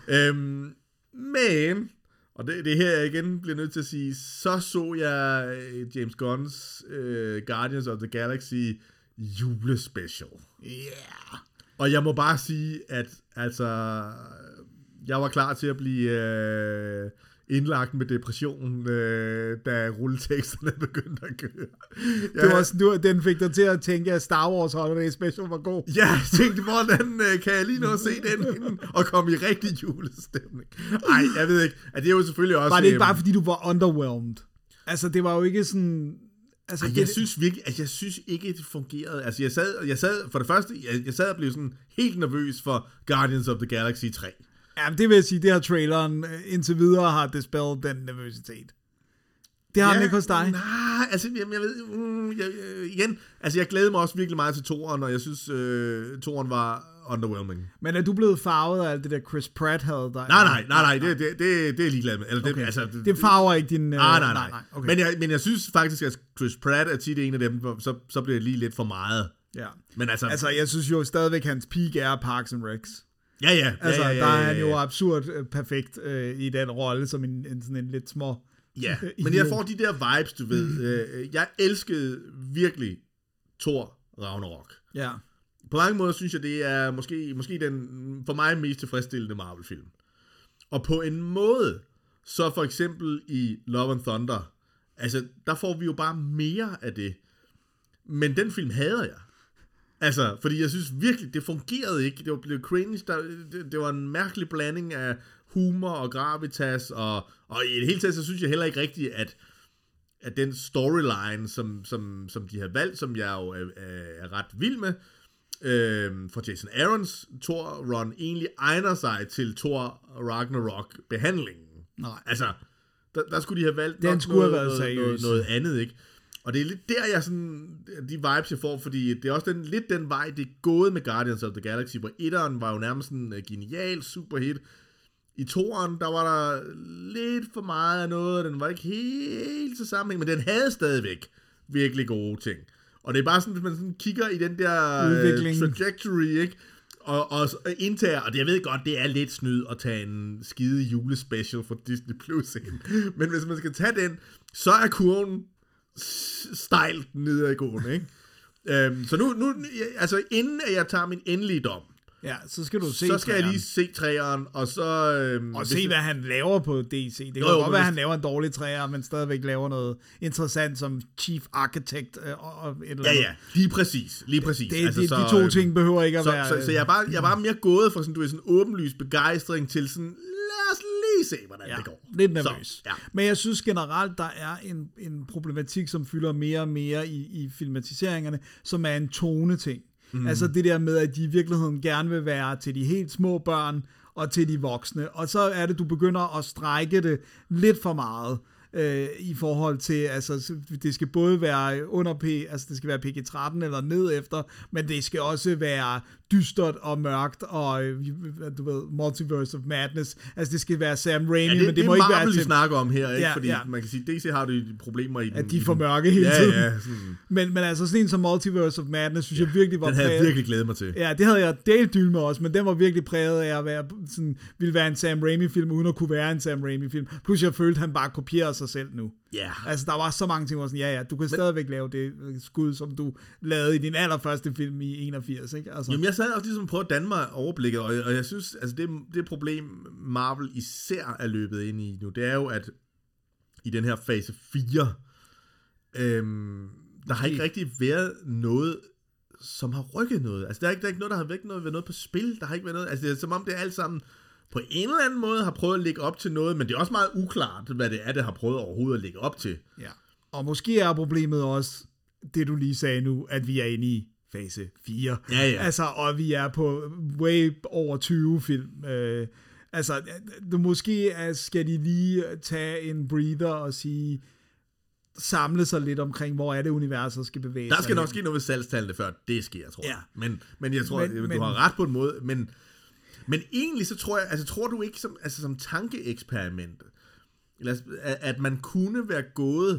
men og det her jeg igen bliver nødt til at sige, så jeg James Gunns Guardians of the Galaxy julespecial. Yeah. Og jeg må bare sige, at altså, jeg var klar til at blive indlagt med depression, da rulleteksterne begyndte at køre. Det var sådan, den fik dig til at tænke, at Star Wars Holiday Special var god. Ja, jeg tænkte, hvordan kan jeg lige nå at se den inden, og komme i rigtig julestemning. Ej, jeg ved ikke, at det er jo selvfølgelig også... Var det ikke bare, fordi du var underwhelmed? Altså, det var jo ikke sådan... Altså, jeg synes ikke, det fungerede. Altså, jeg sad for det første, jeg sad og blev sådan helt nervøs for Guardians of the Galaxy 3. Ja, det vil jeg sige, det her traileren indtil videre har dispelled den nervøsitet. Det har den ikke hos dig? Nej, altså jeg ved, igen, altså jeg glæder mig også virkelig meget til toeren, og jeg synes, toeren var underwhelming. Men er du blevet farvet af alt det der Chris Pratt havde der? Nej, det er jeg ligeglad med. Eller okay. Det farver ikke din... Nej. Okay. Men jeg synes faktisk, at Chris Pratt er tit en af dem, så bliver det lige lidt for meget. Ja. Men altså, jeg synes jo stadigvæk, hans peak er Parks and Rec. Ja. Altså, der er han jo absurd perfekt i den rolle, som sådan en lidt små... Ja, men jeg får de der vibes, du ved. Jeg elskede virkelig Thor Ragnarok. Ja. På mange måder synes jeg, det er måske den for mig mest tilfredsstillende Marvel-film. Og på en måde, så for eksempel i Love and Thunder, altså, der får vi jo bare mere af det. Men den film hader jeg. Altså, fordi jeg synes virkelig, det fungerede ikke. Det blev cringe, det var en mærkelig blanding af humor og gravitas, og i det hele taget, så synes jeg heller ikke rigtigt, at den storyline, som de har valgt, som jeg jo er ret vild med, for Jason Aarons Thor-run, egentlig egner sig til Thor Ragnarok-behandlingen. Nej. Altså, der skulle de have valgt den skulle have været seriøs. Noget andet, ikke? Og det er lidt der, jeg sådan, de vibes jeg får, fordi det er også lidt den vej, det er gået med Guardians of the Galaxy, hvor etteren var jo nærmest sådan genial, superhit. I toeren, der var der lidt for meget af noget, og den var ikke helt til sammenhæng, men den havde stadigvæk virkelig gode ting. Og det er bare sådan, hvis man sådan kigger i den der trajectory, ikke? Og indtager, og det, jeg ved godt, det er lidt snyd at tage en skide julespecial for Disney Plus ind. Men hvis man skal tage den, så er kurven stejlt ned ad gården, ikke? Så nu, altså inden at jeg tager min endelige dom, ja, så skal du se så skal jeg lige se træeren, og så... og se, hvad han laver på DC. Det kan jo godt være, at han laver en dårlig træer, men stadigvæk laver noget interessant som Chief Architect og et eller andet. Ja, lige præcis. De to ting behøver ikke at være... Så jeg er bare mere gået fra sådan, du ved, sådan åbenlys begejstring til sådan, lad os lige se, hvordan det går. Lidt nervøs. Så, ja. Men jeg synes generelt, der er en problematik, som fylder mere og mere i filmatiseringerne, som er en tone-ting. Altså det der med, at de i virkeligheden gerne vil være til de helt små børn og til de voksne. Og så er det, du begynder at strække det lidt for meget i forhold til, altså det skal både være under altså det skal være PG-13 eller ned efter, men det skal også være dystert og mørkt og du ved, Multiverse of Madness. Altså det skal være Sam Raimi, men det må ikke være til... Det snakker om her, ikke? Fordi man kan sige, DC har de problemer i den... At de er for mørke hele tiden. Ja, men altså sådan en som Multiverse of Madness, synes jeg virkelig var præget... Den havde jeg virkelig glædet mig til. Ja, det havde jeg delt dyl med også, men den var virkelig præget af at være sådan, ville være en Sam Raimi-film, uden at kunne være en Sam Raimi-film. Plus jeg følte, at han bare kopierede sig selv nu. Ja. Altså der var så mange ting, hvor sådan, ja, du kan stadigvæk lave det skud, som du lavede i din allerførste film i 81, ikke? Altså. Jamen jeg sad også ligesom på at danne mig overblikket, og jeg synes, altså det problem Marvel især er løbet ind i nu, det er jo, at i den her fase 4, der har ikke rigtig været noget, som har rykket noget. Altså der er ikke noget, der har været noget på spil, der har ikke været noget, altså det er som om det er alt sammen på en eller anden måde har prøvet at lægge op til noget, men det er også meget uklart, hvad det er, det har prøvet overhovedet at lægge op til. Ja. Og måske er problemet også, det du lige sagde nu, at vi er inde i fase 4. Ja. Altså, og vi er på way over 20 film. Altså, måske skal de lige tage en breather og sige, samle sig lidt omkring, hvor er det universet skal bevæge sig. Der skal nok ske noget ved salgstallene, før det sker, tror jeg. Ja. Men jeg tror, du har ret på en måde, men egentlig så tror jeg, altså tror du ikke som tankeeksperiment, at man kunne være gået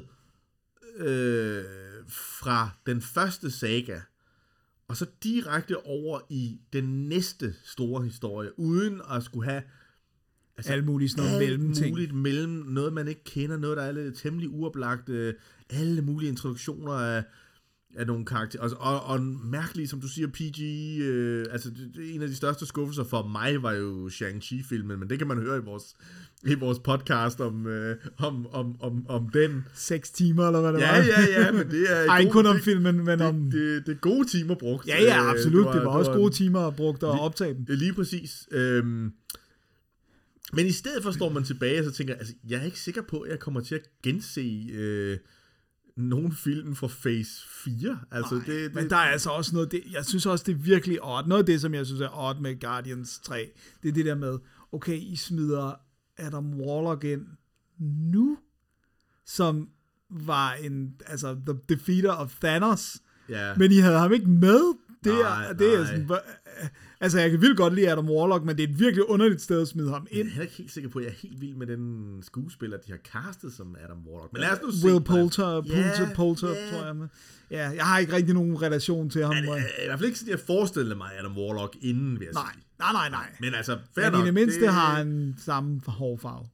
fra den første saga, og så direkte over i den næste store historie, uden at skulle have alt muligt sådan noget mellemting. Noget man ikke kender, noget der er lidt temmelig uoplagt, alle mulige introduktioner af nogle karakterer, og mærkeligt, som du siger, PG, altså en af de største skuffelser for mig var jo Shang-Chi-filmen, men det kan man høre i vores podcast om den. 6 timer, eller hvad det var? Ja, men det er... Ej, ikke kun om filmen, men om... Det er gode timer brugt. Ja, absolut, det var også gode timer brugt at optage dem. Lige præcis. Men i stedet for står man tilbage, og så tænker altså, jeg er ikke sikker på, at jeg kommer til at gense... nogle film fra Phase 4. Altså, men der er altså også noget, jeg synes også, det er virkelig odd. Noget af det, som jeg synes er odd med Guardians 3, det er det der med, okay, I smider Adam Warlock ind nu, som var the defeater of Thanos, men I havde ham ikke med. Det er sådan, altså jeg kan vildt godt lide Adam Warlock, men det er et virkelig underligt sted at smide ham ind. Jeg er ikke helt sikker på, at jeg er helt vild med den skuespiller, de har castet som Adam Warlock. Men lad os nu se. Will Poulter, tror jeg med. Ja, jeg har ikke rigtig nogen relation til ham. I hvert fald ikke sådan, jeg forestillede mig Adam Warlock inden, vil jeg sige. Nej. Men altså, fair nok. Men i det mindste har han samme hårfarve.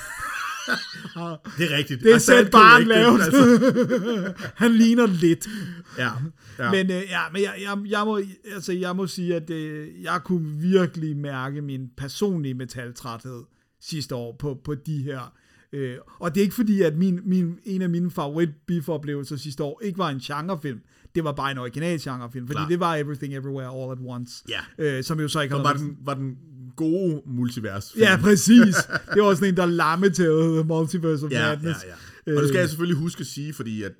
Det er rigtigt. Det er selv bare lavet. Altså. Han ligner lidt. Ja. Men jeg må sige, at jeg kunne virkelig mærke min personlige metaltræthed sidste år på de her. Og det er ikke fordi, at en af mine favorit Biff-oplevelser sidste år ikke var en genrefilm. Det var bare en original genrefilm, fordi det var Everything Everywhere All at Once. Ja. Som jo så ikke var den gode multivers. Ja, præcis. Det var sådan en, der lammetævede Multiverse of Madness. Ja. Og det skal jeg selvfølgelig huske at sige, fordi at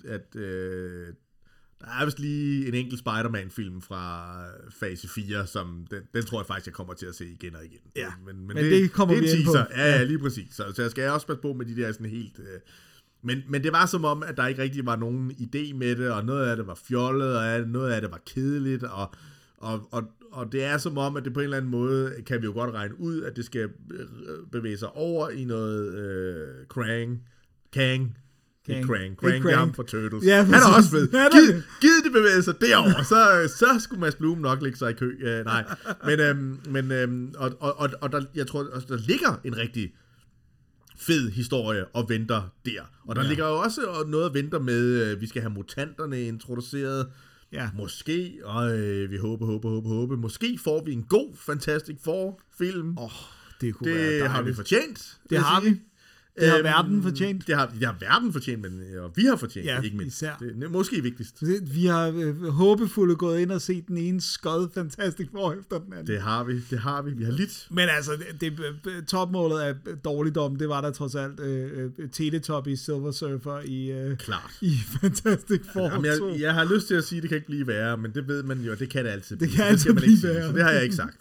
der er vist lige en enkelt Spider-Man-film fra fase 4, som den tror jeg faktisk, jeg kommer til at se igen og igen. Ja, men det kommer vi ind på. Ja, lige præcis. Så jeg skal også passe på med de der sådan helt... Men det var som om, at der ikke rigtig var nogen idé med det, og noget af det var fjollet, og noget af det var kedeligt, og det er som om, at det på en eller anden måde, kan vi jo godt regne ud, at det skal bevæge sig over i noget Krang, det er ham fra Turtles. Ja, han er også fed. Gid det bevæge sig derovre, så skulle Mads Blume nok lægge sig i kø. Nej, men jeg tror, der ligger en rigtig fed historie og venter der. Og der ligger jo også noget at vente med, vi skal have mutanterne introduceret. Ja. Måske, og vi håber, måske får vi en god Fantastic Four-film. Det kunne være dejligt. Har vi fortjent. Det har vi. Det har verden fortjent. Det har verden fortjent, men og vi har fortjent det, ikke mindst. Det er måske vigtigst. Vi har håbefulde gået ind og set den ene skød Fantastic Four efter den anden. Det har vi. Vi har lidt. Men altså, topmålet af dårligdom, det var der trods alt Teletubbies Silver Surfer i Fantastic Four. Jamen, jeg har lyst til at sige, at det kan ikke blive værre, men det ved man jo, det kan det altid blive. Det kan altid blive værre. Så det har jeg ikke sagt.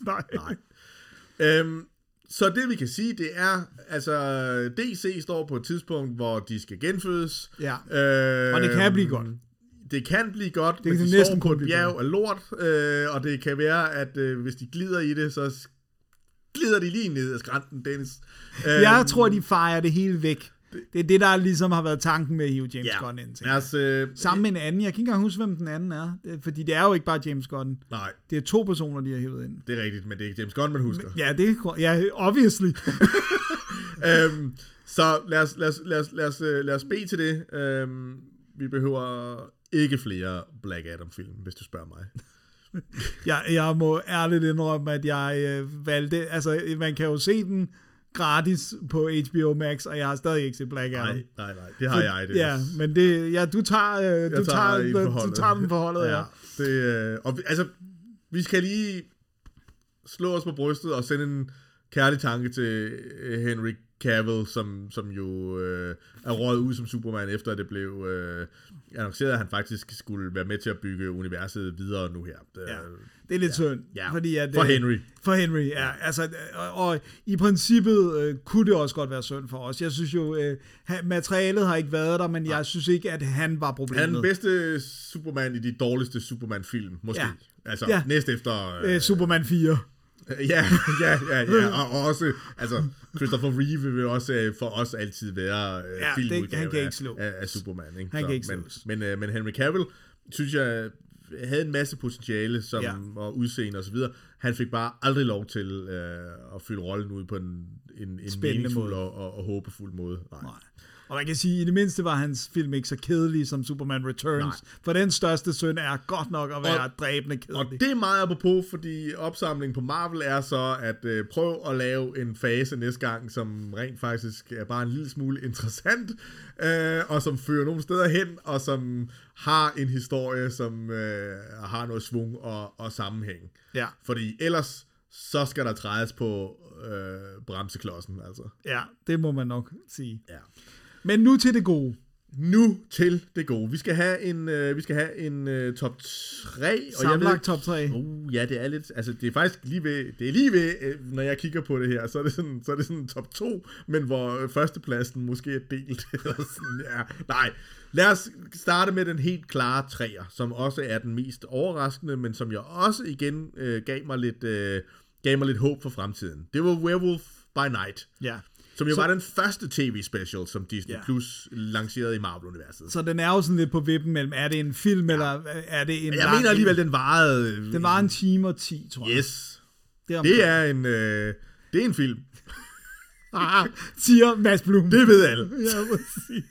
Nej. Så det vi kan sige, det er, altså DC står på et tidspunkt, hvor de skal genfødes. Ja, og det kan blive godt. Det kan blive godt, det hvis de står på et bjerg af lort, og det kan være, at hvis de glider i det, så glider de lige ned ad skrænten, Dennis. Jeg tror, de fejrer det hele væk. Det er det, der ligesom har været tanken med at hive James Gunn ind. Sammen med en anden. Jeg kan ikke engang huske, hvem den anden er. Fordi det er jo ikke bare James Gunn. Nej. Det er 2 personer, de har hivet ind. Det er rigtigt, men det er ikke James Gunn, man husker. Ja, obviously. Så lad os bede til det. Vi behøver ikke flere Black Adam-film, hvis du spørger mig. Jeg må ærligt indrømme, at jeg valgte... Altså, man kan jo se den gratis på HBO Max, og jeg har stadig ikke set Black Adam. Nej, det har jeg. Det. Ja, men du tager den på holdet, ja. Og altså, vi skal lige slå os på brystet og sende en kærlig tanke til Henry Cavill, som jo er røget ud som Superman, efter at det blev annonceret, at han faktisk skulle være med til at bygge universet videre nu her. Det er lidt synd. Ja. Fordi at, For Henry, ja. Altså, og i princippet kunne det også godt være synd for os. Jeg synes jo, materialet har ikke været der, men jeg synes ikke, at han var problemet. Han er den bedste Superman i de dårligste Superman-film, måske. Ja. Altså, næst efter... Superman 4. Ja, og også, altså, Christopher Reeve vil også for os altid være filmudgave af Superman, ikke? Han kan ikke slås. Men Henry Cavill, synes jeg, havde en masse potentiale og udseende og så videre. Han fik bare aldrig lov til at fylde rollen ud på en meningsfuld og håbefuld måde. Nej. Og man kan sige, i det mindste var hans film ikke så kedelig som Superman Returns. Nej. For den største synd er godt nok at være dræbende kedelig. Og det er meget apropos, fordi opsamlingen på Marvel er så at prøve at lave en fase næste gang, som rent faktisk er bare en lille smule interessant, og som fører nogle steder hen, og som har en historie, som har noget svung og sammenhæng. Ja. Fordi ellers så skal der trædes på bremseklodsen, altså. Ja, det må man nok sige. Ja. Men nu til det gode. Nu til det gode. Vi skal have en top 3. Sammenlagt top 3. Ja, det er lidt, altså det er faktisk lige ved, når jeg kigger på det her, så er det sådan top 2, men hvor førstepladsen måske er delt. Eller sådan, ja. Nej, lad os starte med den helt klare 3'er, som også er den mest overraskende, men som jeg også igen gav mig lidt håb for fremtiden. Det var Werewolf by Night. Ja. Som jo var den første tv-special, som Disney Plus lancerede i Marvel-universet. Så den er jo sådan lidt på vippen mellem, er det en film, eller er det en jeg mener alligevel, den varede... Den var 1 time og 10, tror jeg. Yes. Det er en film. Siger Mads Blum. Det ved alle. Ja, præcis.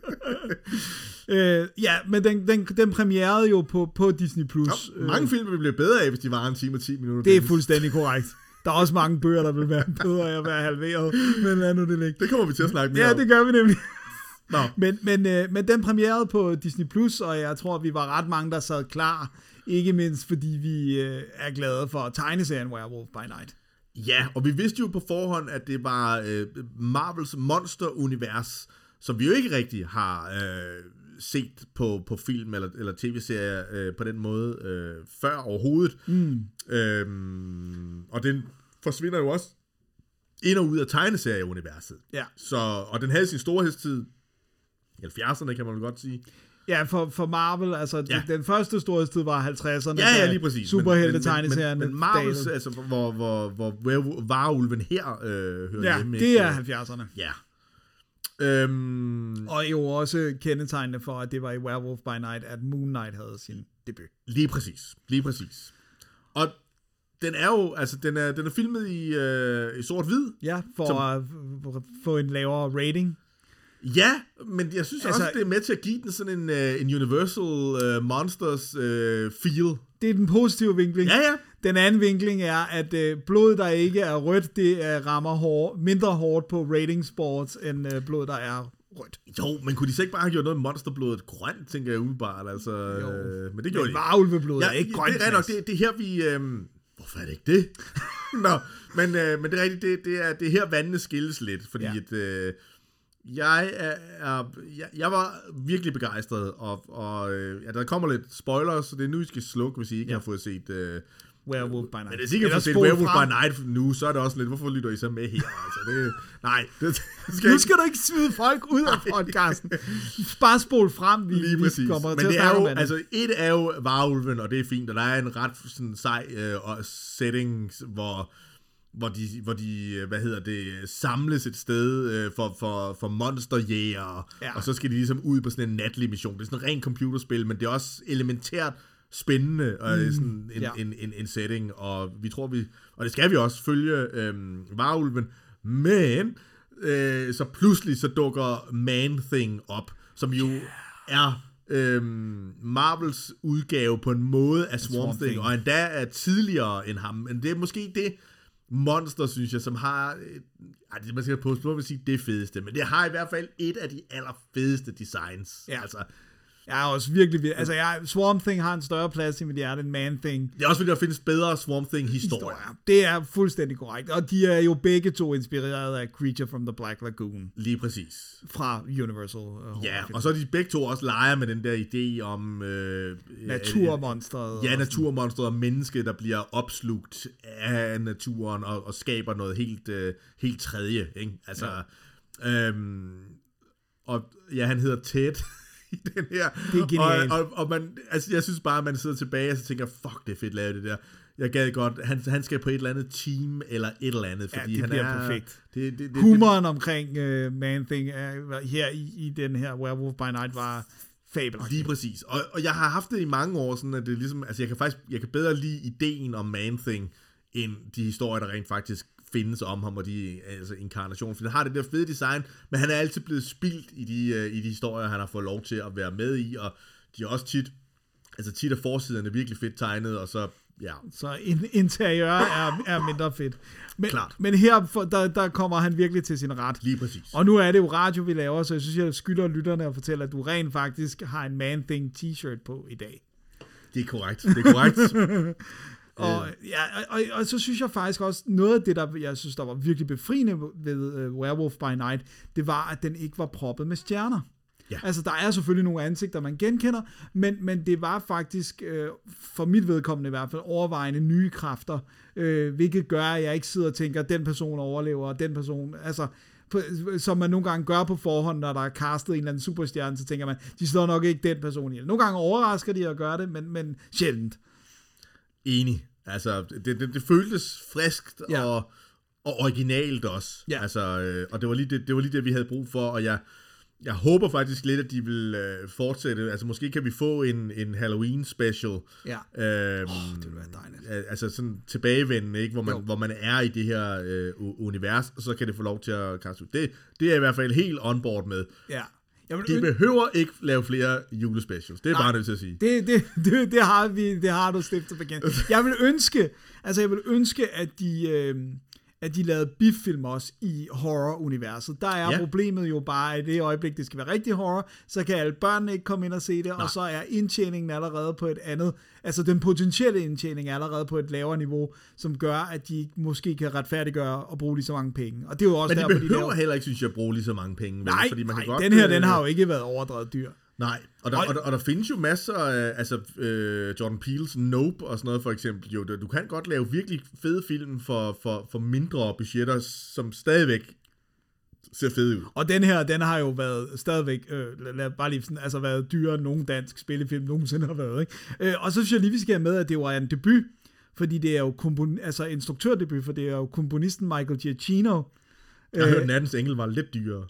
Men den premierede jo på Disney Plus. Mange film ville blive bedre af, hvis de var 1 time og 10 minutter. Det er fuldstændig korrekt. Der er også mange bøger, der vil være bedre af at være halveret, men lad nu det ligge. Det kommer vi til at snakke mere om. Ja, det gør vi nemlig. No. Men den premierede på Disney Plus, og jeg tror, vi var ret mange, der sad klar. Ikke mindst, fordi vi er glade for tegneserien Werewolf by Night. Ja, og vi vidste jo på forhånd, at det var Marvels monsterunivers, som vi jo ikke rigtig har set på film eller tv-serier på den måde før overhovedet. Og den forsvinder jo også ind og ud af tegneserieuniverset. Ja. Og den havde sin storhedstid i 70'erne, kan man jo godt sige. Ja, for Marvel, altså den første storhedstid var 50'erne. Ja, lige præcis. Superhelte-tegneserierne. Men Marvels, altså hvor Varulven her hører hjemme. Ja, det er 70'erne. Ja. Og jo også kendetegnende for, at det var i Werewolf by Night, at Moon Knight havde sin debut. Lige præcis. Og den er jo, altså den er filmet i sort-hvid. Ja, for at få en lavere rating. Ja, men jeg synes også, det er med til at give den sådan en Universal Monsters feel. Det er den positive vinkling. Ja. Den anden vinkling er, at blod, der ikke er rødt, det rammer mindre hårdt på ratingsports, end blod, der er rødt. Jo, men kunne de så ikke bare have gjort noget monsterblodet grønt, tænker jeg umiddelbart, altså. Men det gjorde de ikke. Varulveblod er ikke grønt. Det er nok, det er her vi... hvorfor er det ikke det? Nå, men det er rigtigt, det er her vandene skilles lidt, fordi at... Jeg var virkelig begejstret, og der kommer lidt spoilers, så det er nu, I skal slukke, hvis I ikke har fået set... Werewolf by Night. Men hvis I ikke har fået set Werewolf by Night nu, så er det også lidt, hvorfor lytter I så med her? Altså, nu skal du ikke smide folk ud af podcasten. Bare spol frem, vi kommer til at snakke om det. Altså, et er jo Varulven, og det er fint, og der er en ret sådan sej setting, hvor de samles et sted for monsterjægere, og så skal de ligesom ud på sådan en natlig mission. Det er sådan en ren computerspil, men det er også elementært spændende og sådan en setting, og vi tror og det skal vi også følge Varulven, men så pludselig så dukker Man-Thing op, som jo er Marvels udgave på en måde af Swamp Thing, og endda er tidligere end ham, men det er måske det monster, synes jeg, som har man skal på at sige det fedeste, men det har i hvert fald et af de allerfedeste designs. Altså, jeg er også virkelig... Altså, Swamp Thing har en større plads i mit hjerte end Man-Thing. Det er også fordi, der findes bedre Swamp Thing-historier. Det er fuldstændig korrekt. Og de er jo begge to inspireret af Creature from the Black Lagoon. Lige præcis. Fra Universal. Og så er de begge to også leger med den der idé om... naturmonstret. Ja, naturmonstret og menneske, der bliver opslugt af naturen og skaber noget helt tredje. Ikke? Altså... og han hedder Ted... i den her. Det er genialt. Og man, altså, jeg synes bare, at man sidder tilbage og så tænker, fuck, det er fedt lavet det der. Jeg gad godt, han skal på et eller andet team, eller et eller andet, fordi det han bliver er... perfekt. Det, humoren omkring Man-Thing her i den her Werewolf by Night var fabelagtig. Lige præcis. Og jeg har haft det i mange år, sådan at det ligesom, altså jeg kan bedre lide ideen om Man-Thing, end de historier, der rent faktisk findes om ham, og de inkarnationer. For han har det der fede design, men han er altid blevet spildt i de historier, han har fået lov til at være med i, og de er også tit er forsiderne virkelig fedt tegnet, og så, Så interiør er mindre fedt. Klart. Men her, der kommer han virkelig til sin ret. Lige præcis. Og nu er det jo radio, vi laver, så jeg synes, jeg skylder lytterne at fortælle, at du rent faktisk har en Man-Thing t-shirt på i dag. Det er korrekt. Og så synes jeg faktisk også, noget af det, jeg synes, der var virkelig befriende ved Werewolf by Night, det var, at den ikke var proppet med stjerner. Ja. Altså, der er selvfølgelig nogle ansigter, man genkender, men det var faktisk, for mit vedkommende i hvert fald, overvejende nye kræfter, hvilket gør, at jeg ikke sidder og tænker, at den person overlever, og den person, altså, som man nogle gange gør på forhånd, når der er castet en eller anden superstjerne, så tænker man, de slår nok ikke den person ihjel. Nogle gange overrasker de at gøre det, men sjældent. Enig. Altså, det føltes friskt og originalt også. Ja. Altså, og det var lige det, vi havde brug for, og jeg håber faktisk lidt, at de vil fortsætte. Altså, måske kan vi få en Halloween special. Ja. Det ville være dejligt. Altså sådan tilbagevendende, ikke? Hvor man er i det her univers, og så kan det få lov til at kaste ud. Det er jeg i hvert fald helt on board med. Ja. De behøver ikke lave flere julespecials. Det er bare nødt til at sige. Det har du stiftet bekendt. Jeg vil ønske, at de lavede biff-film også i horror-universet. Der er problemet jo bare, at i det øjeblik, det skal være rigtig horror, så kan alle børnene ikke komme ind og se det, og så er indtjeningen allerede på et andet, altså den potentielle indtjening er allerede på et lavere niveau, som gør, at de måske kan retfærdiggøre og bruge lige så mange penge. Og det er jo også men de behøver heller ikke, synes jeg, at bruge lige så mange penge. Nej, fordi man kan godt, den har jo ikke været overdrevet dyr. Nej, og der findes jo masser af, altså Jordan Peele's Nope og sådan noget for eksempel, jo, du kan godt lave virkelig fede film for mindre budgetter, som stadigvæk ser fede ud. Og den her, den har jo været stadigvæk, bare lige sådan, altså været dyrere end nogen dansk spillefilm nogensinde har været, ikke? Og så synes jeg lige, vi skal have med, at det var en debut, fordi det er jo instruktørdebut, for det er jo komponisten Michael Giacchino. Jeg har hørt, Nattens Engel var lidt dyrere.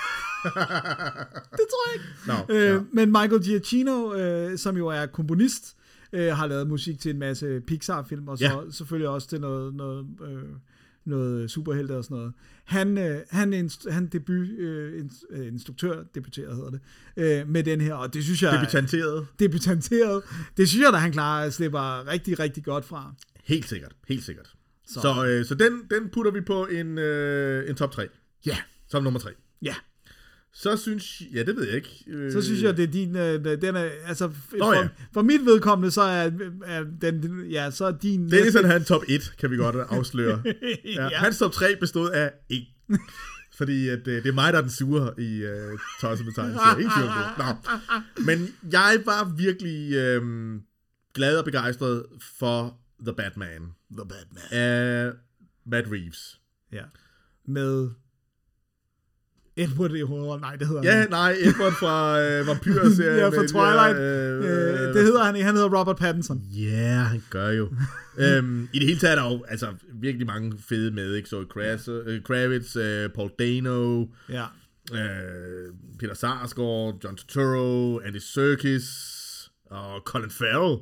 Det tror jeg ikke. Men Michael Giacchino, som jo er komponist, har lavet musik til en masse Pixar-film, og så selvfølgelig også til noget superhelte og sådan noget. Han instruktør debuterede, hedder det, med den her, og det synes jeg... Debutanteret. Det synes jeg, at han klarer at slipper rigtig, rigtig godt fra. Helt sikkert. Så den putter vi på en top 3. Ja. Som nummer 3. Ja. Så synes jeg, det ved jeg ikke. Så synes jeg, det er din, den er, altså, for mit vedkommende, så er den, ja, så er din... Det er sådan, han top 1, kan vi godt afsløre. Ja. Hans top 3 bestod af 1. Fordi at, det er mig, der er den sure i tossebetegnelse. Ingen tvivl om det. Nå. Men jeg var virkelig glad og begejstret for The Batman. Af Matt Reeves. Ja. Med... Edward i hovedet. Nej, det hedder han. Ja, nej, Edward fra Vampyr-serien. Ja, fra Twilight. Det hedder han ikke. Han hedder Robert Pattinson. Ja, han gør jo. I det hele taget er der jo altså, virkelig mange fede med, ikke? Så Kravitz, Paul Dano, Peter Sarsgaard, John Turturro, Andy Serkis og Colin Farrell.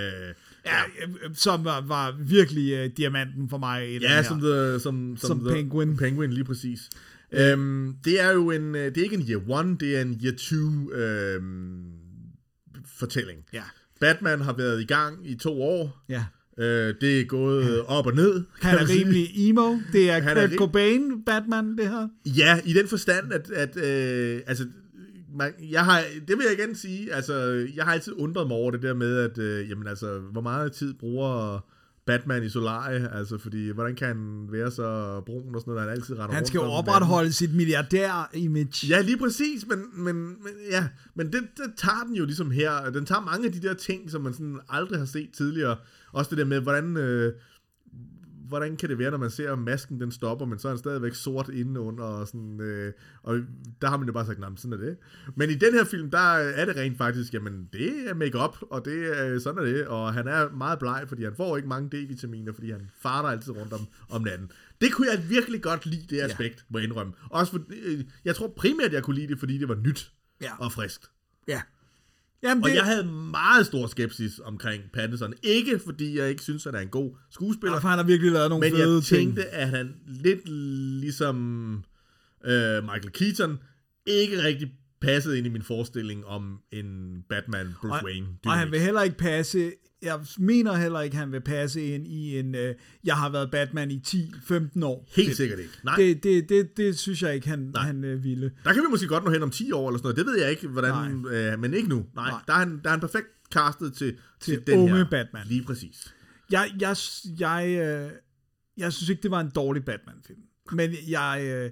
Som var virkelig diamanten for mig. Som Penguin. Penguin, lige præcis. Det er jo det er ikke en year one, det er en year two fortælling. Ja. Batman har været i gang i 2 år. Ja. Det er gået op og ned. Han er rimelig emo. Det er Kurt Cobain Batman, det her. Ja, i den forstand, at altså, det vil jeg igen sige, altså, jeg har altid undret mig over det der med, at jamen, altså, hvor meget tid bruger Batman i solarie, altså, fordi hvordan kan han være så brun og sådan noget, han altid retter rundt. Han skal jo opretholde sit milliardær-image. Ja, lige præcis, men det tager den jo ligesom her, den tager mange af de der ting, som man sådan aldrig har set tidligere, også det der med, hvordan kan det være, når man ser masken, den stopper, men så er den stadigvæk sort indenunder, og sådan, og der har man jo bare sagt, nej, sådan er det. Men i den her film, der er det rent faktisk, jamen, det er make-up, og det er, sådan er det, og han er meget bleg, fordi han får ikke mange D-vitaminer, fordi han farter altid rundt om natten. Det kunne jeg virkelig godt lide, det aspekt, må jeg indrømme. Også for, jeg tror primært, jeg kunne lide det, fordi det var nyt og friskt. Ja. Jamen, og jeg havde meget stor skepsis omkring Pattinson. Ikke fordi jeg ikke synes, at han er en god skuespiller. Ja, for han har virkelig lavet nogle fede ting. Men jeg tænkte, at han lidt ligesom Michael Keaton ikke rigtig passede ind i min forestilling om en Batman Bruce Wayne dynamik. Og han vil heller ikke passe... Jeg mener heller ikke, han vil passe ind i en... jeg har været Batman i 10-15 år. Helt sikkert ikke. Nej. Det synes jeg ikke, han ville. Der kan vi måske godt nå hen om 10 år eller sådan noget. Det ved jeg ikke, hvordan... men ikke nu. Nej. Der er han perfekt castet til den unge her. Batman. Lige præcis. Jeg synes ikke, det var en dårlig Batman-film. Men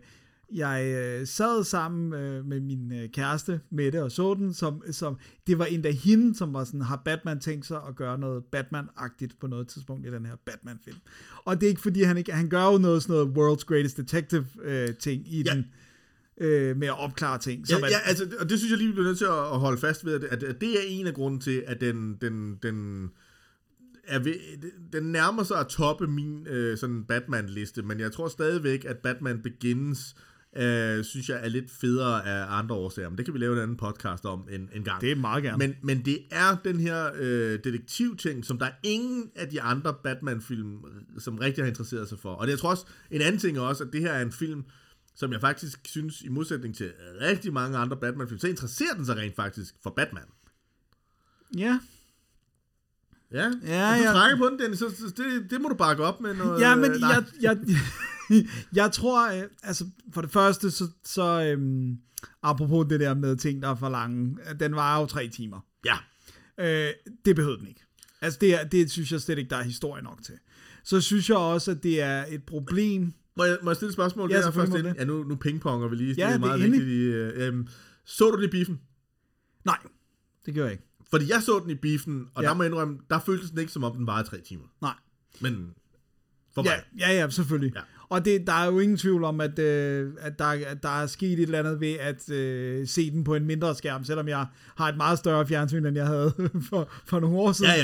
Jeg sad sammen med min kæreste, Mette, og så den, som det var endda hende, som var sådan, har Batman tænkt sig at gøre noget Batman-agtigt på noget tidspunkt i den her Batman-film. Og det er ikke fordi, han gør jo noget sådan noget World's Greatest Detective-ting i den, med at opklare ting. Så altså, og det synes jeg lige bliver nødt til at holde fast ved, at det er en af grunden til, at den nærmer sig at toppe min sådan Batman-liste, men jeg tror stadigvæk, at Batman Begins synes jeg er lidt federe af andre årsager. Men det kan vi lave en anden podcast om en gang. Det er meget gerne. Men det er den her detektivting, som der er ingen af de andre Batman-film, som rigtig har interesseret sig for. Og det jeg tror også, en anden ting er også, at det her er en film, som jeg faktisk synes, i modsætning til rigtig mange andre Batman-film, så interesserer den sig rent faktisk for Batman. Ja. Ja, du trækker på den, Dennis, så det må du bakke op med noget. Ja, men jeg tror, altså for det første, så apropos det der med ting, der er for lange, den var jo 3 timer. Ja. Det behøvede den ikke. Altså det synes jeg slet ikke, der er historie nok til. Så synes jeg også, at det er et problem. Må jeg stille et spørgsmål? Ja, selvfølgelig først ind? Ja, nu pingponger vi lige. Ja, det er meget vigtigt. Så du det i biffen? Nej, det gør jeg ikke. Fordi jeg så den i biffen, og der må jeg indrømme, der føltes den ikke, som om den varede 3 timer. Nej. Men for mig. Ja, selvfølgelig. Ja. Og der er jo ingen tvivl om, at der er sket et eller andet ved at se den på en mindre skærm, selvom jeg har et meget større fjernsyn, end jeg havde for nogle år siden.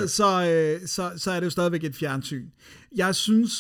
Så er det jo stadigvæk et fjernsyn. Jeg synes,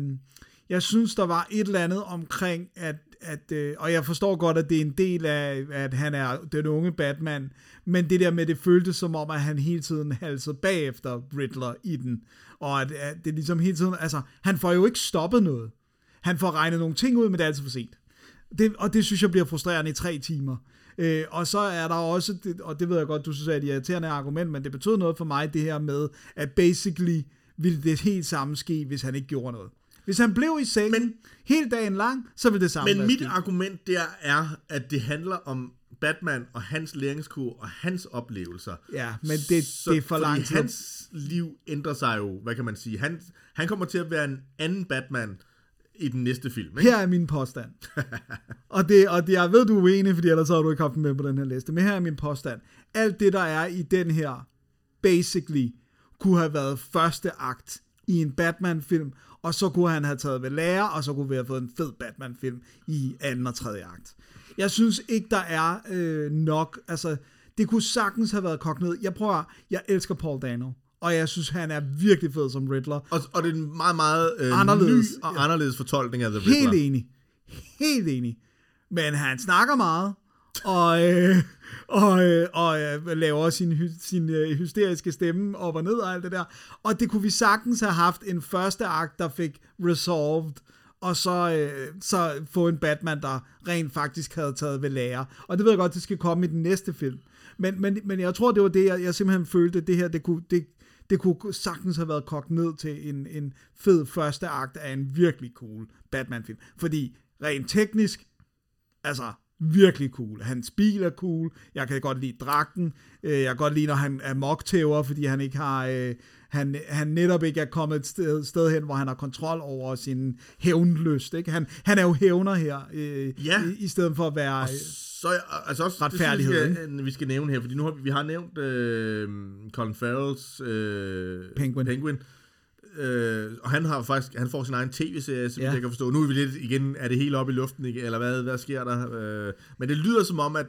der var et eller andet omkring, og jeg forstår godt, at det er en del af, at han er den unge Batman, men det der med, det føltes som om, at han hele tiden halsede bagefter Riddler i den, og at det ligesom hele tiden, altså, han får jo ikke stoppet noget. Han får regnet nogle ting ud, men det er altid for sent. Og det synes jeg bliver frustrerende i 3 timer. Og så er der også, og det ved jeg godt, du synes er et irriterende argument, men det betød noget for mig, det her med, at basically ville det helt samme ske, hvis han ikke gjorde noget. Hvis han blev i sengen hele dagen lang, så ville det samme. Men mit argument der er, at det handler om Batman og hans læringskur og hans oplevelser. Ja, men det er for lang tid. Hans liv ændrer sig jo, hvad kan man sige. Han kommer til at være en anden Batman i den næste film. Ikke? Her er min påstand. og jeg ved, du er uenig, fordi ellers har du ikke haft med på den her liste. Men her er min påstand. Alt det, der er i den her, basically, kunne have været første akt i en Batman-film, og så kunne han have taget ved lære, og så kunne vi have fået en fed Batman-film i anden og tredje akt. Jeg synes ikke, der er nok, altså, det kunne sagtens have været kogt ned. Jeg elsker Paul Dano, og jeg synes, han er virkelig fed som Riddler. Og det er en meget, meget anderledes, ny og anderledes fortolkning af The Riddler. Helt enig. Men han snakker meget, og laver sin hysteriske stemme op og ned og alt det der. Og det kunne vi sagtens have haft en første akt, der fik resolved, og så få en Batman, der rent faktisk havde taget ved lære. Og det ved jeg godt, det skal komme i den næste film. Men jeg tror, det var det, jeg simpelthen følte, det her, det kunne sagtens have været kogt ned til en fed første akt af en virkelig cool Batman-film. Fordi rent teknisk, altså virkelig cool. Hans bil er cool. Jeg kan godt lide dragten. Jeg kan godt lide, når han er moktæver, fordi han ikke har... Han netop ikke er kommet et sted hen, hvor han har kontrol over sin hævnlyst. Ikke? Han er jo hævner her, i stedet for at være så også retfærdighed. Det vi skal nævne her, fordi nu vi har nævnt Colin Farrells Penguin. Og han får sin egen tv-serie, som jeg kan forstå. Nu er vi lidt igen, er det helt oppe i luften, ikke? Eller hvad sker der? Men det lyder som om,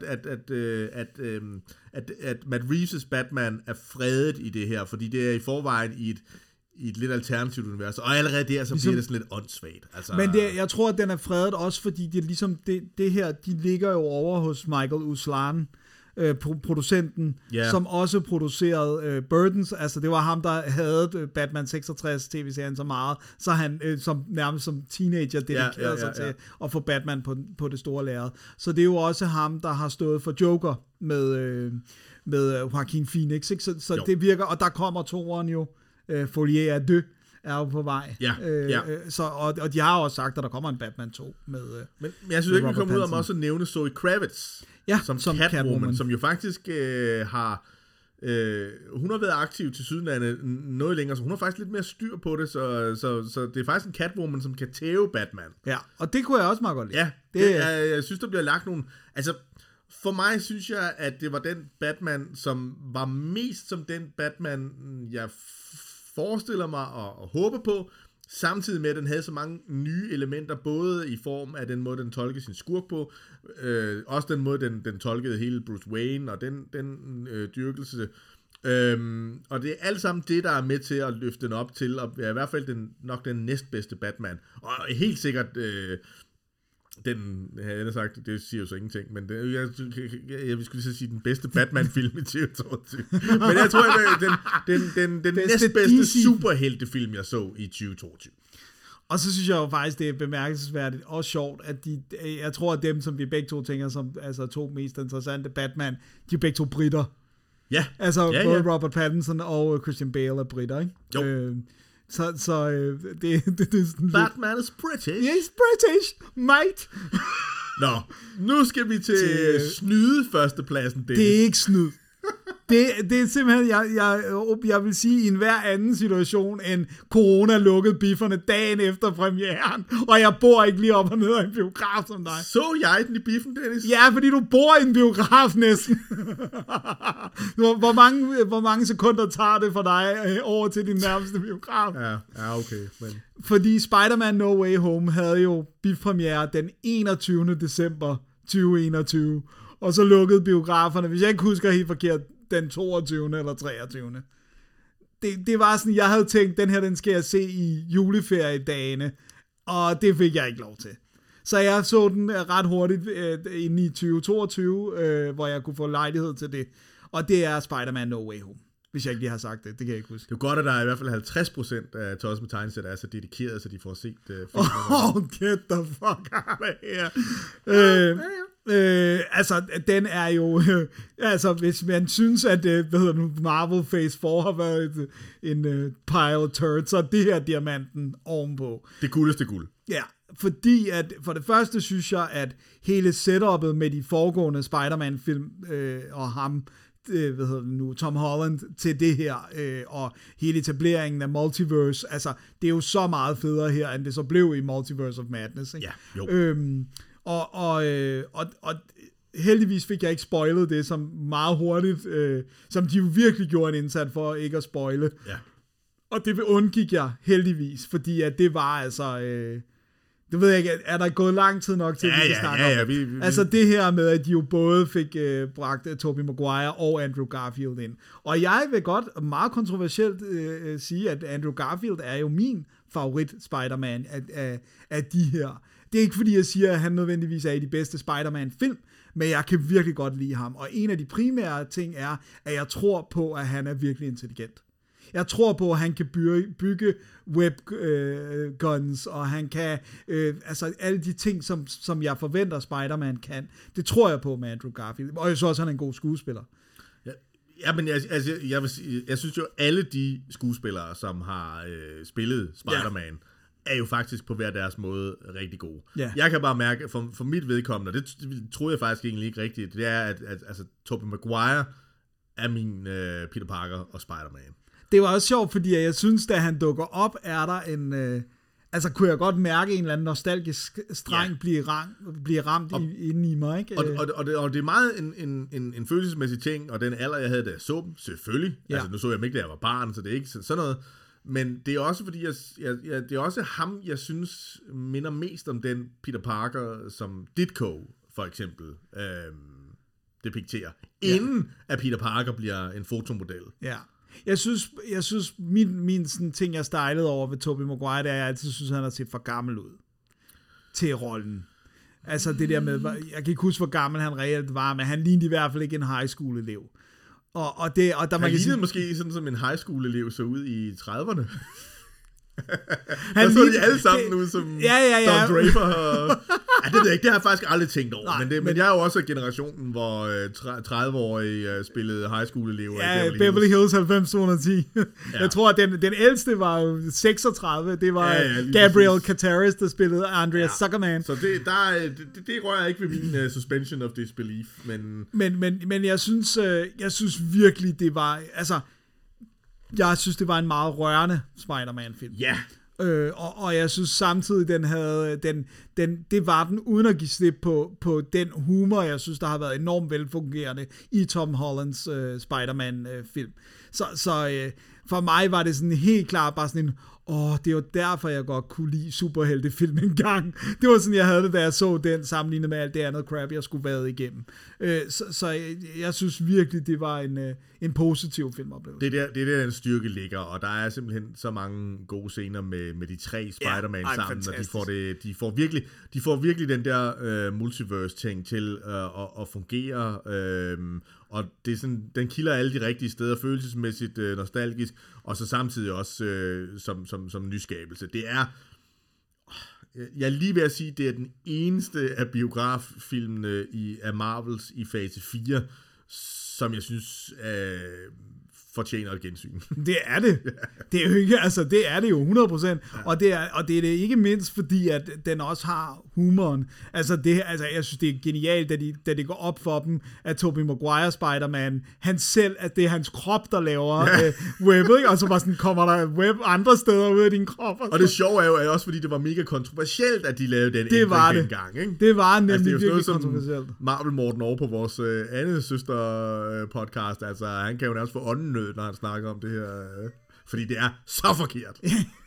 at Matt Reeves' Batman er fredet i det her, fordi det er i forvejen i et lidt alternativt univers, og allerede der, så bliver det sådan lidt åndssvagt. Altså, men jeg tror, at den er fredet også, fordi det ligesom det her, de ligger jo over hos Michael Uslan, producenten, som også producerede Burdens, altså det var ham, der havde Batman 66 tv-serien så meget, så han som nærmest som teenager dedikerede sig til at få Batman på det store lærred. Så det er jo også ham, der har stået for Joker med Joaquin Phoenix, ikke? Så det virker, og der kommer toeren jo, Folie à Deux er jo på vej. Og de har også sagt, at der kommer en Batman 2 med men jeg synes ikke, vi kommer ud om også at nævne Zoe Kravitz som Catwoman, som jo faktisk har hun har været aktiv til Sydlandet noget længere, så hun har faktisk lidt mere styr på det, så det er faktisk en Catwoman, som kan tæve Batman. Ja, og det kunne jeg også meget godt lide. Ja, jeg synes, der bliver lagt nogle... Altså, for mig synes jeg, at det var den Batman, som var mest som den Batman, jeg forestiller mig og håber på, samtidig med, at den havde så mange nye elementer, både i form af den måde, den tolkede sin skurk på, også den måde, den tolkede hele Bruce Wayne, og den dyrkelse. Og det er alt sammen det, der er med til at løfte den op til, at være i hvert fald nok den næstbedste Batman. Og helt sikkert... den, jeg har sagt, det siger jo så ingenting, men jeg skulle lige sige den bedste Batman-film i 2022. Men jeg tror, den næstbedste superheltefilm, jeg så i 2022. Og så synes jeg jo faktisk, det er bemærkelsesværdigt og sjovt, at jeg tror, at dem, som vi begge to tænker som altså to mest interessante Batman, de er begge to britter. Ja. Altså både Robert Pattinson og Christian Bale er britter, ikke? Jo. Det er sådan Batman is British. He's British, mate. Nå, nu skal vi til snyde førstepladsen, Dennis. Det er ikke snyd. Det er simpelthen, jeg vil sige, i enhver anden situation end corona lukkede bifferne dagen efter premieren, og jeg bor ikke lige op og ned af en biograf som dig. Så jeg den i biffen, Dennis? Ja, fordi du bor i en biograf næsten. Hvor mange sekunder tager det for dig over til din nærmeste biograf? Ja, okay. Men... Fordi Spider-Man No Way Home havde jo biffpremiere den 21. december 2021, og så lukkede biograferne, hvis jeg ikke husker helt forkert, den 22. eller 23. Det var sådan, jeg havde tænkt, den skal jeg se i juleferiedagene, og det fik jeg ikke lov til. Så jeg så den ret hurtigt inde i 2022, hvor jeg kunne få lejlighed til det, og det er Spider-Man No Way Home. Hvis jeg ikke lige har sagt det kan jeg ikke huske. Det er godt, at der er i hvert fald 50% af Tosset med Tegnesæt, der er så dedikeret, så de får set filmen. Get the fuck out of here. Altså, den er jo... altså, hvis man synes, at Marvel Phase 4 har været en pile of turds, så er det her diamanten ovenpå. Det guldeste guld. Ja, fordi at for det første synes jeg, at hele setupet med de foregående Spider-Man-film og ham... Tom Holland til det her, og hele etableringen af Multiverse, altså, det er jo så meget federe her, end det så blev i Multiverse of Madness, ikke? Ja, jo. Og heldigvis fik jeg ikke spoilet det, som meget hurtigt, som de jo virkelig gjorde en indsats for ikke at spoile. Ja. Og det undgik jeg heldigvis, fordi at det var altså... det ved jeg ikke, er der gået lang tid nok til, at vi kan snakke om det? Altså det her med, at de jo både fik bragt Tobey Maguire og Andrew Garfield ind. Og jeg vil godt meget kontroversielt sige, at Andrew Garfield er jo min favorit Spider-Man af de her. Det er ikke fordi, jeg siger, at han nødvendigvis er i de bedste Spider-Man-film, men jeg kan virkelig godt lide ham. Og en af de primære ting er, at jeg tror på, at han er virkelig intelligent. Jeg tror på, at han kan bygge webguns, og han kan, altså alle de ting, som jeg forventer Spider-Man kan. Det tror jeg på med Andrew Garfield. Og jeg synes også, han er en god skuespiller. Ja, men jeg synes jo, alle de skuespillere, som har spillet Spider-Man, er jo faktisk på hver deres måde rigtig gode. Ja. Jeg kan bare mærke, for mit vedkommende, og det troede jeg faktisk egentlig ikke rigtigt, det er, at altså, Tobey Maguire er min Peter Parker og Spider-Man. Det var også sjovt, fordi jeg synes, da han dukker op, er der en... altså, kunne jeg godt mærke en eller anden nostalgisk streng blive ramt inden i mig, ikke? Og det er meget en følelsesmæssig ting, og den alder, jeg havde, da jeg så dem, selvfølgelig. Ja. Altså, nu så jeg dem ikke, da jeg var barn, så det er ikke sådan noget. Men det er også, fordi det er også ham, jeg synes, minder mest om den Peter Parker, som Ditko, for eksempel, depikterer. Inden at Peter Parker bliver en fotomodel. Ja. Jeg synes min sådan ting, jeg stejlede over ved Tobey Maguire, det er, jeg altid synes, han har set for gammel ud til rollen. Altså det der med, jeg kan ikke huske, hvor gammel han reelt var, men han lignede i hvert fald ikke en high school elev. Og der han man kan sige, måske sådan som en high school elev så ud i 30'erne. Der så de alle sammen ud som ja. Don Draper. det ved jeg ikke, det har jeg faktisk aldrig tænkt over. Nej, men jeg er jo også af generationen, hvor 30-årige spillede high school-elever i Beverly Hills 90210. Jeg tror, at den ældste var jo 36. Det var Gabriel Kataris, der spillede Andrea Zuckerman. Så det rører ikke ved min suspension of disbelief. Men jeg synes virkelig, det var... Altså, jeg synes, det var en meget rørende Spider-Man-film. Ja. Og jeg synes samtidig, det var den uden at give slip på den humor, jeg synes, der har været enormt velfungerende i Tom Hollands Spider-Man-film. Så for mig var det sådan helt klart bare sådan en, det var derfor, jeg godt kunne lide superheltefilm en gang. Det var sådan, jeg havde det, da jeg så den, sammenlignet med alt det andet crap, jeg skulle være igennem. Så jeg synes virkelig, det var en positiv filmoplevelse. Det er der, den styrke ligger, og der er simpelthen så mange gode scener med de tre Spider-Man sammen, og de får virkelig den der multiverse-ting til at fungere, og det er sådan, den kilder alle de rigtige steder, følelsesmæssigt nostalgisk, og så samtidig også som nyskabelse. Det er, jeg er lige ved at sige, det er den eneste af biograffilmene af Marvels i fase 4, som jeg synes fortjener et gensyn. Det er det. Det er jo ikke, altså det er det jo 100%. Ja. Og det er det ikke mindst fordi at den også har humoren. Altså jeg synes det er genialt, da det går op for dem, at Tobey Maguire Spider-Man, han selv, at det er hans krop der laver web, ikke? Og så bare sådan kommer der web andre steder ud af din krop. Og det sjove er jo også fordi det var mega kontroversielt, at de lavede den ændring dengang, ikke? Det var nemlig det er jo virkelig kontroversielt. Marvel Morten over på vores andet søster podcast, altså han kan jo nærmest få åndenød, når han snakker om det her, fordi det er så forkert.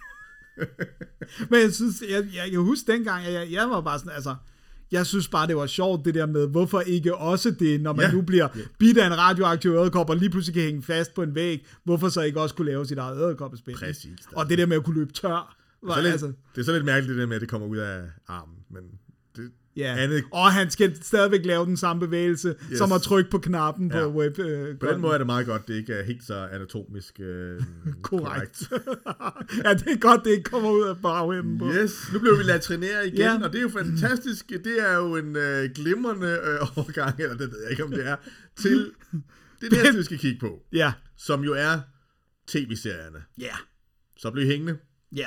Men jeg synes, jeg kan huske dengang, jeg var bare sådan, altså, jeg synes bare, det var sjovt, det der med, hvorfor ikke også det, når man nu bliver bidt af en radioaktiv æderkop, og lige pludselig kan hænge fast på en væg, hvorfor så ikke også kunne lave sit eget æderkoppespil? Præcis. Og det der med at kunne løbe tør. Det er så lidt mærkeligt, det der med, at det kommer ud af armen, men det... Og han skal stadigvæk lave den samme bevægelse, som at trykke på knappen på web. På den måde er det meget godt, det ikke er helt så anatomisk korrekt. Ja, det er godt, det ikke kommer ud af bagenden på. Yes, nu bliver vi latrineret igen, og det er jo fantastisk. Det er jo en glimrende overgang, eller det ved jeg ikke, om det er, til det næste, vi skal kigge på. Ja. Som jo er tv-serierne. Ja. Så bliv hængende. Ja.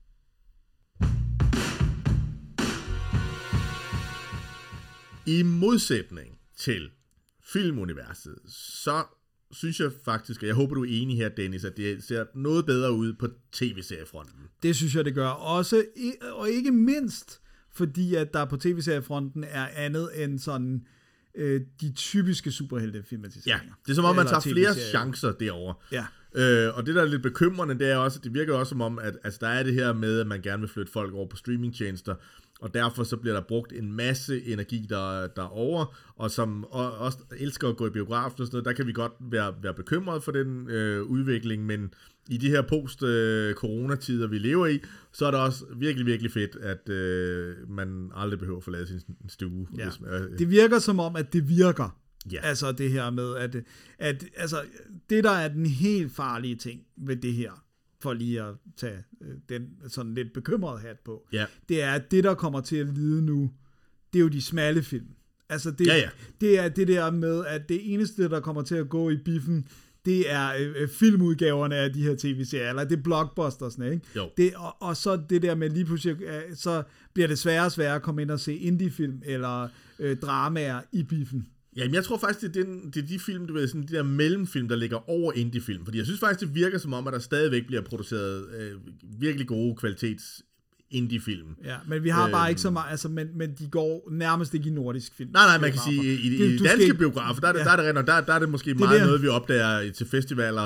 I modsætning til filmuniverset, så synes jeg faktisk, og jeg håber, du er enig her, Dennis, at det ser noget bedre ud på tv-seriefronten. Det synes jeg, det gør. Også, og ikke mindst, fordi at der på tv-seriefronten er andet end sådan de typiske superheltefilmatiseringer. Ja, det er som om, man tager flere chancer derovre. Ja. Og det, der er lidt bekymrende, det er også, at det virker også som om, at altså, der er det her med, at man gerne vil flytte folk over på streamingtjenester, og derfor så bliver der brugt en masse energi derovre, og som også elsker at gå i biografen og sådan noget, der kan vi godt være bekymret for den udvikling, men i de her post-coronatider, vi lever i, så er det også virkelig, virkelig fedt, at man aldrig behøver at forlade sin stue. Ja. Det virker som om, at det virker. Ja. Altså det her med, at altså, det der er den helt farlige ting ved det her, for lige at tage den sådan lidt bekymrede hat på, det er, at det, der kommer til at lide nu, det er jo de smalle film. Altså det er det der med, at det eneste, der kommer til at gå i biffen, det er filmudgaverne af de her tv-serier, eller det er blockbustersne, ikke? Og så det der med lige pludselig, så bliver det sværere og sværere at komme ind og se indie-film, eller dramaer i biffen. Jamen, jeg tror faktisk, det er de film, du ved, sådan de der mellemfilm, der ligger over indie-film. Fordi jeg synes faktisk, det virker som om, at der stadigvæk bliver produceret virkelig gode kvalitets indie-film. Ja, men vi har bare ikke så meget, altså, men de går nærmest ikke i nordisk film. Nej, man kan sige, i danske biografer, der er det måske meget noget, vi opdager til festivaler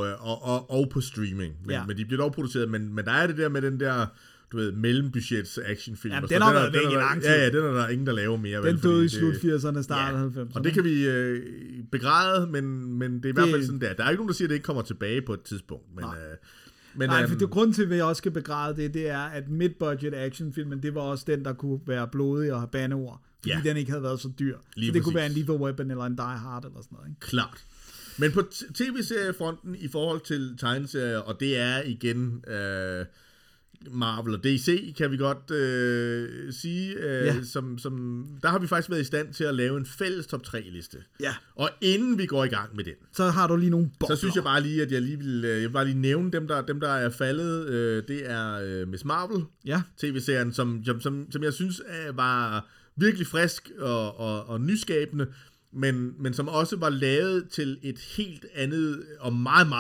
og på streaming. Men de bliver dog produceret, men der er det der med den der, du ved, mellembudgets actionfilm. Ja, den har været væk i lang tid. Ja, den er der ingen, der laver mere. Den døde i slut 80'erne, start 90'erne. Og det kan vi begræde, men det er i hvert fald sådan der. Der er ikke nogen, der siger, at det ikke kommer tilbage på et tidspunkt. Men, nej, for det grund til, at jeg også skal begræde det er, at mid-budget actionfilmen, det var også den, der kunne være blodig og have bandeord, fordi den ikke havde været så dyr. Så det kunne være en Lethal Weapon eller en Die Hard eller sådan noget. Ikke? Klart. Men på tv-seriefronten i forhold til tegneserier, og det er igen... Marvel og DC, kan vi godt sige. Der har vi faktisk været i stand til at lave en fælles top 3-liste. Ja. Og inden vi går i gang med den, så har du lige nogle bobler. Så synes jeg bare lige, at jeg vil bare lige nævne dem, der er faldet. Det er Miss Marvel, tv-serien, som jeg synes var virkelig frisk og nyskabende, men som også var lavet til et helt andet og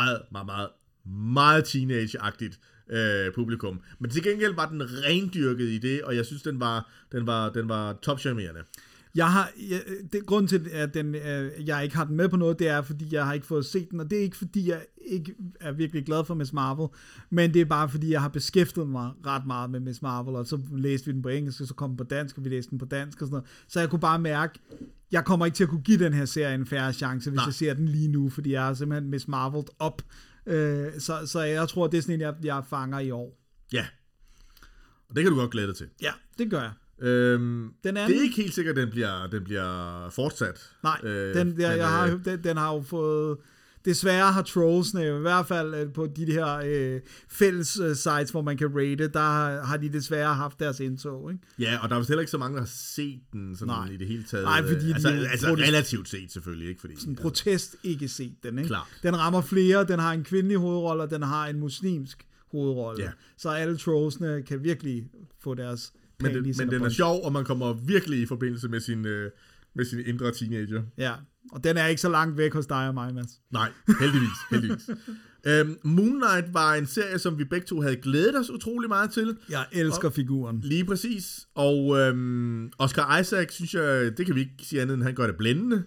meget teenage-agtigt publikum. Men til gengæld var den rendyrket i det, og jeg synes, den var topcharmerende. Grunden til, at jeg ikke har den med på noget, det er, fordi jeg har ikke fået set den, og det er ikke, fordi jeg ikke er virkelig glad for Miss Marvel, men det er bare, fordi jeg har beskæftiget mig ret meget med Miss Marvel, og så læste vi den på engelsk, og så kom den på dansk, og vi læste den på dansk, og sådan noget. Så jeg kunne bare mærke, jeg kommer ikke til at kunne give den her serie en færre chance, hvis jeg ser den lige nu, fordi jeg er simpelthen Miss Marvel op. Så jeg tror, det er sådan en, jeg fanger i år. Ja. Og det kan du godt glæde dig til. Ja, det gør jeg. Den anden, det er ikke helt sikkert, at den bliver fortsat. Nej, den har jo fået... Desværre har trollsene i hvert fald på de her fælles sites, hvor man kan rate, der har de desværre haft deres indtog. Ikke? Ja, og der er vist heller ikke så mange, der har set den sådan i det hele taget. Nej, fordi altså relativt set selvfølgelig. Ikke? Fordi, sådan protest ikke set den. Ikke? Klart. Den rammer flere, den har en kvindelig hovedrolle, og den har en muslimsk hovedrolle. Ja. Så alle trollsene kan virkelig få deres... Men den er sjov, og man kommer virkelig i forbindelse med sin indre teenager. Ja, og den er ikke så langt væk hos dig og mig, Mads. Nej, heldigvis. Moon Knight var en serie, som vi begge to havde glædet os utrolig meget til. Jeg elsker figuren. Lige præcis. Og Oscar Isaac, synes jeg, det kan vi ikke sige andet, end han gør det blændende.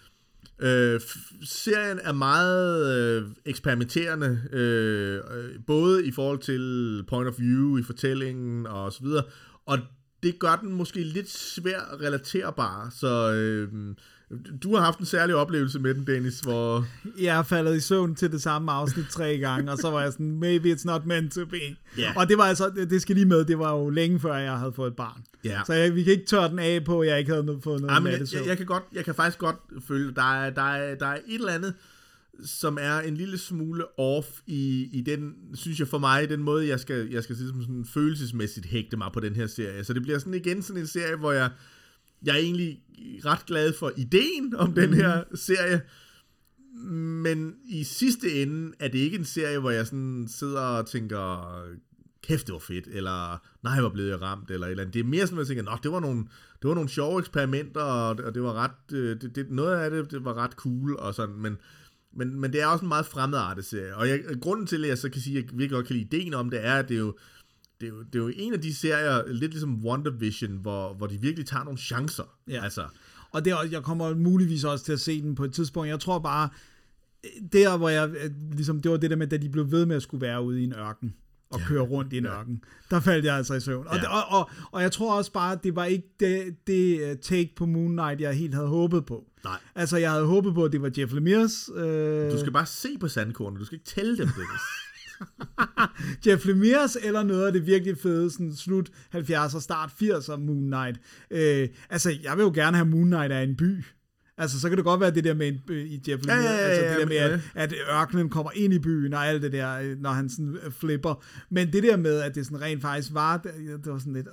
Serien er meget eksperimenterende, både i forhold til point of view i fortællingen og så videre, og det gør den måske lidt svært relaterbar, så du har haft en særlig oplevelse med den, Dennis, hvor... Jeg er faldet i søvn til det samme afsnit 3 gange, og så var jeg sådan, maybe it's not meant to be. Yeah. Og det var altså, det skal lige med, det var jo længe før jeg havde fået et barn. Yeah. Så vi kan ikke tørre den af på, at jeg ikke havde fået noget med det. Jeg kan faktisk godt føle, der er et eller andet, som er en lille smule off i den, synes jeg for mig, den måde, jeg skal sådan følelsesmæssigt hægte mig på den her serie. Så det bliver sådan igen sådan en serie, hvor jeg er egentlig ret glad for ideen om den her serie, men i sidste ende er det ikke en serie, hvor jeg sådan sidder og tænker, kæft, det var fedt, eller nej, hvor blev jeg ramt, eller et eller andet. Det er mere sådan, at jeg tænker, det var nogle sjove eksperimenter, og det var ret, noget af det var ret cool, og sådan, men det er også en meget fremmedartet serie, og grunden til, at jeg så kan sige, at jeg virkelig godt kan lide ideen om det, er, at det er jo en af de serier, lidt ligesom WandaVision, hvor de virkelig tager nogle chancer. Ja. Altså. Og jeg kommer muligvis også til at se den på et tidspunkt. Jeg tror bare, der hvor jeg, ligesom, det var det der med, da de blev ved med at skulle være ude i en ørken, og køre rundt i en ørken. Der faldt jeg altså i søvn. Ja. Og jeg tror også bare, at det var ikke det take på Moon Knight, jeg helt havde håbet på. Nej. Altså, jeg havde håbet på, at det var Jeff Lemires... Du skal bare se på sandkornene, du skal ikke tælle dem, Dennis. Jeff Lemires eller noget af det virkelig fede, sådan slut 70'er, start 80'er Moon Knight. Altså, jeg vil jo gerne have Moon Knight af en by. Altså, så kan det godt være det der med i Jeff Lemire, det der med, at ørkenen kommer ind i byen, og alt det der, når han sådan flipper. Men det der med, at det sådan rent faktisk var, det var sådan lidt,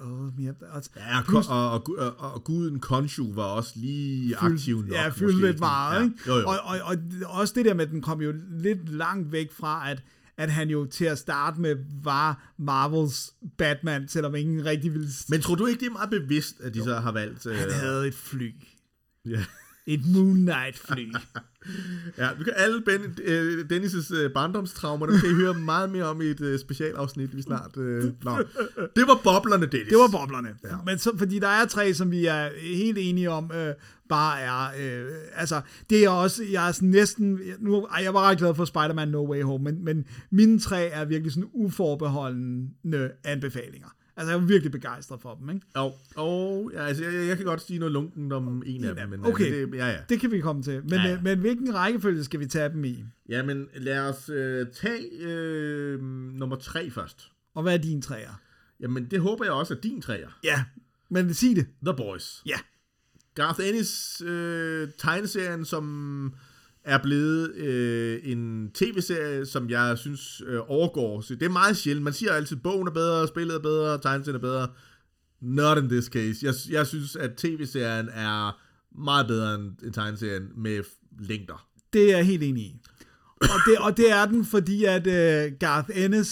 og guden Khonshu var også lige aktiv nok. Ja, fyldte lidt meget, ikke? Jo. Og også det der med, at den kom jo lidt langt væk fra, at han jo til at starte med var Marvels Batman, selvom ingen rigtig ville... Men tror du ikke, det er meget bevidst, at de så har valgt... Han havde et fly. Ja. Et Moon Knight fly. Ja, vi kan alle Dennis' barndomstraumer, dem kan I høre meget mere om i et specialafsnit, vi snart... Det var boblerne, Dennis. Det var boblerne. Ja. Men så, fordi der er 3, som vi er helt enige om, bare er... altså, det er også... Jeg er sådan næsten... jeg var ret glad for Spider-Man No Way Home, men mine 3 er virkelig sådan uforbeholdende anbefalinger. Altså, jeg er virkelig begejstret for dem, ikke? Altså, jeg kan godt sige noget lunken om en af dem. Men, okay, det kan vi komme til. Men hvilken rækkefølge skal vi tage dem i? Jamen, lad os tage nummer 3 først. Og hvad er din 3'er? Jamen, det håber jeg også er din 3'er. Ja, men sig det. The Boys. Ja. Garth Ennis tegneserien, som er blevet en tv-serie, som jeg synes overgår. Så det er meget sjældent. Man siger altid, bogen er bedre, spillet er bedre, tegneserien er bedre. Not in this case. Jeg synes, at tv-serien er meget bedre end tegneserien med længder. Det er jeg helt enig i. Og det er den, fordi at Garth Ennis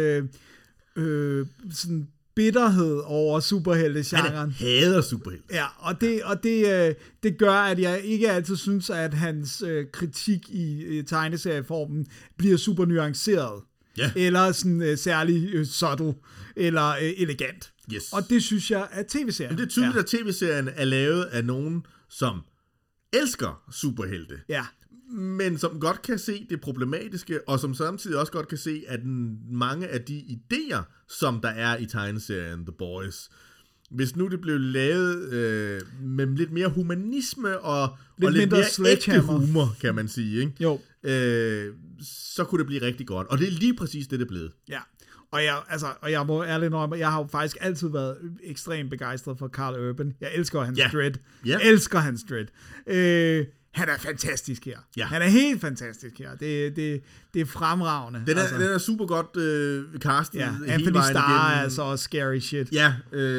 sådan bitterhed over superhelte-genren. Han hader superhelte. Ja, og det gør, at jeg ikke altid synes, at hans kritik i tegneserieformen bliver super nuanceret. Ja. Eller sådan særlig subtle, eller elegant. Yes. Og det synes jeg er tv-serien. Men det er tydeligt, at tv-serien er lavet af nogen, som elsker superhelte. Ja. Men som godt kan se det problematiske, og som samtidig også godt kan se, at mange af de idéer, som der er i tegneserien The Boys, hvis nu det blev lavet med lidt mere humanisme og lidt mere ægte humor, kan man sige, ikke? Jo. Så kunne det blive rigtig godt. Og det er lige præcis det er blevet. Ja. Og jeg må ærligt indrømme, jeg har jo faktisk altid været ekstremt begejstret for Carl Urban. Jeg elsker hans Dredd. Jeg elsker hans Dredd. Han er fantastisk her. Ja. Han er helt fantastisk her. Det er fremragende. Den er super godt castet. Ja, Anthony Starr er altså også scary shit. Ja,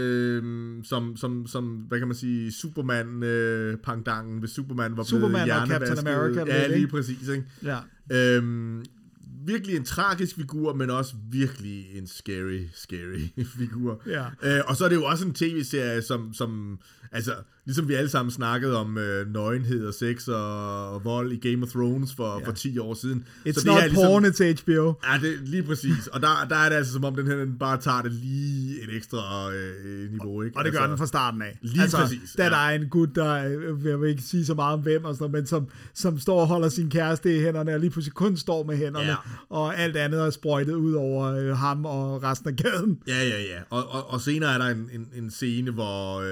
som hvad kan man sige, Superman-pangdangen, hvis Superman var blevet hjernevasket. Superman og Captain America. Ja, lige præcis. Ikke? Ja. Virkelig en tragisk figur, men også virkelig en scary figur. Ja. Og så er det jo også en tv-serie, som altså, ligesom vi alle sammen snakkede om nøgenhed og sex og vold i Game of Thrones for 10 år siden. It's så not det ligesom, porn, it's HBO. Ja, det lige præcis. Og der er det altså som om, den her den bare tager det lige et ekstra niveau, ikke? Og det gør den fra starten af. Lige præcis. Der er en gut, der, jeg vil ikke sige så meget om hvem, og sådan noget, men som står og holder sin kæreste i hænderne, og lige pludselig kun står med hænderne, og alt andet er sprøjtet ud over ham og resten af gaden. Ja. Og senere er der en scene, hvor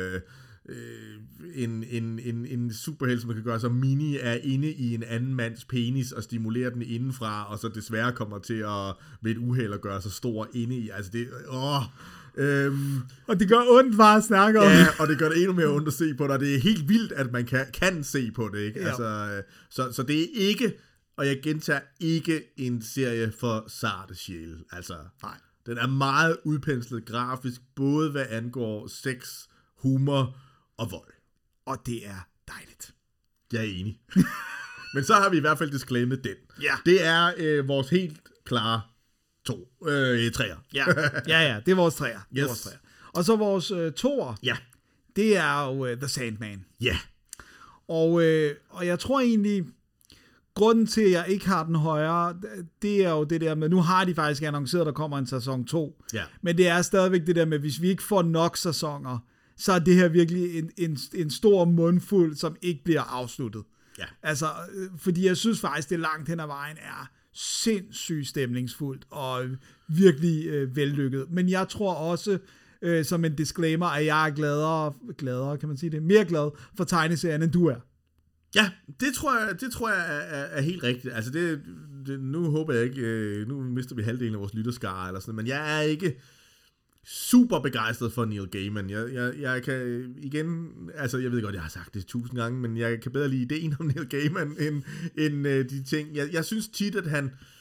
en superhelt, som man kan gøre sig mini, er inde i en anden mands penis og stimulerer den indenfra, og så desværre kommer til at ved et uheld at gøre sig stor inde i. Altså det... og det gør ondt bare at snakke om. Ja, og det gør det endnu mere ondt at se på det, og det er helt vildt, at man kan se på det, ikke? Ja. Altså, så det er ikke, og jeg gentager, ikke en serie for sarte sjæle. Altså, nej. Den er meget udpenslet grafisk, både hvad angår sex, humor og vold. Og det er dejligt. Jeg er enig. Men så har vi i hvert fald disclaimet den. Ja. Det er vores helt klare træer. Ja, det er vores træer. Yes. Og så vores toer. Ja. Det er jo The Sandman. Ja. Og jeg tror egentlig, grunden til, at jeg ikke har den højere, det er jo det der med, nu har de faktisk annonceret, at der kommer en sæson 2. Ja. Men det er stadigvæk det der med, hvis vi ikke får nok sæsoner, så er det her virkelig en stor mundfuld, som ikke bliver afsluttet. Ja. Altså, fordi jeg synes faktisk, det langt hen ad vejen er sindssygt stemningsfuldt og virkelig vellykket. Men jeg tror også, som en disclaimer, at jeg er gladere, kan man sige det, mere glad for tegneserien, end du er. Ja, det tror jeg er helt rigtigt. Altså nu håber jeg ikke, nu mister vi halvdelen af vores lytterskare eller sådan, men jeg er ikke super begejstret for Neil Gaiman. Jeg kan igen, altså jeg ved godt, jeg har sagt det 1000 gange, men jeg kan bedre lide ideen om Neil Gaiman end de ting. Jeg synes tit, at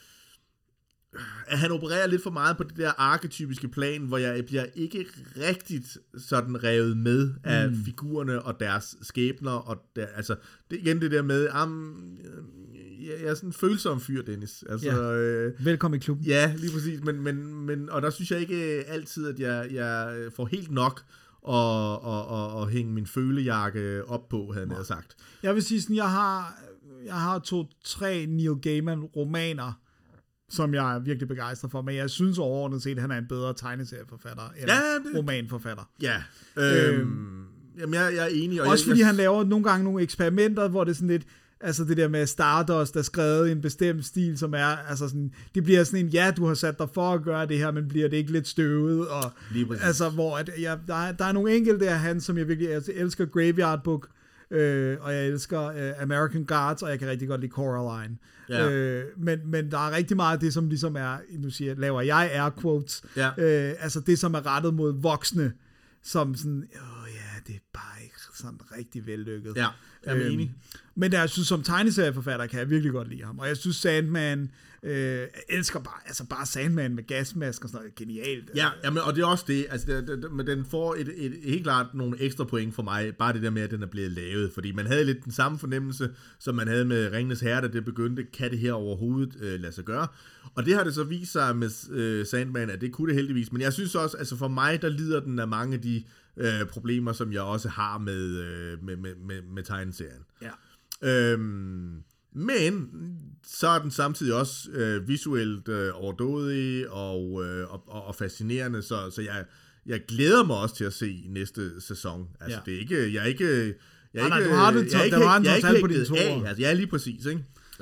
han opererer lidt for meget på det der arketypiske plan, hvor jeg bliver ikke rigtigt sådan revet med af figurerne og deres skæbner, og altså, det igen det der med, jeg er sådan en følsom fyr, Dennis. Altså, velkommen i klubben. Ja, lige præcis, men og der synes jeg ikke altid, at jeg får helt nok og hænge min følejakke op på, havde jeg sagt. Jeg vil sige sådan, jeg har 2-3 Neil Gaiman romaner, som jeg er virkelig begejstret for, men jeg synes overordnet set, at han er en bedre tegneserieforfatter end romanforfatter. Ja, jamen jeg er enig. Og også fordi han laver nogle gange nogle eksperimenter, hvor det er sådan lidt, altså det der med Stardust, der er skrevet i en bestemt stil, som er, altså sådan, det bliver sådan en, ja, du har sat dig for at gøre det her, men bliver det ikke lidt støvet, og altså, hvor at, der er nogle enkelte af han, som jeg virkelig elsker, Graveyard Book, og jeg elsker American Gods, og jeg kan rigtig godt lide Coraline. Ja. Men der er rigtig meget af det, som ligesom er, nu siger jeg, laver jeg air quotes, altså det, som er rettet mod voksne, som sådan, det er bare ikke sådan rigtig vellykket. Ja, jeg er enig. Men jeg synes, som tegneserieforfatter kan jeg virkelig godt lide ham. Og jeg synes, Sandman, elsker bare Sandman med gasmask og sådan noget, genialt. Ja, men, og det er også det, altså men den får et helt klart nogle ekstra point for mig, bare det der med, at den er blevet lavet, fordi man havde lidt den samme fornemmelse, som man havde med Ringenes Herre, da det begyndte, kan det her overhovedet lade sig gøre? Og det har det så vist sig med Sandman, at det kunne det heldigvis, men jeg synes også, altså for mig, der lider den af mange af de problemer, som jeg også har med tegneserien. Ja. Men så er den samtidig også visuelt overdådig og fascinerende, så jeg glæder mig også til at se næste sæson. Altså det er ikke, jeg er ikke, ja, lige præcis, ikke?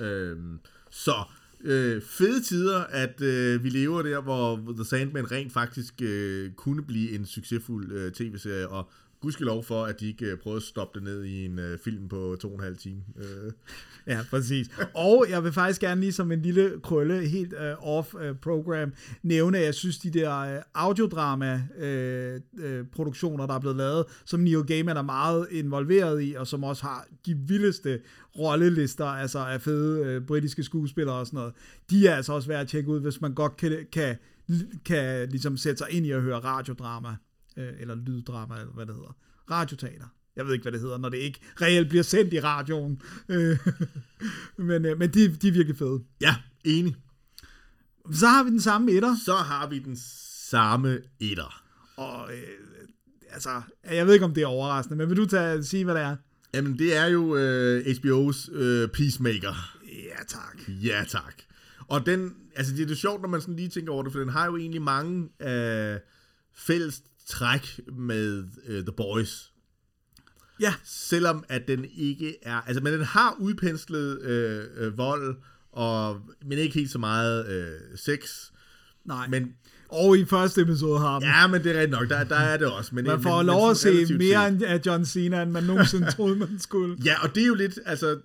Fede tider, at vi lever der, hvor The Sandman rent faktisk kunne blive en succesfuld tv-serie, og gudskelov for, at de ikke prøvede at stoppe det ned i en film på 2,5 timer. Ja, præcis. Og jeg vil faktisk gerne lige som en lille krølle, helt off-program, nævne, at jeg synes, de der audiodrama-produktioner, der er blevet lavet, som Neil Gaiman er meget involveret i, og som også har de vildeste rollelister, altså af fede britiske skuespillere og sådan noget, de er altså også værd at tjekke ud, hvis man godt kan ligesom sætte sig ind i at høre radiodrama, eller lyddrama, eller hvad det hedder. Radioteater. Jeg ved ikke, hvad det hedder, når det ikke reelt bliver sendt i radioen. men de er virkelig fede. Ja, enig. Så har vi den samme etter. Og altså, jeg ved ikke, om det er overraskende, men vil du sige, hvad det er? Jamen, det er jo HBO's Peacemaker. Ja, tak. Og den, altså det er det sjovt, når man sådan lige tænker over det, for den har jo egentlig mange fælles træk med The Boys. Ja. Selvom at den ikke er, altså men den har udpenslet vold, men ikke helt så meget sex. Nej. Men, og i første episode har man. Ja, men det er rigtigt nok, der er det også. Men, man får lov at se mere af John Cena, end man nogensinde troede, man skulle. Ja, og det er jo lidt, altså,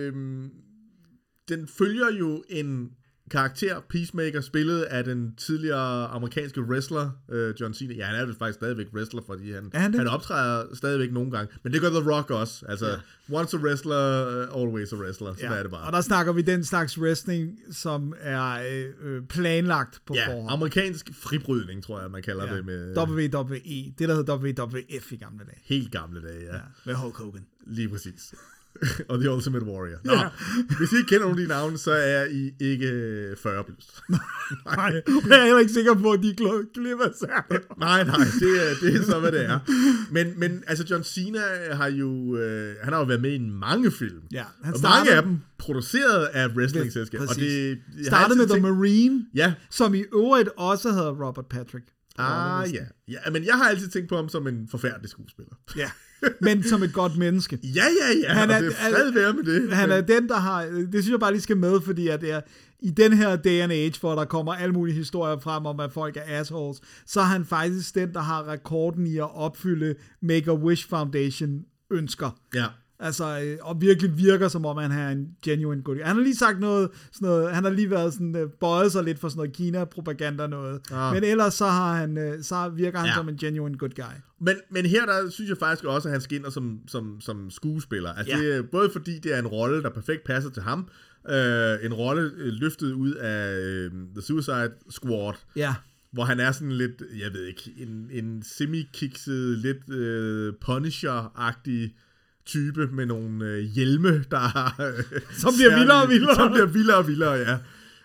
den følger jo en karakter, Peacemaker, spillet af den tidligere amerikanske wrestler, John Cena. Ja, han er jo faktisk stadigvæk wrestler, fordi han optræder stadigvæk nogle gange. Men det gør The Rock også. Altså, once a wrestler, always a wrestler. Så er det bare. Og der snakker vi den slags wrestling, som er planlagt på forhånd. Ja, amerikansk fribrydning, tror jeg, man kalder det. Med WWE. Det, der hedder WWF i gamle dage. Helt gamle dage, ja. Med Hulk Hogan. Lige præcis. Og The Ultimate Warrior. Nå, hvis I ikke kender nogle af de navne, så er I ikke 40 plus. Nej, jeg er heller ikke sikker på, at de glipper sig. Nej, det er så, hvad det er. Men altså, John Cena har jo, han har jo været med i mange film. Ja, og mange af dem produceret af wrestling-selskaber. Og det startede med The Marine, ja, som i øvrigt også havde Robert Patrick. Ja, men jeg har altid tænkt på ham som en forfærdelig skuespiller. Ja, men som et godt menneske. Ja, han er, det er fred være med det. Han er den, der har, det synes jeg bare lige skal med, fordi at det er, i den her day and age, hvor der kommer alle mulige historier frem om, at folk er assholes, så er han faktisk den, der har rekorden i at opfylde Make-A-Wish Foundation ønsker. Ja. Altså, og virkelig virker, som om han er en genuine good guy. Han har lige sagt noget, han har lige været sådan, bøjet sig lidt for sådan noget Kina-propaganda noget. Men ellers så virker han som en genuine good guy. Men her, der synes jeg faktisk også, at han skinner som skuespiller. Altså, det er både fordi, det er en rolle, der perfekt passer til ham. En rolle løftet ud af The Suicide Squad. Ja. Hvor han er sådan lidt, jeg ved ikke, en semi-kikset, lidt Punisher-agtig type med nogle hjelme, der som bliver vildere og vildere. Som bliver vildere og vildere, ja.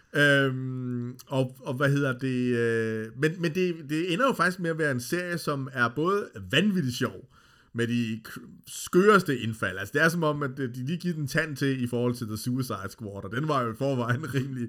Og hvad hedder det? Men det ender jo faktisk med at være en serie, som er både vanvittigt sjov, med de skøreste indfald. Altså det er som om, at de lige givet den tand til i forhold til The Suicide Squad, og den var jo i forvejen rimelig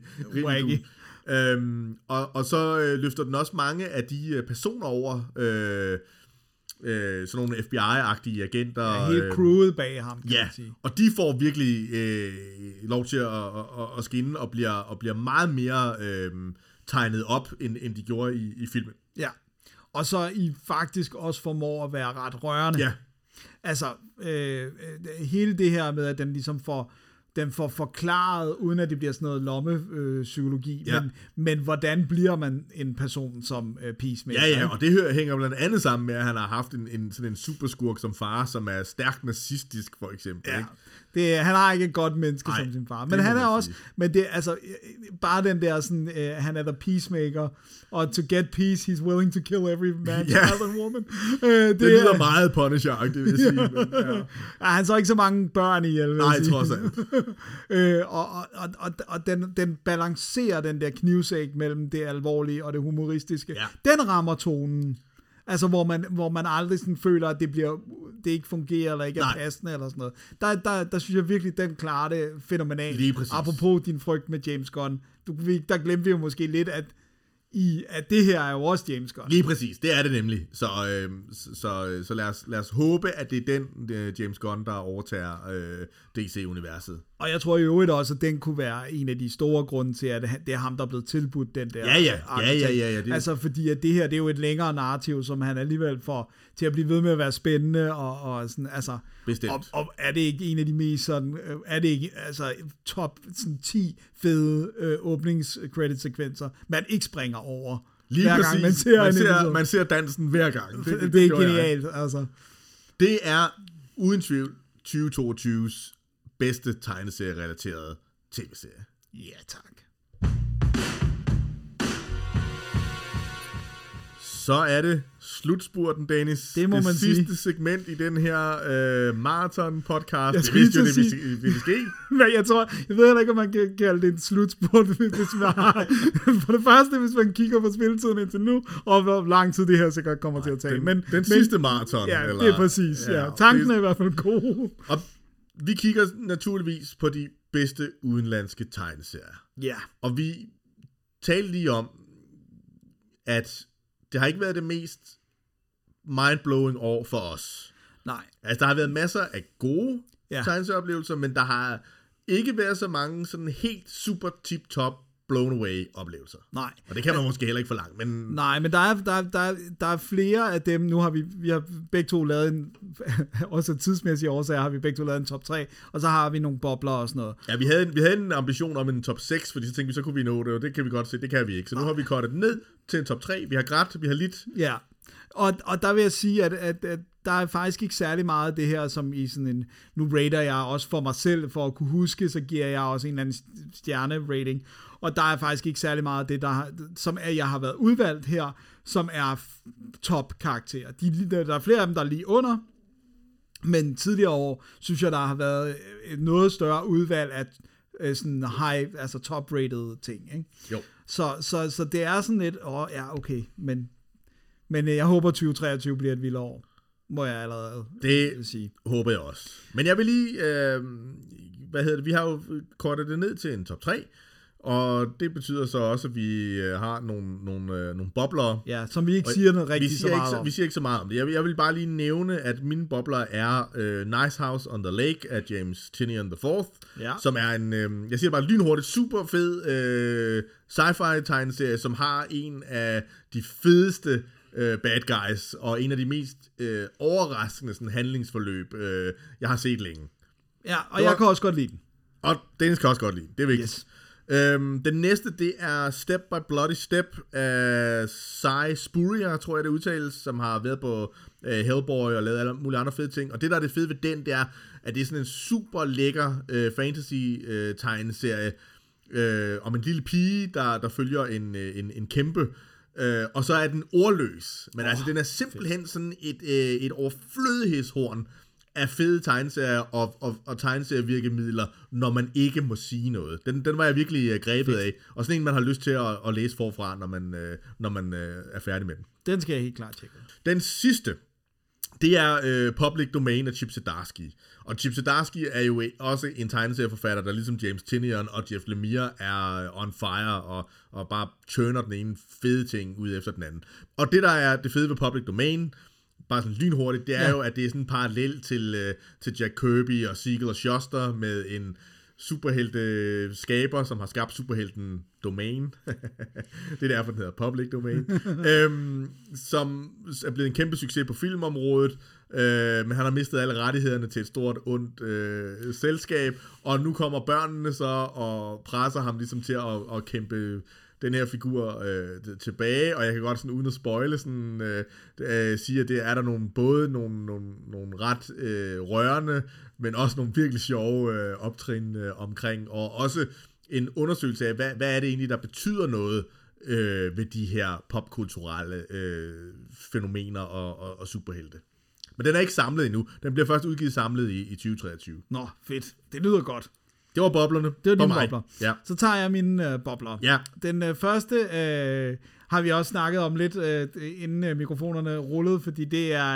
og så løfter den også mange af de personer over, sådan nogle FBI-agtige agenter. Ja, helt crewet bag ham, kan man sige. Og de får virkelig lov til at skinne og bliver meget mere tegnet op, end de gjorde i filmen. Ja, og så I faktisk også formår at være ret rørende. Ja. Altså, hele det her med, at den ligesom får den får forklaret, uden at det bliver sådan noget lommepsykologi, men hvordan bliver man en person som Peacemaker? Ja, og det hænger blandt andet sammen med, at han har haft sådan en superskurk som far, som er stærkt narcissistisk, for eksempel. Ja. Ikke? Han har ikke et godt menneske som sin far, men han er også, men det altså, bare den der sådan, han er the peacemaker, og to get peace, he's willing to kill every man, child and woman. Det lyder meget Punisher-agtigt, vil jeg sige. Men, han så ikke så mange børn ihjel. Nej, trods alt. Og den balancerer den der knivsæg mellem det alvorlige og det humoristiske. Ja. Den rammer tonen. Altså, hvor man aldrig sådan føler, at det ikke fungerer, eller ikke er passende, eller sådan noget. Der synes jeg virkelig, den klarer det fænomenalt. Lige præcis. Apropos din frygt med James Gunn. Der glemte vi jo måske lidt, at det her er jo også James Gunn. Lige præcis, det er det nemlig. Så lad os håbe, at det er den James Gunn, der overtager DC-universet. Og jeg tror i øvrigt også, at den kunne være en af de store grunde til, at det er ham, der er blevet tilbudt den der. Ja. Altså fordi, at det her, det er jo et længere narrativ, som han alligevel får til at blive ved med at være spændende, og sådan, altså. Bestemt. Og er det ikke en af de mest sådan, er det ikke, altså, top sådan 10 fede åbningscredit-sekvenser, man ikke springer over. Lige hver præcis. Gang man ser dansen hver gang. Det er genialt, altså. Det er uden tvivl 2022's bedste tegneserie-relaterede tv-serie. Ja, tak. Så er det slutspurten, Dennis. Det må man sige. Det sidste segment i den her marathon-podcast. Jeg vidste jo, det ville ske. Men jeg ved heller ikke, om man kan kalde det en slutspurt, hvis man har. For det første, hvis man kigger på spilletiden indtil nu, og hvor lang tid det her sikkert kommer til at tage. Den sidste marathon. Ja, eller, det er præcis. Ja. Tanken er i hvert fald god. Og vi kigger naturligvis på de bedste udenlandske tegneserier. Ja. Og vi talte lige om, at det har ikke været det mest mindblowing år for os. Nej. Altså, der har været masser af gode tegneserieoplevelser, men der har ikke været så mange sådan helt super tip-top blown away oplevelser. Nej. Og det kan man måske heller ikke forlange, men... Nej, men der er flere af dem. Nu har vi har begge to lavet en... også tidsmæssige årsager har vi begge to lavet en top 3, og så har vi nogle bobler og sådan noget. Ja, vi havde en ambition om en top 6, fordi så tænkte vi, så kunne vi nå det, og det kan vi godt se, det kan vi ikke. Så nu har vi kortet ned til en top 3. Vi har grædt, vi har lidt. Ja, og der vil jeg sige, at der er faktisk ikke særlig meget af det her, som i sådan en... Nu rater jeg også for mig selv, for at kunne huske, så giver jeg også en eller anden stjerne-rating. Og der er faktisk ikke særlig meget af det, jeg har været udvalgt her, som er top-karakterer. Der er flere af dem, der er lige under, men tidligere år, synes jeg, der har været et noget større udvalg af sådan high, altså top-rated ting, ikke? Jo. Så det er sådan lidt, okay, men jeg håber 2023 bliver et vildt år, må jeg allerede sige. Det håber jeg også. Men jeg vil lige, vi har jo kortet det ned til en top 3, og det betyder så også, at vi har nogle bobler. Ja, som vi ikke siger noget rigtigt så meget om. Vi siger ikke så meget om det. Jeg vil bare lige nævne, at mine bobler er Nice House on the Lake af James Tynion IV, som er en, jeg siger bare lynhurtigt, super fed sci-fi tegneserie, som har en af de fedeste bad guys, og en af de mest overraskende sådan, handlingsforløb, jeg har set længe. Ja, og jeg kan også godt lide den. Og Dennis kan også godt lide den. Det er vigtigt. Yes. Den næste, det er Step by Bloody Step af Cy Spurrier, tror jeg det udtales, som har været på Hellboy og lavet alle mulige andre fede ting. Og det, der er det fede ved den, det er, at det er sådan en super lækker fantasy-tegneserie om en lille pige, der følger en kæmpe. Og så er den ordløs. Men altså, den er simpelthen sådan et overflødighedshorn af fede tegneserier og tegneserievirkemidler, når man ikke må sige noget. Den var jeg virkelig grebet af. Og sådan en, man har lyst til at læse forfra, når man er færdig med den. Den skal jeg helt klart tjekke. Den sidste, det er Public Domain af Chip Zdarsky. Og Chip Zdarsky er jo også en tegneserieforfatter, der ligesom James Tynion og Jeff Lemire er on fire og bare churner den ene fede ting ud efter den anden. Og det, der er det fede ved Public Domain, bare sådan lynhurtigt, det er jo, at det er sådan en parallel til Jack Kirby og Siegel og Shuster med superhelte skaber, som har skabt superhelten Domain. Det er derfor, den hedder Public Domain. Som er blevet en kæmpe succes på filmområdet, men han har mistet alle rettighederne til et stort, ondt selskab, og nu kommer børnene så og presser ham ligesom til at kæmpe den her figur tilbage, og jeg kan godt sådan uden at spoile sådan, sige, at det er der både nogle ret rørende, men også nogle virkelig sjove optrin omkring, og også en undersøgelse af, hvad er det egentlig, der betyder noget ved de her popkulturelle fænomener og superhelte. Men den er ikke samlet endnu. Den bliver først udgivet samlet i 2023. Nå, fedt. Det lyder godt. Det var boblerne. Det var dine bobler. Ja. Så tager jeg mine bobler. Ja. Den første har vi også snakket om lidt, inden mikrofonerne rullede, fordi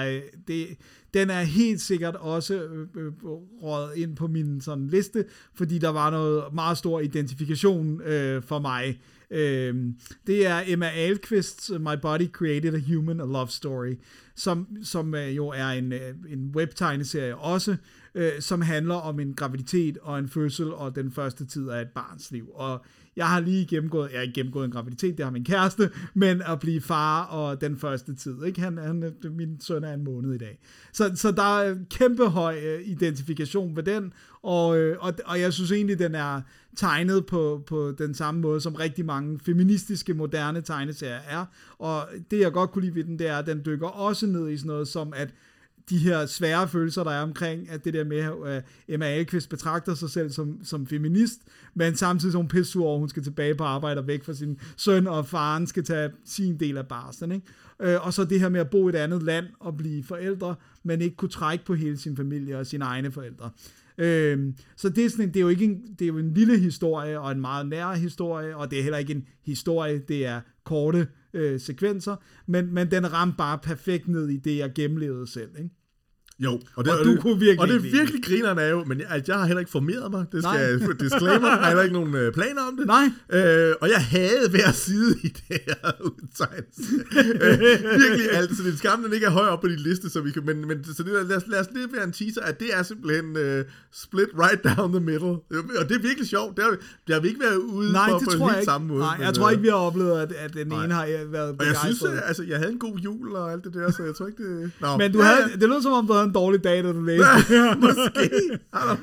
den er helt sikkert også røget ind på min sådan liste, fordi der var noget meget stor identifikation for mig. Det er Emma Ahlqvists My Body Created a Human, a Love Story, som jo er en webtegneserie også, som handler om en graviditet og en fødsel og den første tid af et barns liv. Og jeg har ikke gennemgået en graviditet, det har min kæreste, men at blive far og den første tid. Ikke? Min søn er 1 måned i dag. Så der er kæmpe høj identifikation ved den, og jeg synes egentlig, den er tegnet på den samme måde, som rigtig mange feministiske, moderne tegneserier er. Og det, jeg godt kunne lide ved den, det er, at den dykker også ned i sådan noget som, at de her svære følelser, der er omkring, at det der med, at Emma Ahlqvist betragter sig selv som feminist, men samtidig så hun pisse over, hun skal tilbage på arbejde og væk fra sin søn, og faren skal tage sin del af barslen, ikke? Og så det her med at bo i et andet land og blive forældre, men ikke kunne trække på hele sin familie og sine egne forældre. Så det er sådan det er jo en lille historie og en meget nær historie, og det er heller ikke en historie, det er korte sekvenser, men den ramte bare perfekt ned i det, jeg gennemlevede selv, ikke? Jo, og det virkelig grinerne er jo, men jeg har heller ikke formeret mig, det skal jeg disclaimer, jeg har heller ikke nogen planer om det. Nej. Og jeg havde hver side i det her udtegnelse. Virkelig alt, så det er skam, den ikke er højere op på din liste, så vi kan, men så det der, lad os lige være en teaser, at det er simpelthen split right down the middle, og det er virkelig sjovt, det har vi ikke været ude på en helt samme måde. Nej, jeg tror ikke, vi har oplevet, at den ene har været begejstret. Og jeg synes, jeg havde en god jul og alt det der, så jeg tror ikke det... Men det lød som om, du havde en dårlig dag, da du læste. Måske. I don't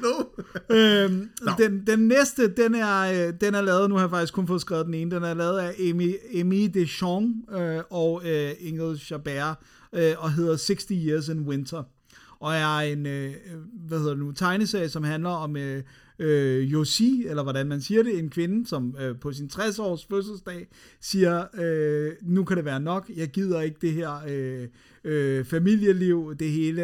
know. Den næste, den er lavet, nu har jeg faktisk kun fået skrevet den ene, den er lavet af Amy Deschamps og Ingrid Chabert, og hedder 60 Years in Winter. Og er en, tegneserie, som handler om Josie, eller hvordan man siger det, en kvinde, som på sin 60-års fødselsdag siger, nu kan det være nok, jeg gider ikke det her familieliv, det hele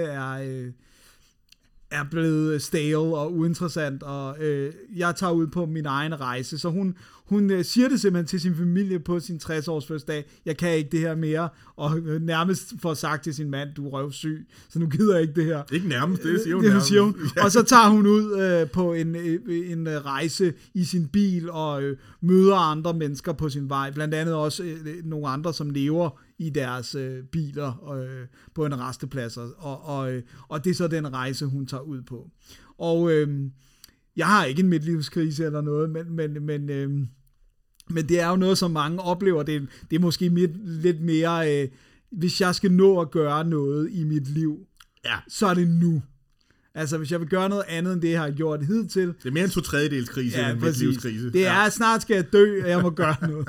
er blevet stale og uinteressant, og jeg tager ud på min egen rejse. Så hun siger det simpelthen til sin familie på sin 60-års fødselsdag, jeg kan ikke det her mere, og nærmest får sagt til sin mand, du er røvsyg, så nu gider jeg ikke det her. Ikke nærmest, det siger hun nærmest. Ja. Og så tager hun ud på en rejse i sin bil, og møder andre mennesker på sin vej, blandt andet også nogle andre, som lever i deres biler på en rasteplads, og det er så den rejse, hun tager ud på. Og jeg har ikke en midtlivskrise eller noget, men det er jo noget, som mange oplever. Det er måske lidt mere, hvis jeg skal nå at gøre noget i mit liv, så er det nu. Altså, hvis jeg vil gøre noget andet, end det, jeg har gjort hidtil. Det er mere en 2/3 krise end en midtlivskrise. Det er, snart skal jeg dø, og jeg må gøre noget.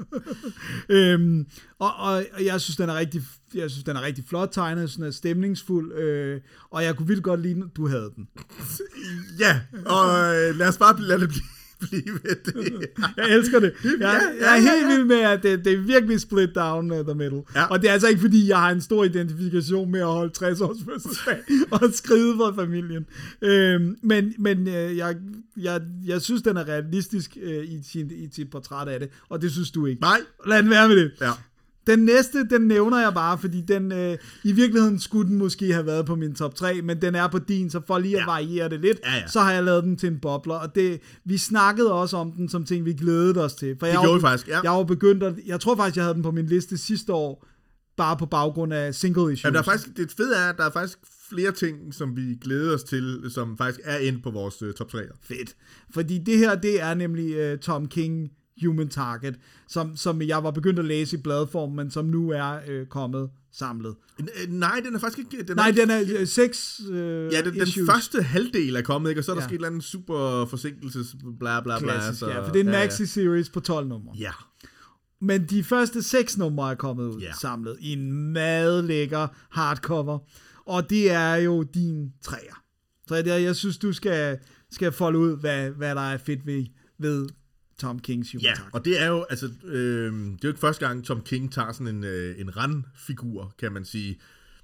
Og jeg synes, den er rigtig flot tegnet, sådan er stemningsfuld, og jeg kunne vildt godt lide, du havde den. Ja, og lad os bare lade det blive ved det. Jeg elsker det. Jeg er helt vild med, at det er virkelig split down the middle. Ja. Og det er altså ikke, fordi jeg har en stor identifikation med at holde 60 års fødselsdag og skride for familien. Men jeg synes, den er realistisk i sit portræt af det, og det synes du ikke. Nej. Lad den være med det. Ja. Den næste, den nævner jeg bare, fordi den, i virkeligheden skulle den måske have været på min top 3, men den er på din, så for lige at variere det lidt, så har jeg lavet den til en bobler, og vi snakkede også om den som ting, vi glædede os til. For det gjorde vi faktisk, jeg var begyndt jeg tror faktisk, jeg havde den på min liste sidste år, bare på baggrund af single issues. Jamen, der er faktisk, det fede er, at der er faktisk flere ting, som vi glæder os til, som faktisk er inde på vores top 3'er. Fedt. Fordi det her, det er nemlig Tom King Human Target, som jeg var begyndt at læse i bladform, men som nu er kommet samlet. Nej, den er faktisk ikke... Den er 6 den første halvdel er kommet, ikke? Og så er der sket et eller andet super forsinkelses bla bla bla. Klassisk, ja, for det er en maxi-series på 12 numre. Ja. Men de første 6 numre er kommet ud samlet i en meget lækker hardcover, og det er jo din 3'er. Så jeg synes, du skal folde ud, hvad der er fedt ved Tom Kings Human Target. Og det er jo, altså, det er jo ikke første gang, Tom King tager sådan en randfigur, kan man sige,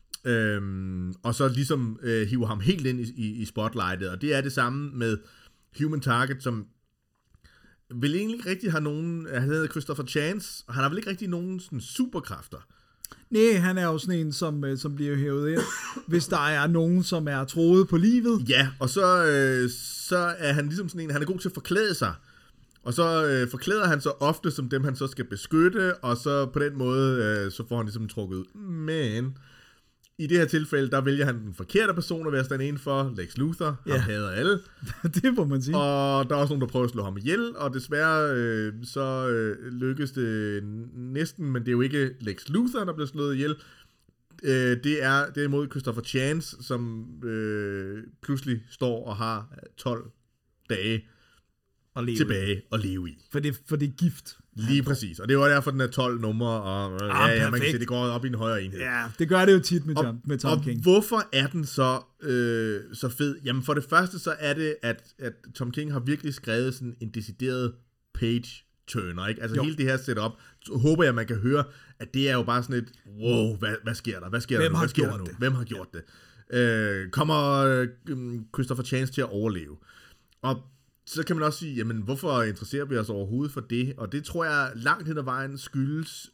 og så ligesom hiver ham helt ind i spotlightet, og det er det samme med Human Target, som vel egentlig ikke rigtig har nogen, han hedder Christopher Chance, og han har vel ikke rigtig nogen sådan superkræfter. Nej, han er jo sådan en, som bliver hævet ind, hvis der er nogen, som er troet på livet. Ja, og så er han ligesom sådan en, han er god til at forklæde sig, og så forklæder han sig ofte som dem, han så skal beskytte, og så på den måde, så får han ligesom trukket ud. Men i det her tilfælde, der vælger han den forkerte person at være stand ind for, Lex Luthor. Han hader alle. Det må man sige. Og der er også nogen, der prøver at slå ham ihjel, og desværre så lykkes det næsten, men det er jo ikke Lex Luthor, der bliver slået ihjel. Det er derimod Christopher Chance, som pludselig står og har 12 dage tilbage at leve i. For det er gift. Lige præcis. Og det var derfor, den er 12 numre, og man kan se, det går op i en højere enhed. Ja, det gør det jo tit med Tom King. Og hvorfor er den så fed? Jamen for det første, så er det, at Tom King har virkelig skrevet sådan en decideret page-turner, ikke? Altså hele det her setup, håber jeg, man kan høre, at det er jo bare sådan et, wow, hvad sker der? Hvad sker der nu? Hvem har gjort det? Kommer Christopher Chance til at overleve? Og så kan man også sige, jamen hvorfor interesserer vi os overhovedet for det? Og det tror jeg langt hen ad vejen skyldes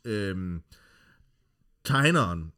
tegneren,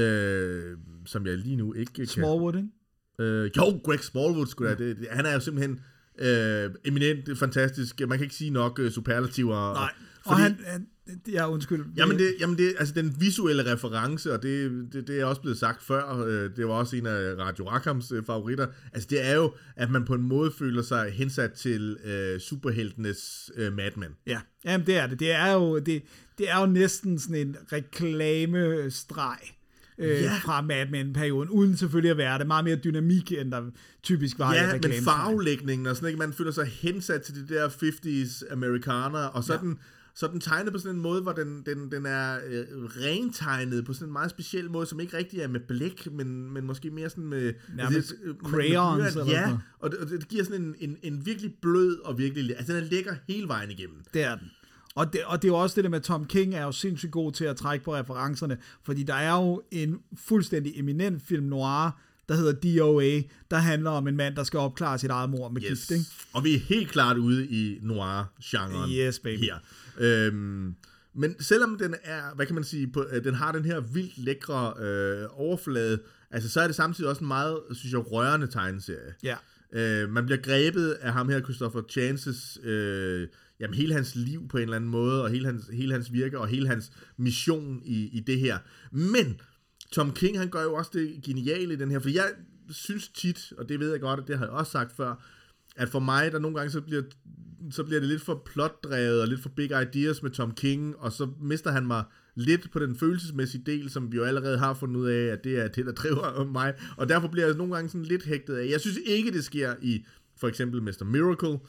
som jeg lige nu ikke kan... Smallwood, ikke? Jo, Greg Smallwood, han er jo simpelthen eminent, fantastisk. Man kan ikke sige nok superlativer. Nej, fordi, og undskyld. Jamen det, altså den visuelle reference, og det er også blevet sagt før, det var også en af Radio Rackhams favoritter, altså det er jo, at man på en måde føler sig hensat til superheltenes Mad Men. Ja, jamen det er det. Det er jo næsten sådan en reklamestreg fra Mad Men-perioden, uden selvfølgelig at være det. Meget mere dynamik, end der typisk var i reklamestreg. Men farvelægningen og sådan, ikke? Man føler sig hensat til det der 50's amerikaner, og så den tegnet på sådan en måde, hvor den er rentegnet på sådan en meget speciel måde, som ikke rigtig er med blæk, men måske mere sådan med... Nærmest crayons. Ja, og det giver sådan en virkelig blød og virkelig... Altså den er lækker hele vejen igennem. Det er den. Og det er jo også det der med, Tom King er jo sindssygt god til at trække på referencerne, fordi der er jo en fuldstændig eminent film noir, der hedder DOA, der handler om en mand, der skal opklare sit eget mord med gift, ikke? Og vi er helt klart ude i noir-genren her. Men selvom den er, hvad kan man sige, den har den her vildt lækre overflade, altså så er det samtidig også en meget, synes jeg, rørende tegneserie. Ja. Man bliver grebet af ham her, Christopher Chances, jamen hele hans liv på en eller anden måde, og hele hans virke, og hele hans mission i det her. Men Tom King, han gør jo også det geniale i den her, for jeg synes tit, og det ved jeg godt, og det har jeg også sagt før, at for mig, der nogle gange så bliver det lidt for plotdrevet, og lidt for big ideas med Tom King, og så mister han mig lidt på den følelsesmæssige del, som vi jo allerede har fundet ud af, at det er det, der driver mig, og derfor bliver jeg nogle gange sådan lidt hægtet af. Jeg synes ikke, det sker i for eksempel Mr. Miracle,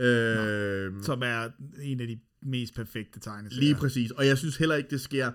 som er en af de mest perfekte tegneserier. Lige præcis, og jeg synes heller ikke, det sker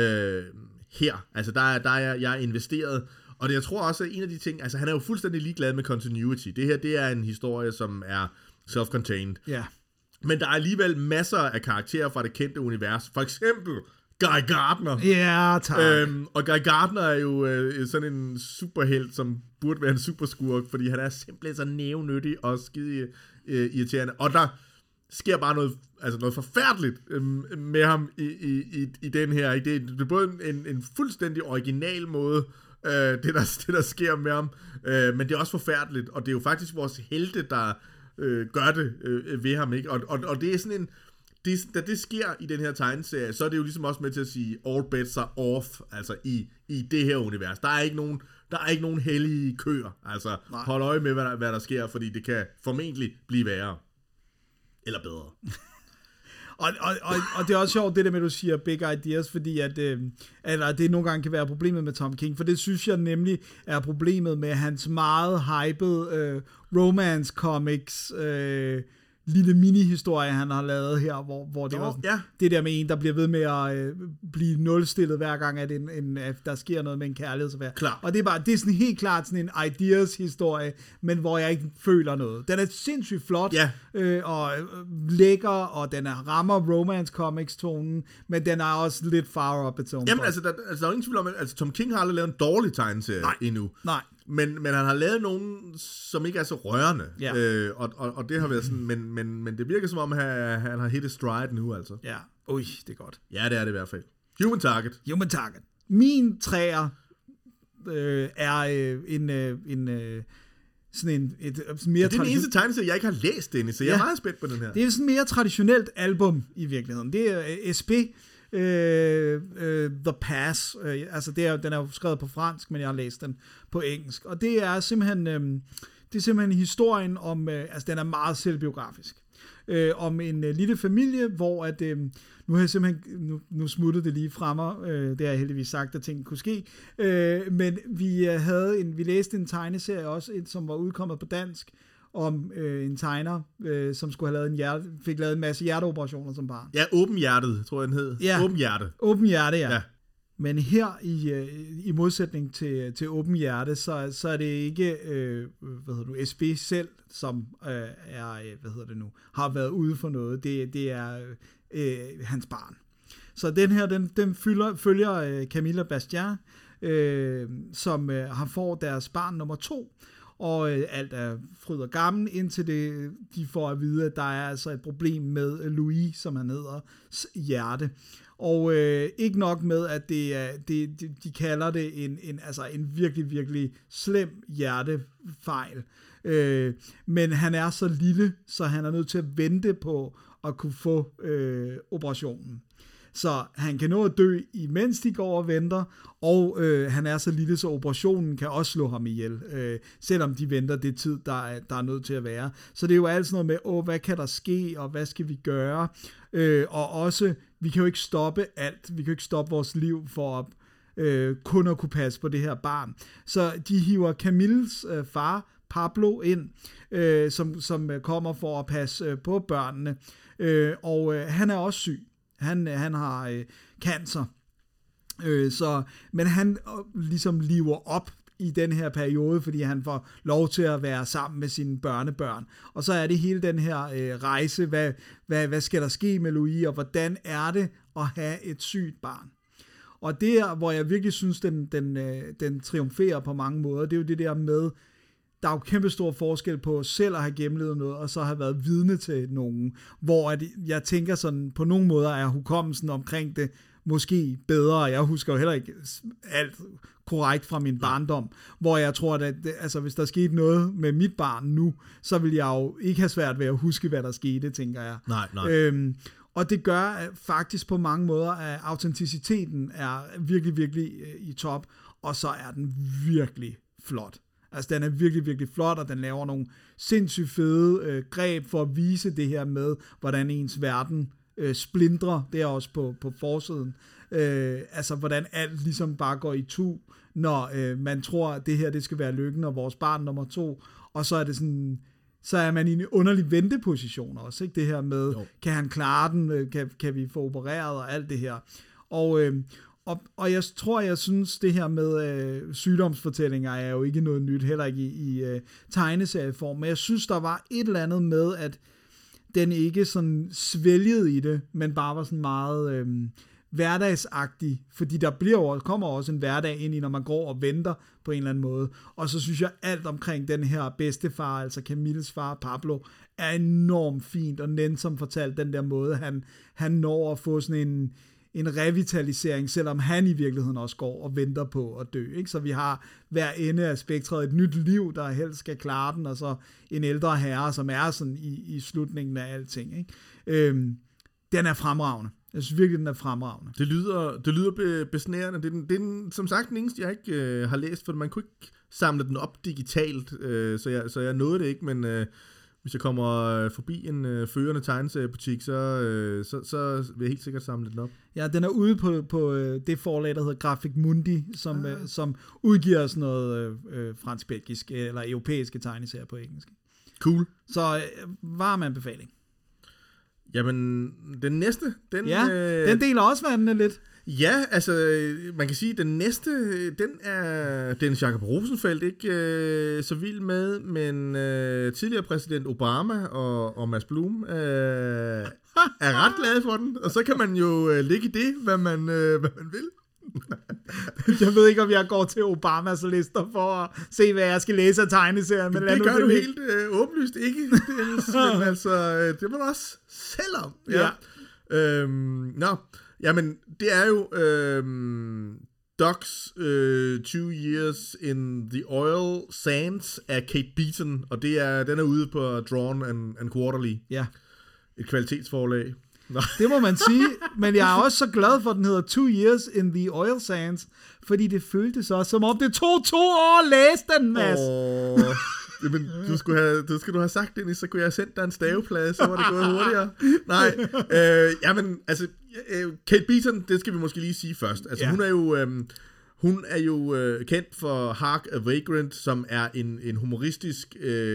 her. Altså, der er jeg investeret, og jeg tror også, at en af de ting, altså han er jo fuldstændig ligeglad med continuity. Det her, det er en historie, som er self-contained. Ja. Men der er alligevel masser af karakterer fra det kendte univers. For eksempel Guy Gardner. Ja, tak. Og Guy Gardner er jo sådan en superhelt, som burde være en superskurk, fordi han er simpelthen så nævnyttig og skide irriterende. Og der sker bare noget forfærdeligt med ham i den her. Det er både en fuldstændig original måde, det der sker med ham, men det er også forfærdeligt, og det er jo faktisk vores helte, der gør det ved ham, ikke? Og det er sådan da det sker i den her tegneserie, så er det jo ligesom også med til at sige, all bets are off, altså i det her univers. Der er ikke nogen hellige køer. Altså, hold øje med, hvad der sker, fordi det kan formentlig blive værre. Eller bedre. Og det er også sjovt, det der med, at du siger big ideas, fordi at det nogle gange kan være problemet med Tom King, for det synes jeg nemlig er problemet med hans meget hyped romance comics, lille mini-historie, han har lavet her, hvor det var sådan, det der med en, der bliver ved med at blive nulstillet hver gang, at der sker noget med en kærlighedsaffære. Klar. Og det er sådan helt klart sådan en ideas-historie, men hvor jeg ikke føler noget. Den er sindssygt flot, og lækker, og den rammer romance comics-tonen, men den er også lidt far up its own. Jamen, altså, der er ingen tvivl om, at Tom King har aldrig lavet en dårlig tegneserie endnu. Nej. Men han har lavet nogen, som ikke er så rørende. Ja. Og det har været sådan, men det virker som om, han har hit a stride nu, altså. Ja, det er godt. Ja, det er det i hvert fald. Human Target. Min træer er sådan et mere... det er den eneste tegneserie, jeg ikke har læst, Dennis, så jeg er meget spændt på den her. Det er sådan et mere traditionelt album i virkeligheden. Det er SP, The Pass, altså den er jo skrevet på fransk, men jeg har læst den på engelsk, og det er simpelthen historien om, altså den er meget selvbiografisk, om en lille familie, hvor at, nu har jeg simpelthen, nu smuttede det lige fra mig, det har jeg heldigvis sagt, at ting kunne ske, men vi læste en tegneserie også, som var udkommet på dansk, om en tegner, som skulle have fik lavet en masse hjerteoperationer som barn. Ja, Åben Hjertet, tror jeg den hed. Ja, Åben Hjerte, ja. Men her i modsætning til Åben Hjerte, så er det ikke SB selv, som har været ude for noget. Det er hans barn. Så den her, den følger Camilla Bastien, som får deres barn nummer 2, og alt er fryd og gammel, indtil de får at vide, at der er altså et problem med Louis, som han hedder, hjerte. Og ikke nok med, at de kalder det en virkelig, virkelig slem hjertefejl. Men han er så lille, så han er nødt til at vente på at kunne få operationen. Så han kan nå at dø, imens de går og venter, og han er så lille, så operationen kan også slå ham ihjel, selvom de venter det tid, der er nødt til at være. Så det er jo altid noget med, hvad kan der ske, og hvad skal vi gøre? Og også, vi kan jo ikke stoppe alt. Vi kan jo ikke stoppe vores liv for kun at kunne passe på det her barn. Så de hiver Camilles far, Pablo, ind, som kommer for at passe på børnene. Og han er også syg. Han har cancer. Men han ligesom lever op i den her periode, fordi han får lov til at være sammen med sine børnebørn. Og så er det hele den her rejse, hvad skal der ske med Louis, og hvordan er det at have et sygt barn. Og det er, hvor jeg virkelig synes, den triumferer på mange måder, det er jo det der med, der er jo kæmpe stor forskel på selv at have gennemlevet noget, og så have været vidne til nogen, hvor jeg tænker sådan, på nogle måder er hukommelsen omkring det måske bedre. Jeg husker jo heller ikke alt korrekt fra min barndom, hvor jeg tror, at hvis der skete noget med mit barn nu, så vil jeg jo ikke have svært ved at huske, hvad der skete, tænker jeg. Nej. Og det gør faktisk på mange måder, at autenticiteten er virkelig, virkelig i top, og så er den virkelig flot. Altså, den er virkelig, virkelig flot, og den laver nogle sindssygt fede greb for at vise det her med, hvordan ens verden splindrer. Det er også på forsiden. Altså, hvordan alt ligesom bare går i tu, når man tror, at det her, det skal være lykken og vores barn nummer 2, og så er det sådan, så er man i en underlig venteposition også, ikke? Det her med, kan han klare den, kan vi få opereret og alt det her. Og jeg synes, det her med sygdomsfortællinger er jo ikke noget nyt, heller ikke i tegneserieform, men jeg synes, der var et eller andet med, at den ikke sådan svælgede i det, men bare var sådan meget hverdagsagtig, fordi der kommer også en hverdag ind i, når man går og venter på en eller anden måde. Og så synes jeg, alt omkring den her bedstefar, altså Camilles far, Pablo, er enormt fint og nænsomt fortalt den der måde, han når at få sådan en revitalisering, selvom han i virkeligheden også går og venter på at dø. Ikke? Så vi har hver ende af spektret et nyt liv, der helst skal klare den, og så en ældre herre, som er sådan i slutningen af alting. Ikke? Den er fremragende. Jeg synes virkelig, den er fremragende. Det lyder besnærende. Det er den, som sagt den eneste, jeg ikke har læst, for man kunne ikke samle den op digitalt, så jeg nåede det ikke, men hvis jeg kommer forbi en førende tegneseriebutik, så vil jeg helt sikkert samle den op. Ja, den er ude på det forlag, der hedder Graphic Mundi, som udgiver sådan noget fransk-belgisk eller europæiske tegneserier på engelsk. Cool. Så varm anbefaling. Jamen, den næste, den deler også vandene lidt. Ja, altså, man kan sige, at den næste, den er Dennis Jakob Rosenfeldt ikke så vild med, men tidligere præsident Obama og Mads Blum er ret glade for den, og så kan man jo ligge i det, hvad man vil. Jeg ved ikke, om jeg går til Obamas lister for at se, hvad jeg skal læse af tegneserien. Men det gør du helt åbenlyst ikke, Dennis, men altså, det må du også selv om. Ja. Jamen, det er jo Doc's 2 Years in the Oil Sands af Kate Beaton, og den er ude på Drawn and Quarterly. Ja. Et kvalitetsforlag. Det må man sige, men jeg er også så glad for, at den hedder 2 Years in the Oil Sands, fordi det føltes også, som om det tog 2 år at læse den, Mads. Jamen, du skulle have sagt det, så kunne jeg have sendt dig en staveplade, så var det gået hurtigere. Nej, jamen, altså, Kate Beaton, det skal vi måske lige sige først. Altså, hun er jo kendt for Hark a Vagrant, som er en humoristisk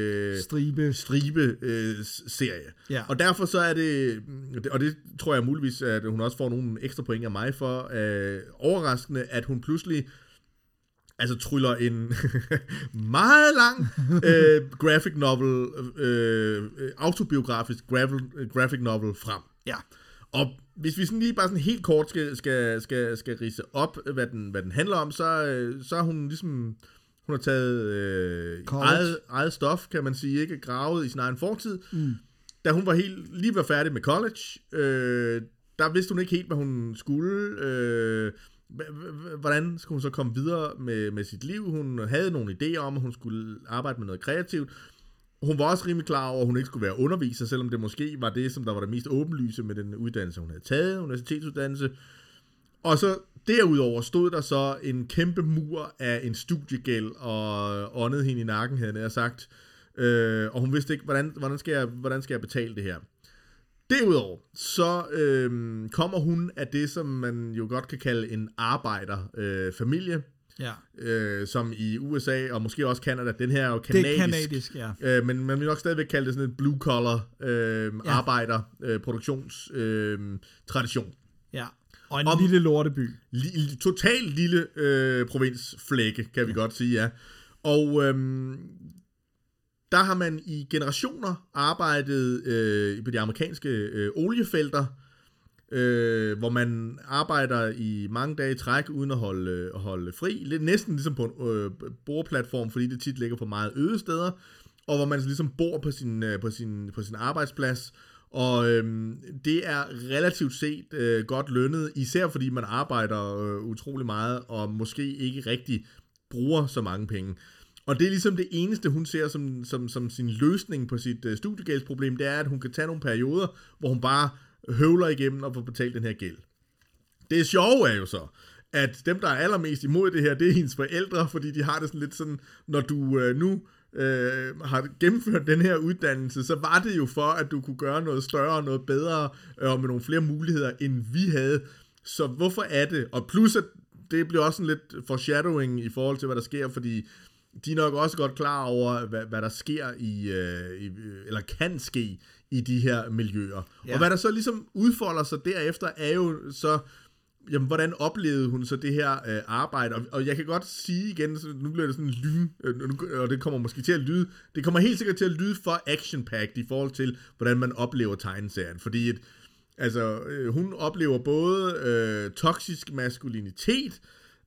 stribe-serie. Ja. Og derfor så er det, og det tror jeg muligvis, at hun også får nogle ekstra point af mig for, overraskende, at hun pludselig tryller en meget lang graphic novel, autobiografisk graphic novel frem. Ja. Og hvis vi sådan lige bare sådan helt kort skal ridse op, hvad den handler om, så er hun ligesom, hun har taget eget stof, kan man sige, ikke gravet i sin egen fortid. Da hun var lige var færdig med college, der vidste hun ikke helt, hvad hun skulle. Hvordan skulle hun så komme videre med sit liv? Hun havde nogle idéer om, at hun skulle arbejde med noget kreativt. Hun var også rimelig klar over, at hun ikke skulle være underviser, selvom det måske var det, som der var det mest åbenlyse med den uddannelse, hun havde taget, universitetsuddannelse. Og så derudover stod der så en kæmpe mur af en studiegæld og åndede hende i nakken, havde jeg sagt. Og hun vidste ikke, hvordan skal jeg betale det her. Derudover, så kommer hun af det, som man jo godt kan kalde en arbejderfamilie. Som i USA og måske også Canada. Den her er jo kanadisk. Det er kanadisk, ja. Men man vil nok stadigvæk kalde det sådan en blue collar arbejder-produktionstradition. Ja, og en lille lorteby. Totalt lille provinsflække, kan vi godt sige, ja. Og der har man i generationer arbejdet på de amerikanske oliefelter, hvor man arbejder i mange dage i træk uden at holde fri. Lidt næsten ligesom på en boreplatform, fordi det tit ligger på meget øde steder, og hvor man ligesom bor på sin arbejdsplads. Og det er relativt set godt lønnet, især fordi man arbejder utrolig meget, og måske ikke rigtig bruger så mange penge. Og det er ligesom det eneste, hun ser som sin løsning på sit studiegældsproblem, det er, at hun kan tage nogle perioder, hvor hun bare høvler igennem og får betalt den her gæld. Det sjove er jo så, at dem, der er allermest imod det her, det er hendes forældre, fordi de har det sådan lidt sådan, når du nu har gennemført den her uddannelse, så var det jo for, at du kunne gøre noget større og noget bedre, og med nogle flere muligheder, end vi havde. Så hvorfor er det? Og plus, at det bliver også sådan lidt foreshadowing i forhold til, hvad der sker, fordi de er nok også godt klar over, hvad der sker eller kan ske i de her miljøer. Ja. Og hvad der så ligesom udfolder sig derefter, er jo så, jamen, hvordan oplevede hun så det her arbejde? Og jeg kan godt sige igen, så nu bliver det sådan en lyn, og det kommer måske til at lyde, det kommer helt sikkert til at lyde for action-packed i forhold til, hvordan man oplever tegneserien. Fordi hun oplever både toksisk maskulinitet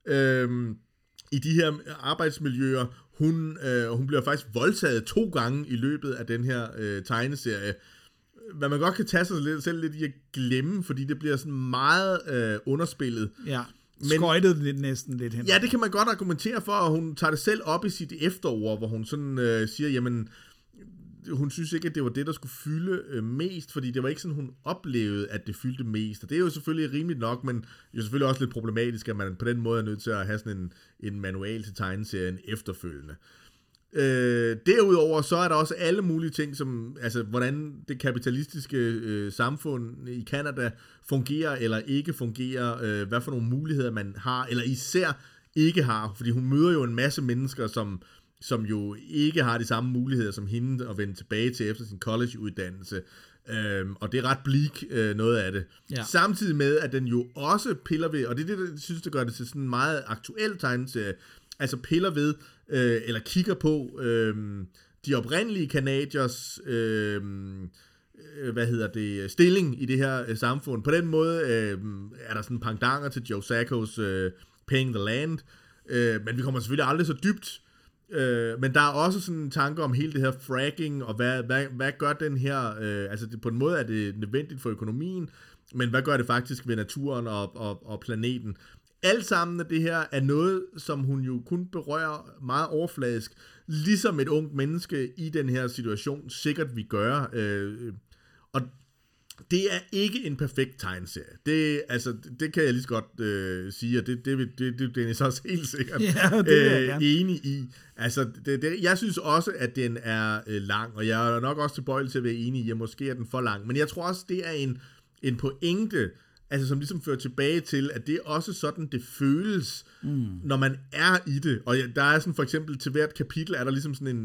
i de her arbejdsmiljøer. Hun bliver faktisk voldtaget 2 gange i løbet af den her tegneserie. Hvad man godt kan tage sig selv lidt i at glemme, fordi det bliver sådan meget underspillet. Ja, skøjtet lidt næsten lidt hen. Ja, det kan man godt argumentere for, og hun tager det selv op i sit efterord, hvor hun sådan siger, jamen, hun synes ikke, at det var det, der skulle fylde mest, fordi det var ikke sådan, hun oplevede, at det fyldte mest. Og det er jo selvfølgelig rimeligt nok, men jo selvfølgelig også lidt problematisk, at man på den måde er nødt til at have sådan en manual til tegneserien efterfølgende. Derudover så er der også alle mulige ting, som altså hvordan det kapitalistiske samfund i Canada fungerer eller ikke fungerer, hvad for nogle muligheder man har, eller især ikke har, fordi hun møder jo en masse mennesker, som jo ikke har de samme muligheder som hende at vende tilbage til efter sin collegeuddannelse, og det er ret bleak noget af det. Ja. Samtidig med, at den jo også piller ved, og det er det, jeg synes, der gør det til sådan en meget aktuel tegneserie, altså piller ved, eller kigger på de oprindelige canadiers stilling i det her samfund. På den måde er der sådan pendant til Joe Sacco's Paying the Land, men vi kommer selvfølgelig aldrig så dybt. Men der er også sådan en tanke om hele det her fracking, og hvad gør den her, altså på en måde er det nødvendigt for økonomien, men hvad gør det faktisk ved naturen og planeten? Alt sammen af det her er noget, som hun jo kun berører meget overfladisk, ligesom et ungt menneske i den her situation sikkert vil gøre. Og det er ikke en perfekt tegneserie. Det kan jeg lige så godt sige, og det er Dennis også helt sikkert enig i. Altså, jeg synes også, at den er lang, og jeg er nok også tilbøjelig til at være enig i, at måske er den for lang. Men jeg tror også, det er en pointe, altså som ligesom fører tilbage til, at det er også sådan, det føles, når man er i det. Og der er sådan for eksempel til hvert kapitel, er der ligesom sådan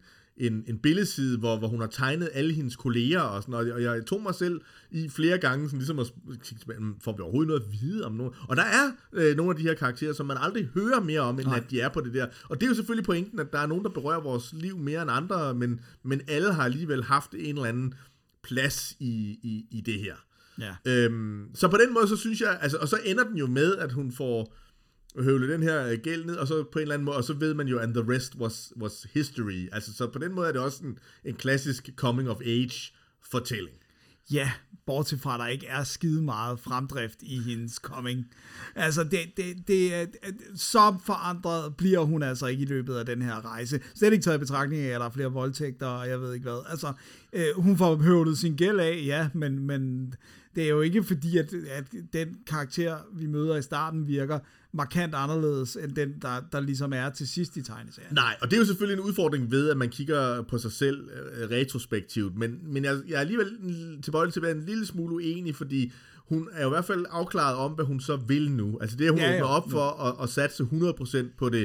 en billedside, hvor hun har tegnet alle hendes kolleger og sådan, og jeg tog mig selv i flere gange, sådan ligesom at får vi overhovedet noget at vide om nogen. Og der er nogle af de her karakterer, som man aldrig hører mere om, end at de er på det der. Og det er jo selvfølgelig pointen, at der er nogen, der berører vores liv mere end andre, men alle har alligevel haft en eller anden plads i det her. Ja. Så på den måde, så synes jeg, altså, og så ender den jo med, at hun får høvlet den her gæld ned, og så på en eller anden måde, og så ved man jo, and the rest was history. Altså, så på den måde er det også en klassisk coming of age fortælling. Ja, bortset fra, at der ikke er skide meget fremdrift i hendes coming. Altså, det er så forandret bliver hun altså ikke i løbet af den her rejse. Slet ikke taget i betragtning af, at der er flere voldtægter, og jeg ved ikke hvad. Altså, hun får høvlet sin gæld af, ja, men det er jo ikke fordi, at den karakter, vi møder i starten, virker markant anderledes, end den, der ligesom er til sidst i tegneserien. Nej, og det er jo selvfølgelig en udfordring ved, at man kigger på sig selv retrospektivt, men jeg er alligevel tilbøjelig til at være en lille smule uenig, fordi hun er jo i hvert fald afklaret om, hvad hun så vil nu. Altså det, hun åbner op for at satse 100% på det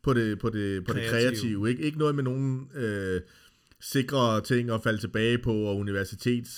kreative. Ikke noget med nogen sikre ting at falde tilbage på, og universitets,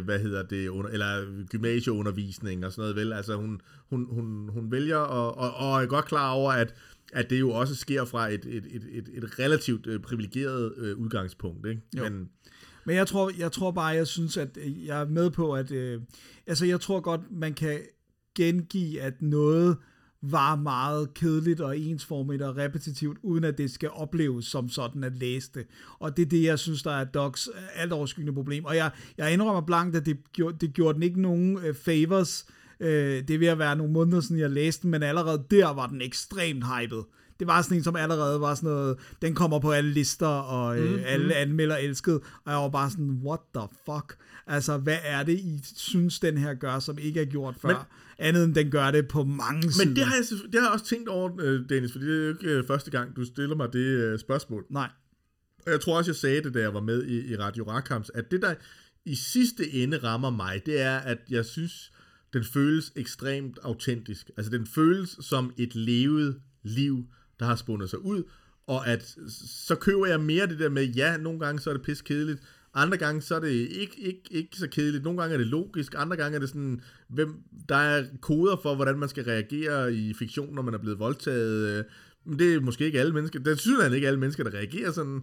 eller gymnasieundervisning og sådan noget, vel? Altså hun vælger, og er godt klar over, at det jo også sker fra et relativt privilegeret udgangspunkt, ikke? Men jeg tror bare, jeg synes, at jeg er med på, at altså jeg tror godt, man kan gengive, at noget var meget kedeligt og ensformigt og repetitivt, uden at det skal opleves som sådan at læse det. Og det er det, jeg synes, der er Docs alt overskyggende problem. Og jeg indrømmer blankt, at det gjorde den ikke nogen favors. Det er ved at være nogle måneder siden, jeg læste den, men allerede der var den ekstremt hyped. Det var sådan en, som allerede var sådan noget, den kommer på alle lister, og alle anmelder elsket, og jeg var bare sådan, what the fuck? Altså, hvad er det, I synes, den her gør, som ikke er gjort før? Andet end den gør det på mange sider. Men det har jeg også tænkt over, Dennis, fordi det er jo ikke første gang, du stiller mig det spørgsmål. Nej. Og jeg tror også, jeg sagde det, da jeg var med i Radio Rakams, at det, der i sidste ende rammer mig, det er, at jeg synes, den føles ekstremt autentisk. Altså, den føles som et levet liv, der har spundet sig ud, og at så køber jeg mere det der med, ja, nogle gange så er det pis kedeligt, andre gange så er det ikke så kedeligt, nogle gange er det logisk, andre gange er det sådan, der er koder for, hvordan man skal reagere i fiktion, når man er blevet voldtaget, men det er måske ikke alle mennesker, det synes jeg ikke alle mennesker, der reagerer sådan,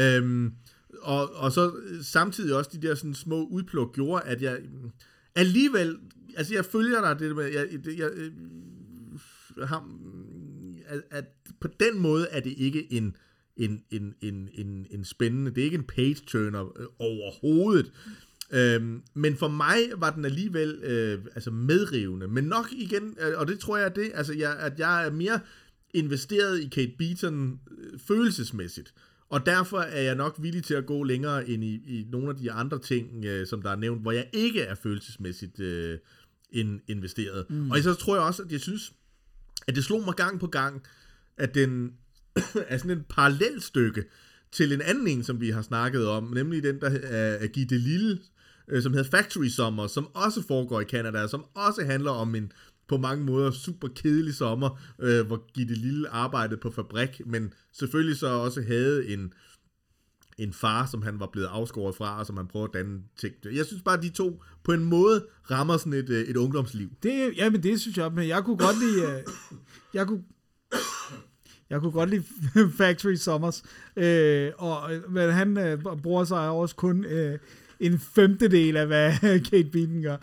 og så samtidig også de der sådan små udpluk gjorde, at jeg alligevel, altså jeg følger dig, det med, at på den måde er det ikke en spændende, det er ikke en page-turner overhovedet. Men for mig var den alligevel altså medrivende. Men nok igen, og det tror jeg er det, altså at jeg er mere investeret i Kate Beaton følelsesmæssigt. Og derfor er jeg nok villig til at gå længere ind i nogle af de andre ting, som der er nævnt, hvor jeg ikke er følelsesmæssigt investeret. Og så tror jeg også, at jeg synes, at det slog mig gang på gang, at den er sådan en parallelstykke til en anden en, som vi har snakket om, nemlig den, der er Guy Delisle, som hedder Factory Summer, som også foregår i Canada, som også handler om en på mange måder super kedelig sommer, hvor Guy Delisle arbejdede på fabrik, men selvfølgelig så også havde en far, som han var blevet afskåret fra, og som han prøvede at danne ting. Jeg synes bare, at de to på en måde rammer sådan et ungdomsliv. Men det synes jeg, men jeg kunne godt lide... Jeg kunne godt lide Factory Summers, men han bruger sig også kun en femtedel af, hvad Kate Beaton gør.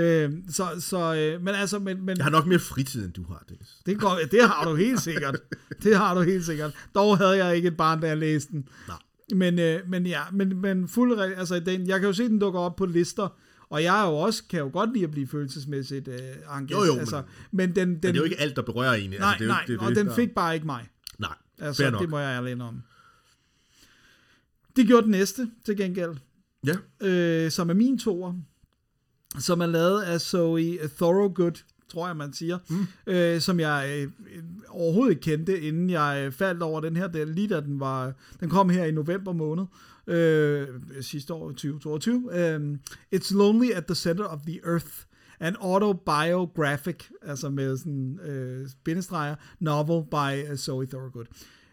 Men jeg har nok mere fritid, end du har, Dennis. Det har du helt sikkert. Det har du helt sikkert. Dog havde jeg ikke et barn, da jeg læste den. Nej. Men jeg kan jo se, den dukker op på lister, og jeg kan jo godt lide at blive følelsesmæssigt engageret. Jo, men den, det er jo ikke alt, der berører en. Nej, og den fik bare ikke mig. Nej, altså, det må jeg ærligt om. Det gjorde den næste, til gengæld. Ja. Som er min toer, som er lavet af Zoe Thorogood, tror jeg, man siger, som jeg overhovedet ikke kendte, inden jeg faldt over den her, lige da den kom her i november måned, sidste år, 2022. It's Lonely at the Center of the Earth, an autobiographic, altså med sådan bindestreger, novel by Zoe Thorogood.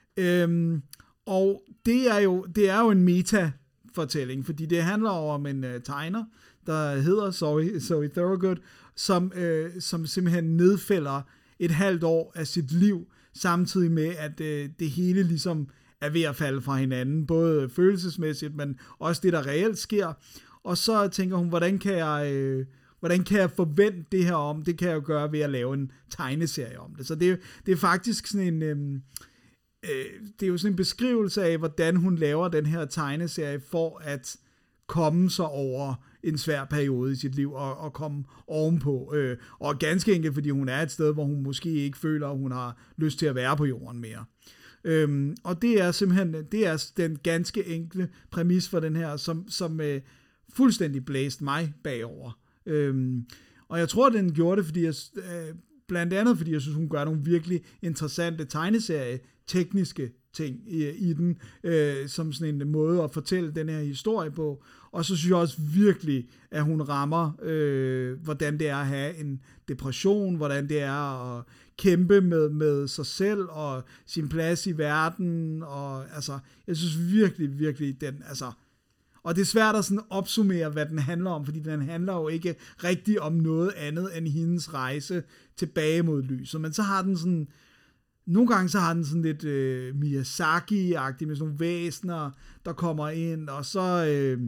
Og det er jo en meta-fortælling, fordi det handler om en tegner, der hedder Zoe Thorogood, som simpelthen nedfælder et halvt år af sit liv, samtidig med, at det hele ligesom er ved at falde fra hinanden, både følelsesmæssigt, men også det, der reelt sker. Og så tænker hun, hvordan kan jeg forvente det her om? Det kan jeg jo gøre ved at lave en tegneserie om det. Så det er faktisk sådan en... det er jo sådan en beskrivelse af, hvordan hun laver den her tegneserie for at komme sig over en svær periode i sit liv og komme ovenpå. Og ganske enkelt, fordi hun er et sted, hvor hun måske ikke føler, at hun har lyst til at være på jorden mere. Og det er simpelthen den ganske enkle præmis for den her, som fuldstændig blæste mig bagover. Og jeg tror, den gjorde det, fordi blandt andet fordi jeg synes, hun gør nogle virkelig interessante tegneserie tekniske ting i den, som sådan en måde at fortælle den her historie på. Og så synes jeg også virkelig, at hun rammer, hvordan det er at have en depression, hvordan det er at kæmpe med sig selv og sin plads i verden. Og altså, jeg synes virkelig, virkelig den, altså... Og det er svært at sådan opsummere, hvad den handler om, fordi den handler jo ikke rigtig om noget andet end hendes rejse tilbage mod lyset. Men så har den sådan... Nogle gange så har den sådan lidt Miyazaki-agtigt med sådan nogle væsener, der kommer ind, og så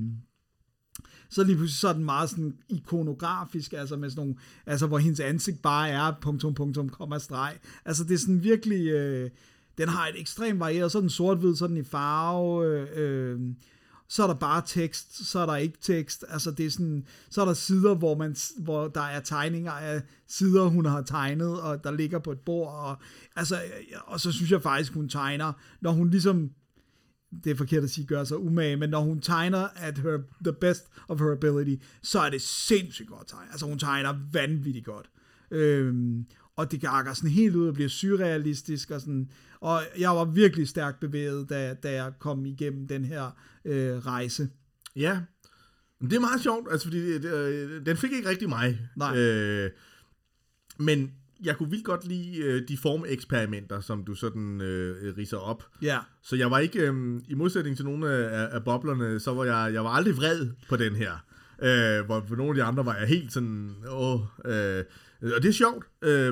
lige pludselig så er den meget sådan ikonografisk, altså med sådan nogle, altså hvor hendes ansigt bare er ... komma streg. Altså det er sådan virkelig, den har et ekstremt varieret, så er den sort-hvid, så er den i farve, så er der bare tekst, så er der ikke tekst, altså det er sådan, så er der sider, hvor der er tegninger af sider, hun har tegnet, og der ligger på et bord, og så synes jeg faktisk, hun tegner, når hun ligesom, det er forkert at sige, gør sig umage, men når hun tegner at the best of her ability, så er det sindssygt godt tegnet, altså hun tegner vanvittigt godt, og det gakker sådan helt ud og bliver surrealistisk, og jeg var virkelig stærkt bevæget, da jeg kom igennem den her rejse. Ja, det er meget sjovt, altså fordi den fik ikke rigtig mig. Nej. Men jeg kunne vildt godt lide de formeksperimenter, som du sådan ridser op. Ja. Så jeg var ikke, i modsætning til nogle af boblerne, så var jeg var aldrig vred på den her. Hvor for nogle af de andre var jeg helt sådan, og det er sjovt,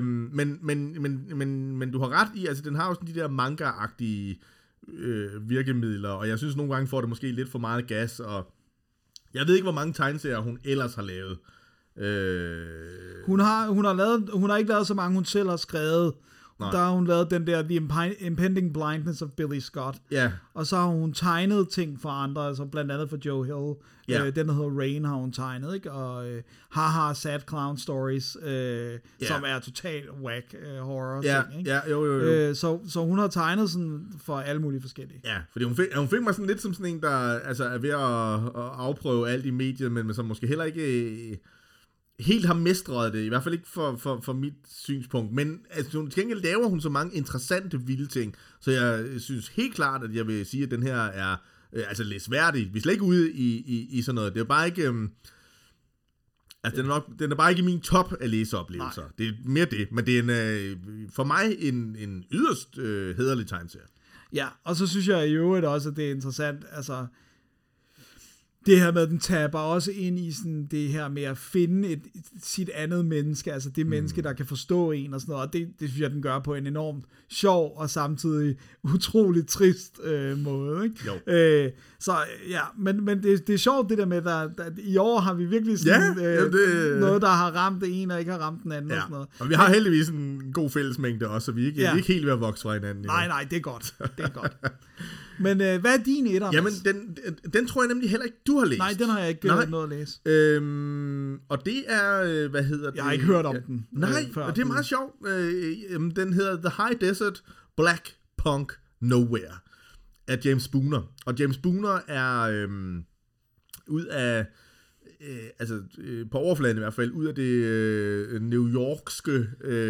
men du har ret i, altså den har jo sådan de der manga-agtige virkemidler, og jeg synes nogle gange får det måske lidt for meget gas, og jeg ved ikke, hvor mange tegneserier hun ellers har lavet. Hun har ikke lavet så mange, hun selv har skrevet. Der har hun lavet den der The Impending Blindness of Billy Scott. Ja. Og så har hun tegnet ting for andre, altså blandt andet for Joe Hill. Ja. Den, der hedder Rain, har hun tegnet, ikke? Og Haha Sad Clown Stories, som er total whack horror ting, ikke? Ja, jo. Så hun har tegnet sådan for alle mulige forskellige. Ja, fordi hun fik mig sådan lidt som sådan en, der altså, er ved at afprøve alt i mediet, men som måske heller ikke helt har mestret det, i hvert fald ikke for mit synspunkt, men altså, til gengæld laver hun så mange interessante vilde ting, så jeg synes helt klart, at jeg vil sige, at den her er altså læsværdig. Vi er slet ikke ude i sådan noget. Det er bare ikke altså den er bare ikke i min top af læseoplevelser. Nej. Det er mere det, men det er for mig en yderst hæderlig tegneserie. Ja, og så synes jeg i øvrigt også, at det er interessant, altså det her med, at den taber også ind i sådan det her med at finde sit andet menneske, altså det menneske, der kan forstå en og sådan noget, og det synes jeg, den gør på en enormt sjov og samtidig utrolig trist måde, ikke? Så ja, men det er sjovt det der med, at i år har vi virkelig sådan noget, der har ramt det ene og ikke har ramt den anden og sådan noget. Og vi har heldigvis en god fællesmængde også, så vi er ikke helt ved at vokse fra hinanden. Nej, det er godt. Det er godt. Men hvad er din etter? Jamen, den tror jeg nemlig heller ikke, du har læst. Nej, den har jeg ikke noget at læse. Og det er, hvad hedder det? Jeg har ikke hørt om den. Nej, og det er meget sjovt. Den hedder The High Desert Black Punk Nowhere af James Spooner. Og James Spooner er ud af, på overfladen i hvert fald, ud af det New Yorkske,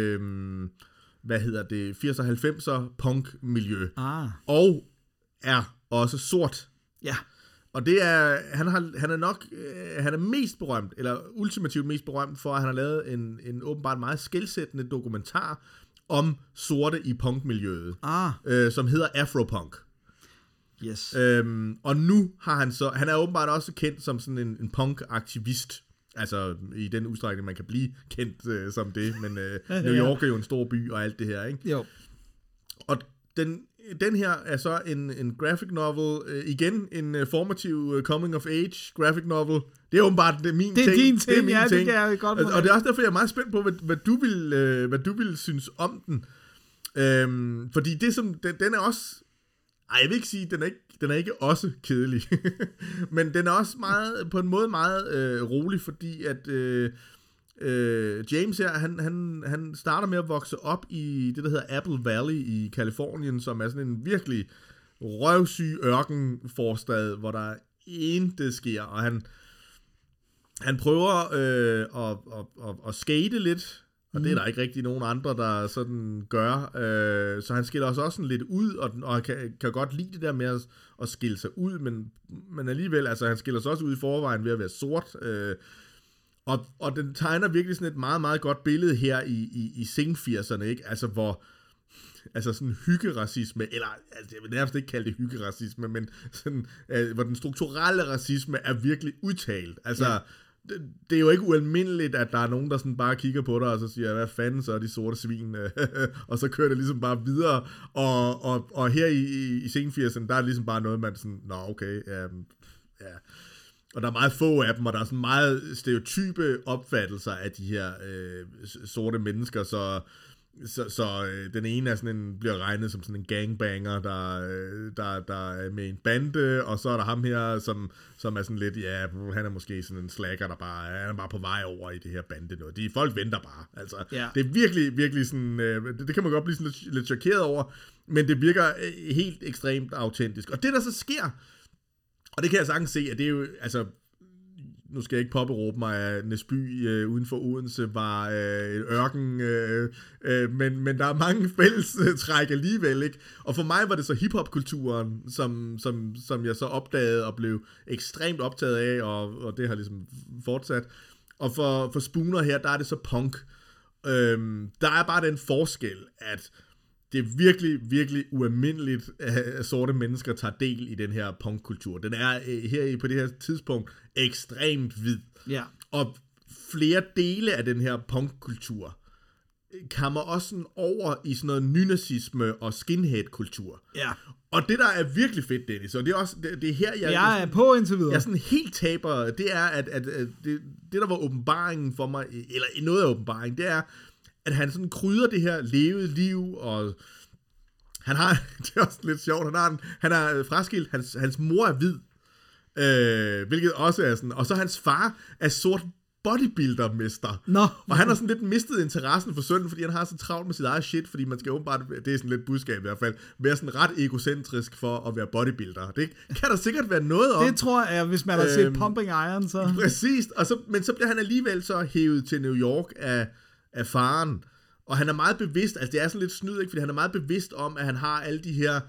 80'er 90'er punk-miljø. Og er også sort. Ja. Og det er, han er mest berømt, eller ultimativt mest berømt for, at han har lavet en åbenbart meget skelsættende dokumentar om sorte i punkmiljøet, som hedder Afropunk. Yes. Og nu har han er åbenbart også kendt som sådan en punk-aktivist. Altså i den udstrækning, man kan blive kendt som det, men New York er jo en stor by og alt det her, ikke? Jo. Og den her er så en graphic novel, igen en formativ coming of age graphic novel. Det er åbenbart min ting. Det er din ting, det er min ting. Det kan jeg godt. Og det er også derfor, jeg er meget spændt på, hvad du vil synes om den. Fordi det som, den er også, jeg vil ikke sige, den er ikke også kedelig, men den er også på en måde meget rolig, fordi at James her, han starter med at vokse op i det, der hedder Apple Valley i Californien, som er sådan en virkelig røvsyg ørkenforstad, hvor der intet sker, og han prøver at skate lidt, og det er der ikke rigtig nogen andre, der sådan gør, så han skiller også sådan lidt ud, og kan godt lide det der med at skille sig ud, men alligevel, altså han skiller sig også ud i forvejen ved at være sort, og den tegner virkelig sådan et meget, meget godt billede her i seng-80'erne, ikke? Altså hvor, altså sådan hyggeracisme, eller altså, jeg vil nærmest ikke kalde det hyggeracisme, men sådan, hvor den strukturelle racisme er virkelig udtalt. Altså, det er jo ikke ualmindeligt, at der er nogen, der sådan bare kigger på dig, og så siger, hvad fanden så er de sorte svin, og så kører det ligesom bare videre, og her i seng-80'erne, der er det ligesom bare noget, man sådan, nå okay, ja. Og der er meget få af dem, og der er sådan meget stereotype opfattelser af de her sorte mennesker, så den ene er sådan bliver regnet som sådan en gangbanger, der er med en bande, og så er der ham her, som er sådan lidt, ja, han er måske sådan en slacker, han er bare på vej over i det her bande noget. Folk venter bare, altså. Det er virkelig, virkelig sådan, det kan man godt blive sådan lidt chokeret over, men det virker helt ekstremt autentisk. Og det der så sker, og det kan jeg sagtens se, at det er jo, altså, nu skal jeg ikke påberåbe mig, at Næsby uden for Odense var en ørken, men der er mange fællestræk alligevel, ikke? Og for mig var det så hiphop-kulturen, som jeg så opdagede og blev ekstremt optaget af, og det har ligesom fortsat. Og for Spooner her, der er det så punk. Der er bare den forskel, at det er virkelig, virkelig ualmindeligt, at sorte mennesker tager del i den her punkkultur. Den er her på det her tidspunkt ekstremt hvid. Ja. Og flere dele af den her punkkultur kommer også sådan over i sådan noget nynazisme og skinhead-kultur. Ja. Og det, der er virkelig fedt, Dennis, og det er også det er her, jeg er på indtil videre. Jeg er sådan helt taber, det er, at det, der var åbenbaringen for mig, eller noget af åbenbaringen, det er, at han sådan krydder det her levede liv, og han har, det er også lidt sjovt, han er fraskilt, hans mor er hvid, hvilket også er sådan, og så hans far er sort bodybuildermester. Nå. Og han har sådan lidt mistet interessen for sønnen, fordi han har så travlt med sit eget shit, fordi man skal åbenbart, det er sådan lidt budskab i hvert fald, være sådan ret egocentrisk for at være bodybuilder. Det kan der sikkert være noget om. Det tror jeg, hvis man har set Pumping Iron, så... Præcis, men så bliver han alligevel så hævet til New York af faren, og han er meget bevidst, altså det er sådan lidt snyd, ikke? Fordi han er meget bevidst om, at han har alle de her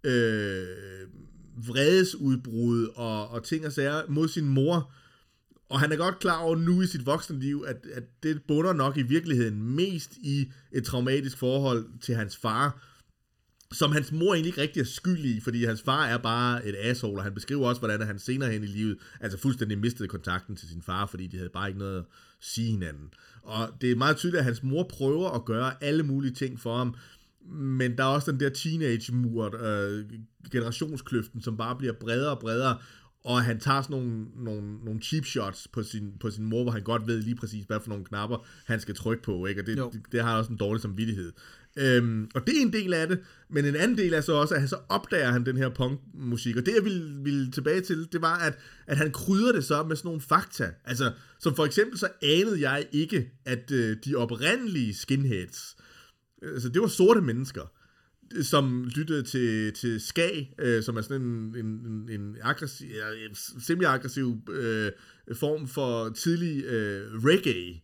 vredesudbrud og ting og sager mod sin mor, og han er godt klar over nu i sit voksne liv, at det bunder nok i virkeligheden mest i et traumatisk forhold til hans far, som hans mor egentlig ikke rigtig er skyld i, fordi hans far er bare et asshole, og han beskriver også, hvordan han senere hen i livet, altså fuldstændig mistede kontakten til sin far, fordi de havde bare ikke noget at sige hinanden. Og det er meget tydeligt, at hans mor prøver at gøre alle mulige ting for ham, men der er også den der teenage-mur, generationskløften, som bare bliver bredere og bredere, og han tager sådan nogle cheap shots på sin mor, hvor han godt ved lige præcis, hvad for nogle knapper han skal trykke på, ikke? Og det har også en dårlig samvittighed. Og det er en del af det, men en anden del er så også, at han så opdager han den her punkmusik, og det jeg ville tilbage til, det var, at han krydder det så med sådan nogle fakta, altså, som for eksempel så anede jeg ikke, at de oprindelige skinheads, altså det var sorte mennesker, som lyttede til ska, som er sådan en aggressiv, semi-aggressiv form for tidlig reggae,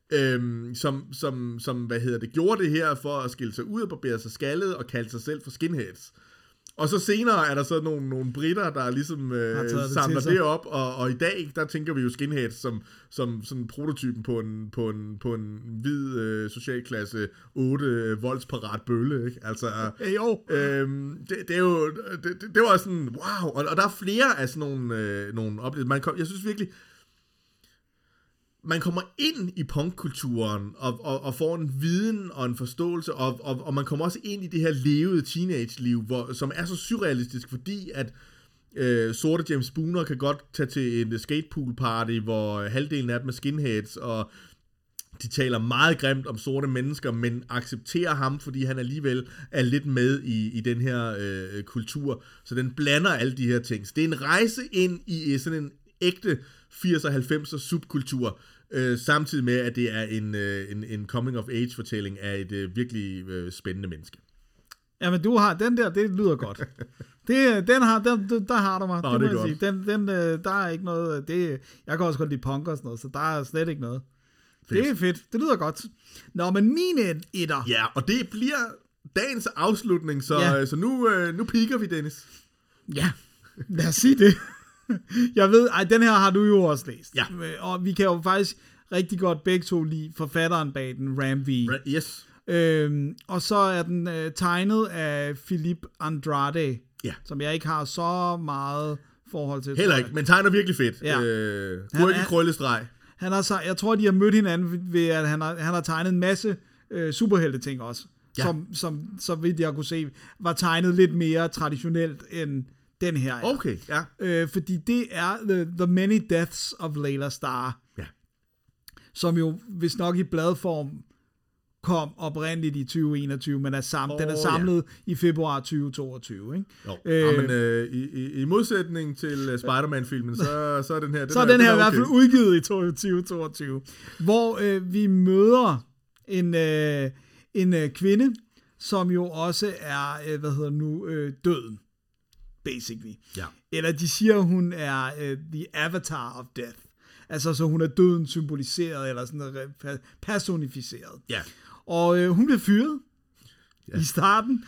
som gjorde det her for at skille sig ud og barbere sig skaldet og kalde sig selv for skinheads. Og så senere er der så nogle britter, der ligesom samler det op, og i dag, der tænker vi jo skinheads som sådan prototypen på en hvid socialklasse 8 voldsparat bølle, ikke? Altså, det er jo, det var sådan, wow, og der er flere af sådan nogle oplevelser. Jeg synes virkelig, man kommer ind i punkkulturen og får en viden og en forståelse, og man kommer også ind i det her levede teenage-liv, som er så surrealistisk, fordi at sorte James Spooner kan godt tage til en skatepool-party, hvor halvdelen af dem er skinheads, og de taler meget grimt om sorte mennesker, men accepterer ham, fordi han alligevel er lidt med i den her kultur. Så den blander alle de her ting. Så det er en rejse ind i sådan en ægte 80'er og 90'er subkultur, samtidig med, at det er en coming-of-age-fortælling af et virkelig spændende menneske. Jamen, du har den der, det lyder godt. Der har du mig. Nå, det må jeg sige. Der er ikke noget, jeg kan også godt lide punk og sådan noget, så der er slet ikke noget. Fedt. Det er fedt, det lyder godt. Nå, men mine etter. Ja, og det bliver dagens afslutning, så nu piker vi, Dennis. Ja, lad os sige det. Jeg ved, den her har du jo også læst. Ja. Og vi kan jo faktisk rigtig godt begge to lide forfatteren bag den, Ram V. Yes. Og så er den tegnet af Philippe Andrade, som jeg ikke har så meget forhold til. Heller ikke, men tegner virkelig fedt. Ja. Ikke krøllestreg. Jeg tror, de har mødt hinanden ved, at han har tegnet en masse superhelte ting også, som så vidt jeg kunne se, var tegnet lidt mere traditionelt end den her. Okay, ja. Fordi det er The Many Deaths of Layla Starr, som jo vist nok i bladform kom oprindeligt i 2021, men den er samlet i februar 2022. Ikke? Men i modsætning til Spider-Man-filmen, så er den her... Så er den her i hvert fald udgivet i 2022, hvor vi møder en kvinde, som jo også er, døden, basically. Ja. Eller de siger, hun er the avatar of death. Altså, så hun er døden symboliseret, eller sådan personificeret. Ja. Og hun blev fyret i starten.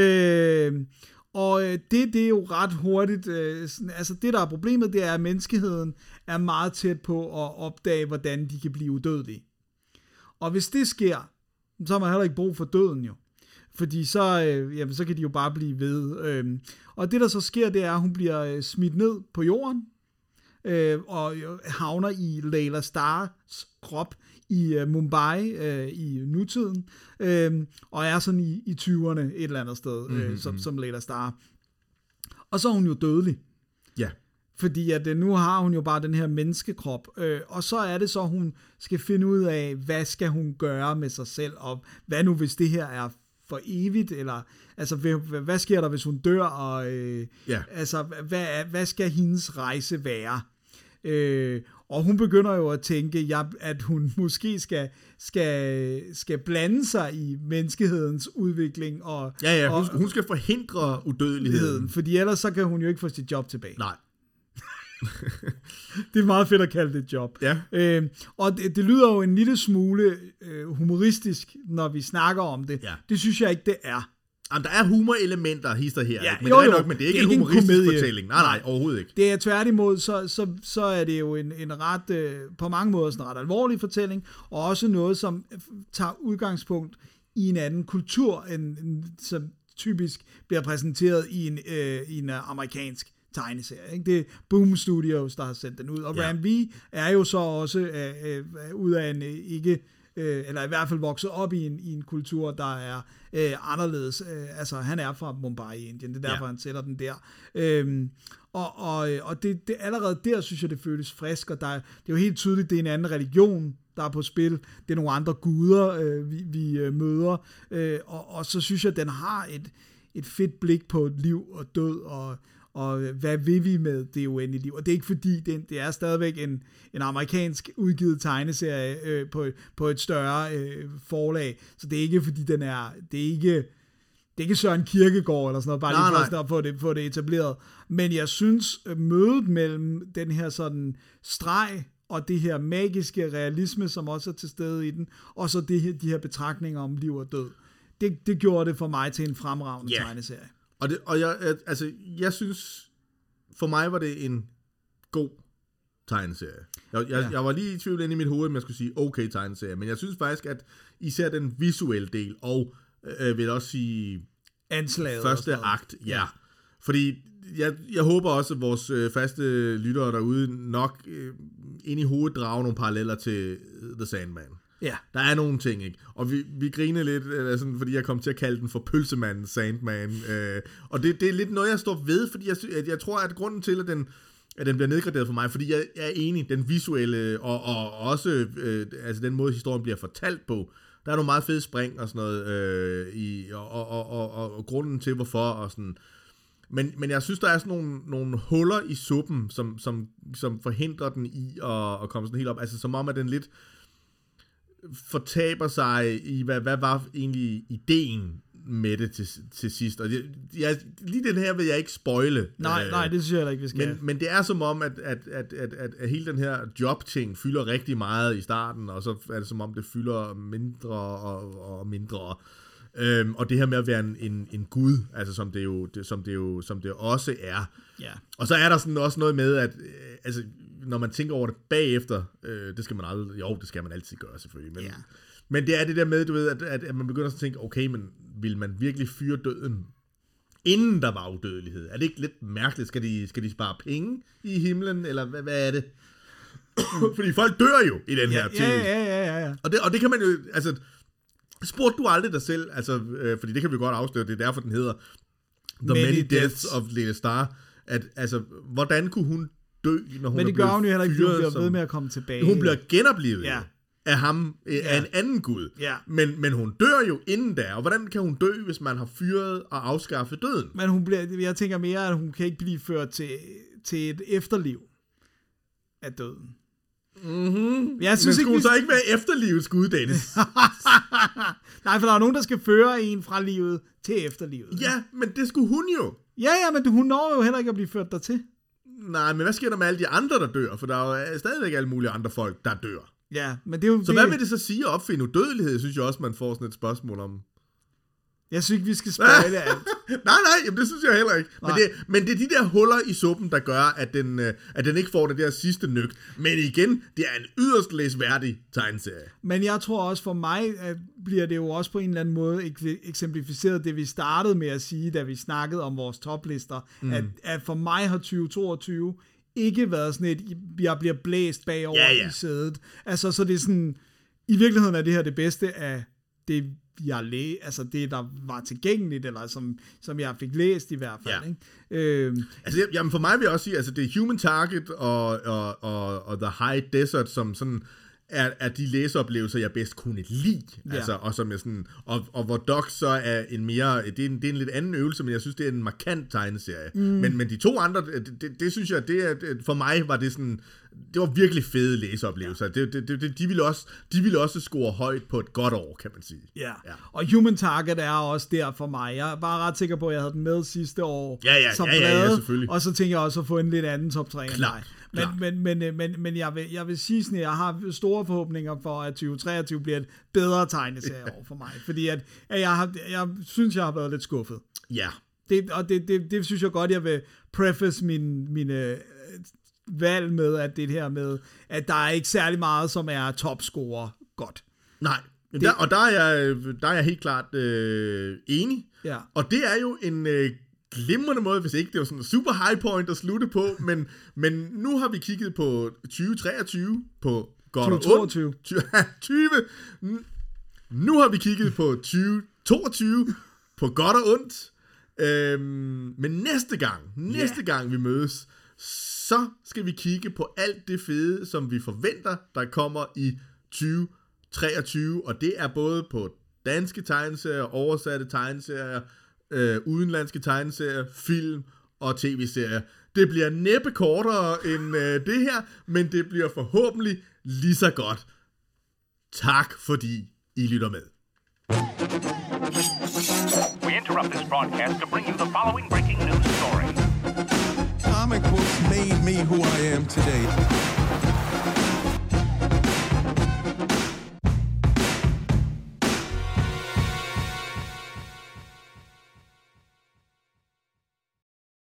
Og det er jo ret hurtigt. Altså, det, der er problemet, det er, at menneskeheden er meget tæt på at opdage, hvordan de kan blive udødelige. Og hvis det sker, så har man heller ikke brug for døden jo. Fordi så kan de jo bare blive ved. Og det, der så sker, det er, at hun bliver smidt ned på jorden, og havner i Layla Starrs krop i Mumbai i nutiden, og er sådan i 20'erne et eller andet sted, som Layla Starr. Og så er hun jo dødelig. Ja. Fordi at nu har hun jo bare den her menneskekrop, og så er det så, hun skal finde ud af, hvad skal hun gøre med sig selv, og hvad nu, hvis det her er for evigt, eller altså, hvad sker der, hvis hun dør, og altså, hvad skal hendes rejse være? Og hun begynder jo at tænke, at hun måske skal blande sig i menneskehedens udvikling. Og, hun skal forhindre udødeligheden. Fordi ellers så kan hun jo ikke få sit job tilbage. Nej. Det er meget fedt at kalde det et job. Ja. Og det lyder jo en lille smule humoristisk, når vi snakker om det. Ja. Det synes jeg ikke, det er. Jamen, der er humorelementer hister her, ja, men det er nok, men det er ikke en humoristisk fortælling. Nej, overhovedet ikke. Det er tværtimod, så er det jo en ret, på mange måder sådan en ret alvorlig fortælling, og også noget, som tager udgangspunkt i en anden kultur, som typisk bliver præsenteret i en amerikansk tegneserie. Ikke? Det er Boom Studios, der har sendt den ud, og Ram V er jo så også ud af en ikke eller i hvert fald vokset op i en kultur, der er anderledes. Altså, han er fra Mumbai i Indien, det er derfor, han sætter den der. Og det allerede der, synes jeg, det føles frisk, og det er jo helt tydeligt, det er en anden religion, der er på spil. Det er nogle andre guder, vi møder. Og så synes jeg, den har et fedt blik på liv og død, og hvad vil vi med det uendelige liv? Og det er ikke fordi, det er stadigvæk en amerikansk udgivet tegneserie på et større forlag, så det er ikke fordi det er ikke Søren Kierkegaard eller sådan noget, bare lige for at få det etableret. Men jeg synes, mødet mellem den her sådan streg og det her magiske realisme, som også er til stede i den, og så de her betragtninger om liv og død, det gjorde det for mig til en fremragende tegneserie. Og jeg synes, for mig var det en god tegneserie. Jeg var lige i tvivl inde i mit hoved, om jeg skulle sige okay tegneserie, men jeg synes faktisk, at især den visuelle del, og vil også sige anslaget første akt, fordi jeg håber også, at vores faste lyttere derude nok ind i hovedet drager nogle paralleller til The Sandman. Ja. Der er nogle ting, ikke? Og vi griner lidt, sådan, fordi jeg kom til at kalde den for Pølsemanden Sandman. Og det er lidt noget, jeg står ved, fordi jeg tror, at grunden til, at den bliver nedgraderet for mig, fordi jeg er enig, den visuelle, og også altså den måde, historien bliver fortalt på, der er nogle meget fede spring og sådan noget, og grunden til, hvorfor, og sådan. Men jeg synes, der er sådan nogle huller i suppen, som forhindrer den i at komme sådan helt op. Altså som om, at den lidt fortaber sig i, hvad var egentlig ideen med det til sidst. Og lige den her vil jeg ikke spoile. Nej, det synes jeg ikke, vi skal. Men det er som om, at hele den her job-ting fylder rigtig meget i starten, og så er det som om, det fylder mindre og mindre. Og det her med at være en gud, altså som det også er. Ja. Og så er der sådan også noget med, at altså, når man tænker over det bagefter, det skal man aldrig, det skal man altid gøre selvfølgelig, men det er det der med, du ved, at man begynder at tænke, okay, men vil man virkelig fyre døden, inden der var udødelighed? Er det ikke lidt mærkeligt? Skal de spare penge i himlen, eller hvad er det? Fordi folk dør jo i den her ting. Ja. Og det kan man jo, altså, spurgte du aldrig dig selv, altså, fordi det kan vi godt afsløre, det er derfor, den hedder The Many Deaths of Little Star, at altså, hvordan kunne hun dø, når hun men det gør hun jo heller ikke, hun bliver ved med at komme tilbage. Hun bliver genoplivet af ham, af en anden gud. Ja. Men hun dør jo inden da, og hvordan kan hun dø, hvis man har fyret og afskaffet døden? Men jeg tænker mere, at hun kan ikke blive ført til et efterliv af døden. Mm-hmm. Jeg synes men skulle ikke, så ikke være efterlivets gud, Dennis? Nej, for der er nogen, der skal føre en fra livet til efterlivet. Ja, men det skulle hun jo. Ja, men hun når jo heller ikke at blive ført dertil. Nej, men hvad sker der med alle de andre, der dør? For der er jo stadigvæk alle mulige andre folk, der dør. Ja, men det er jo... Så hvad vil det så sige at opfinde udødelighed? Synes jeg også, man får sådan et spørgsmål om. Jeg synes ikke, vi skal spoile alt. Nej, jamen, det synes jeg heller ikke. Men det er de der huller i suppen, der gør, at den ikke får det der sidste nyk. Men igen, det er en yderst læsværdig tegneserie. Men jeg tror også, for mig bliver det jo også på en eller anden måde eksemplificeret det, vi startede med at sige, da vi snakkede om vores toplister. At for mig har 2022 ikke været sådan et, jeg bliver blæst bagover i sædet. Altså, så det er sådan, i virkeligheden er det her det bedste af det, altså det, der var tilgængeligt, eller som jeg fik læst i hvert fald. Ja. Ikke? Altså, jamen for mig vil jeg også sige, altså det er Human Target og The High Desert, som sådan er de læseoplevelser, jeg bedst kunne lide. Ja. Altså, og som jeg sådan, og hvor Doc så er en mere, det er en lidt anden øvelse, men jeg synes, det er en markant tegneserie. Men de to andre, det synes jeg, for mig var det sådan, det var virkelig fede læseoplevelser. Ja. De ville også score højt på et godt år, kan man sige. Ja. Og Human Target er også der for mig. Jeg er bare ret sikker på, at jeg havde den med sidste år som blade, selvfølgelig. Og så tænker jeg også at få en lidt anden top 3 end dig. Klart. Men jeg vil sige sådan, at jeg har store forhåbninger for, at 2023 bliver et bedre tegneserieår for mig. Fordi at jeg synes, jeg har været lidt skuffet. Ja. Det synes jeg godt, jeg vil preface mine valg med, at det her med, at der er ikke særlig meget, som er topscorer godt. Nej, der er jeg helt klart enig. Ja. Og det er jo en glimrende måde, hvis ikke det var sådan en super high point at slutte på, men nu har vi kigget på 2023 på godt og 2022. 20. Nu har vi kigget på 2022 på godt og ondt. Men næste gang vi mødes, så skal vi kigge på alt det fede, som vi forventer, der kommer i 2023, og det er både på danske tegneserier, oversatte tegneserier, udenlandske tegneserier, film og tv-serier. Det bliver næppe kortere end det her, men det bliver forhåbentlig lige så godt. Tak fordi I lytter med. We interrupt this broadcast to bring you the following breaking news story. Comic books made me who I am today.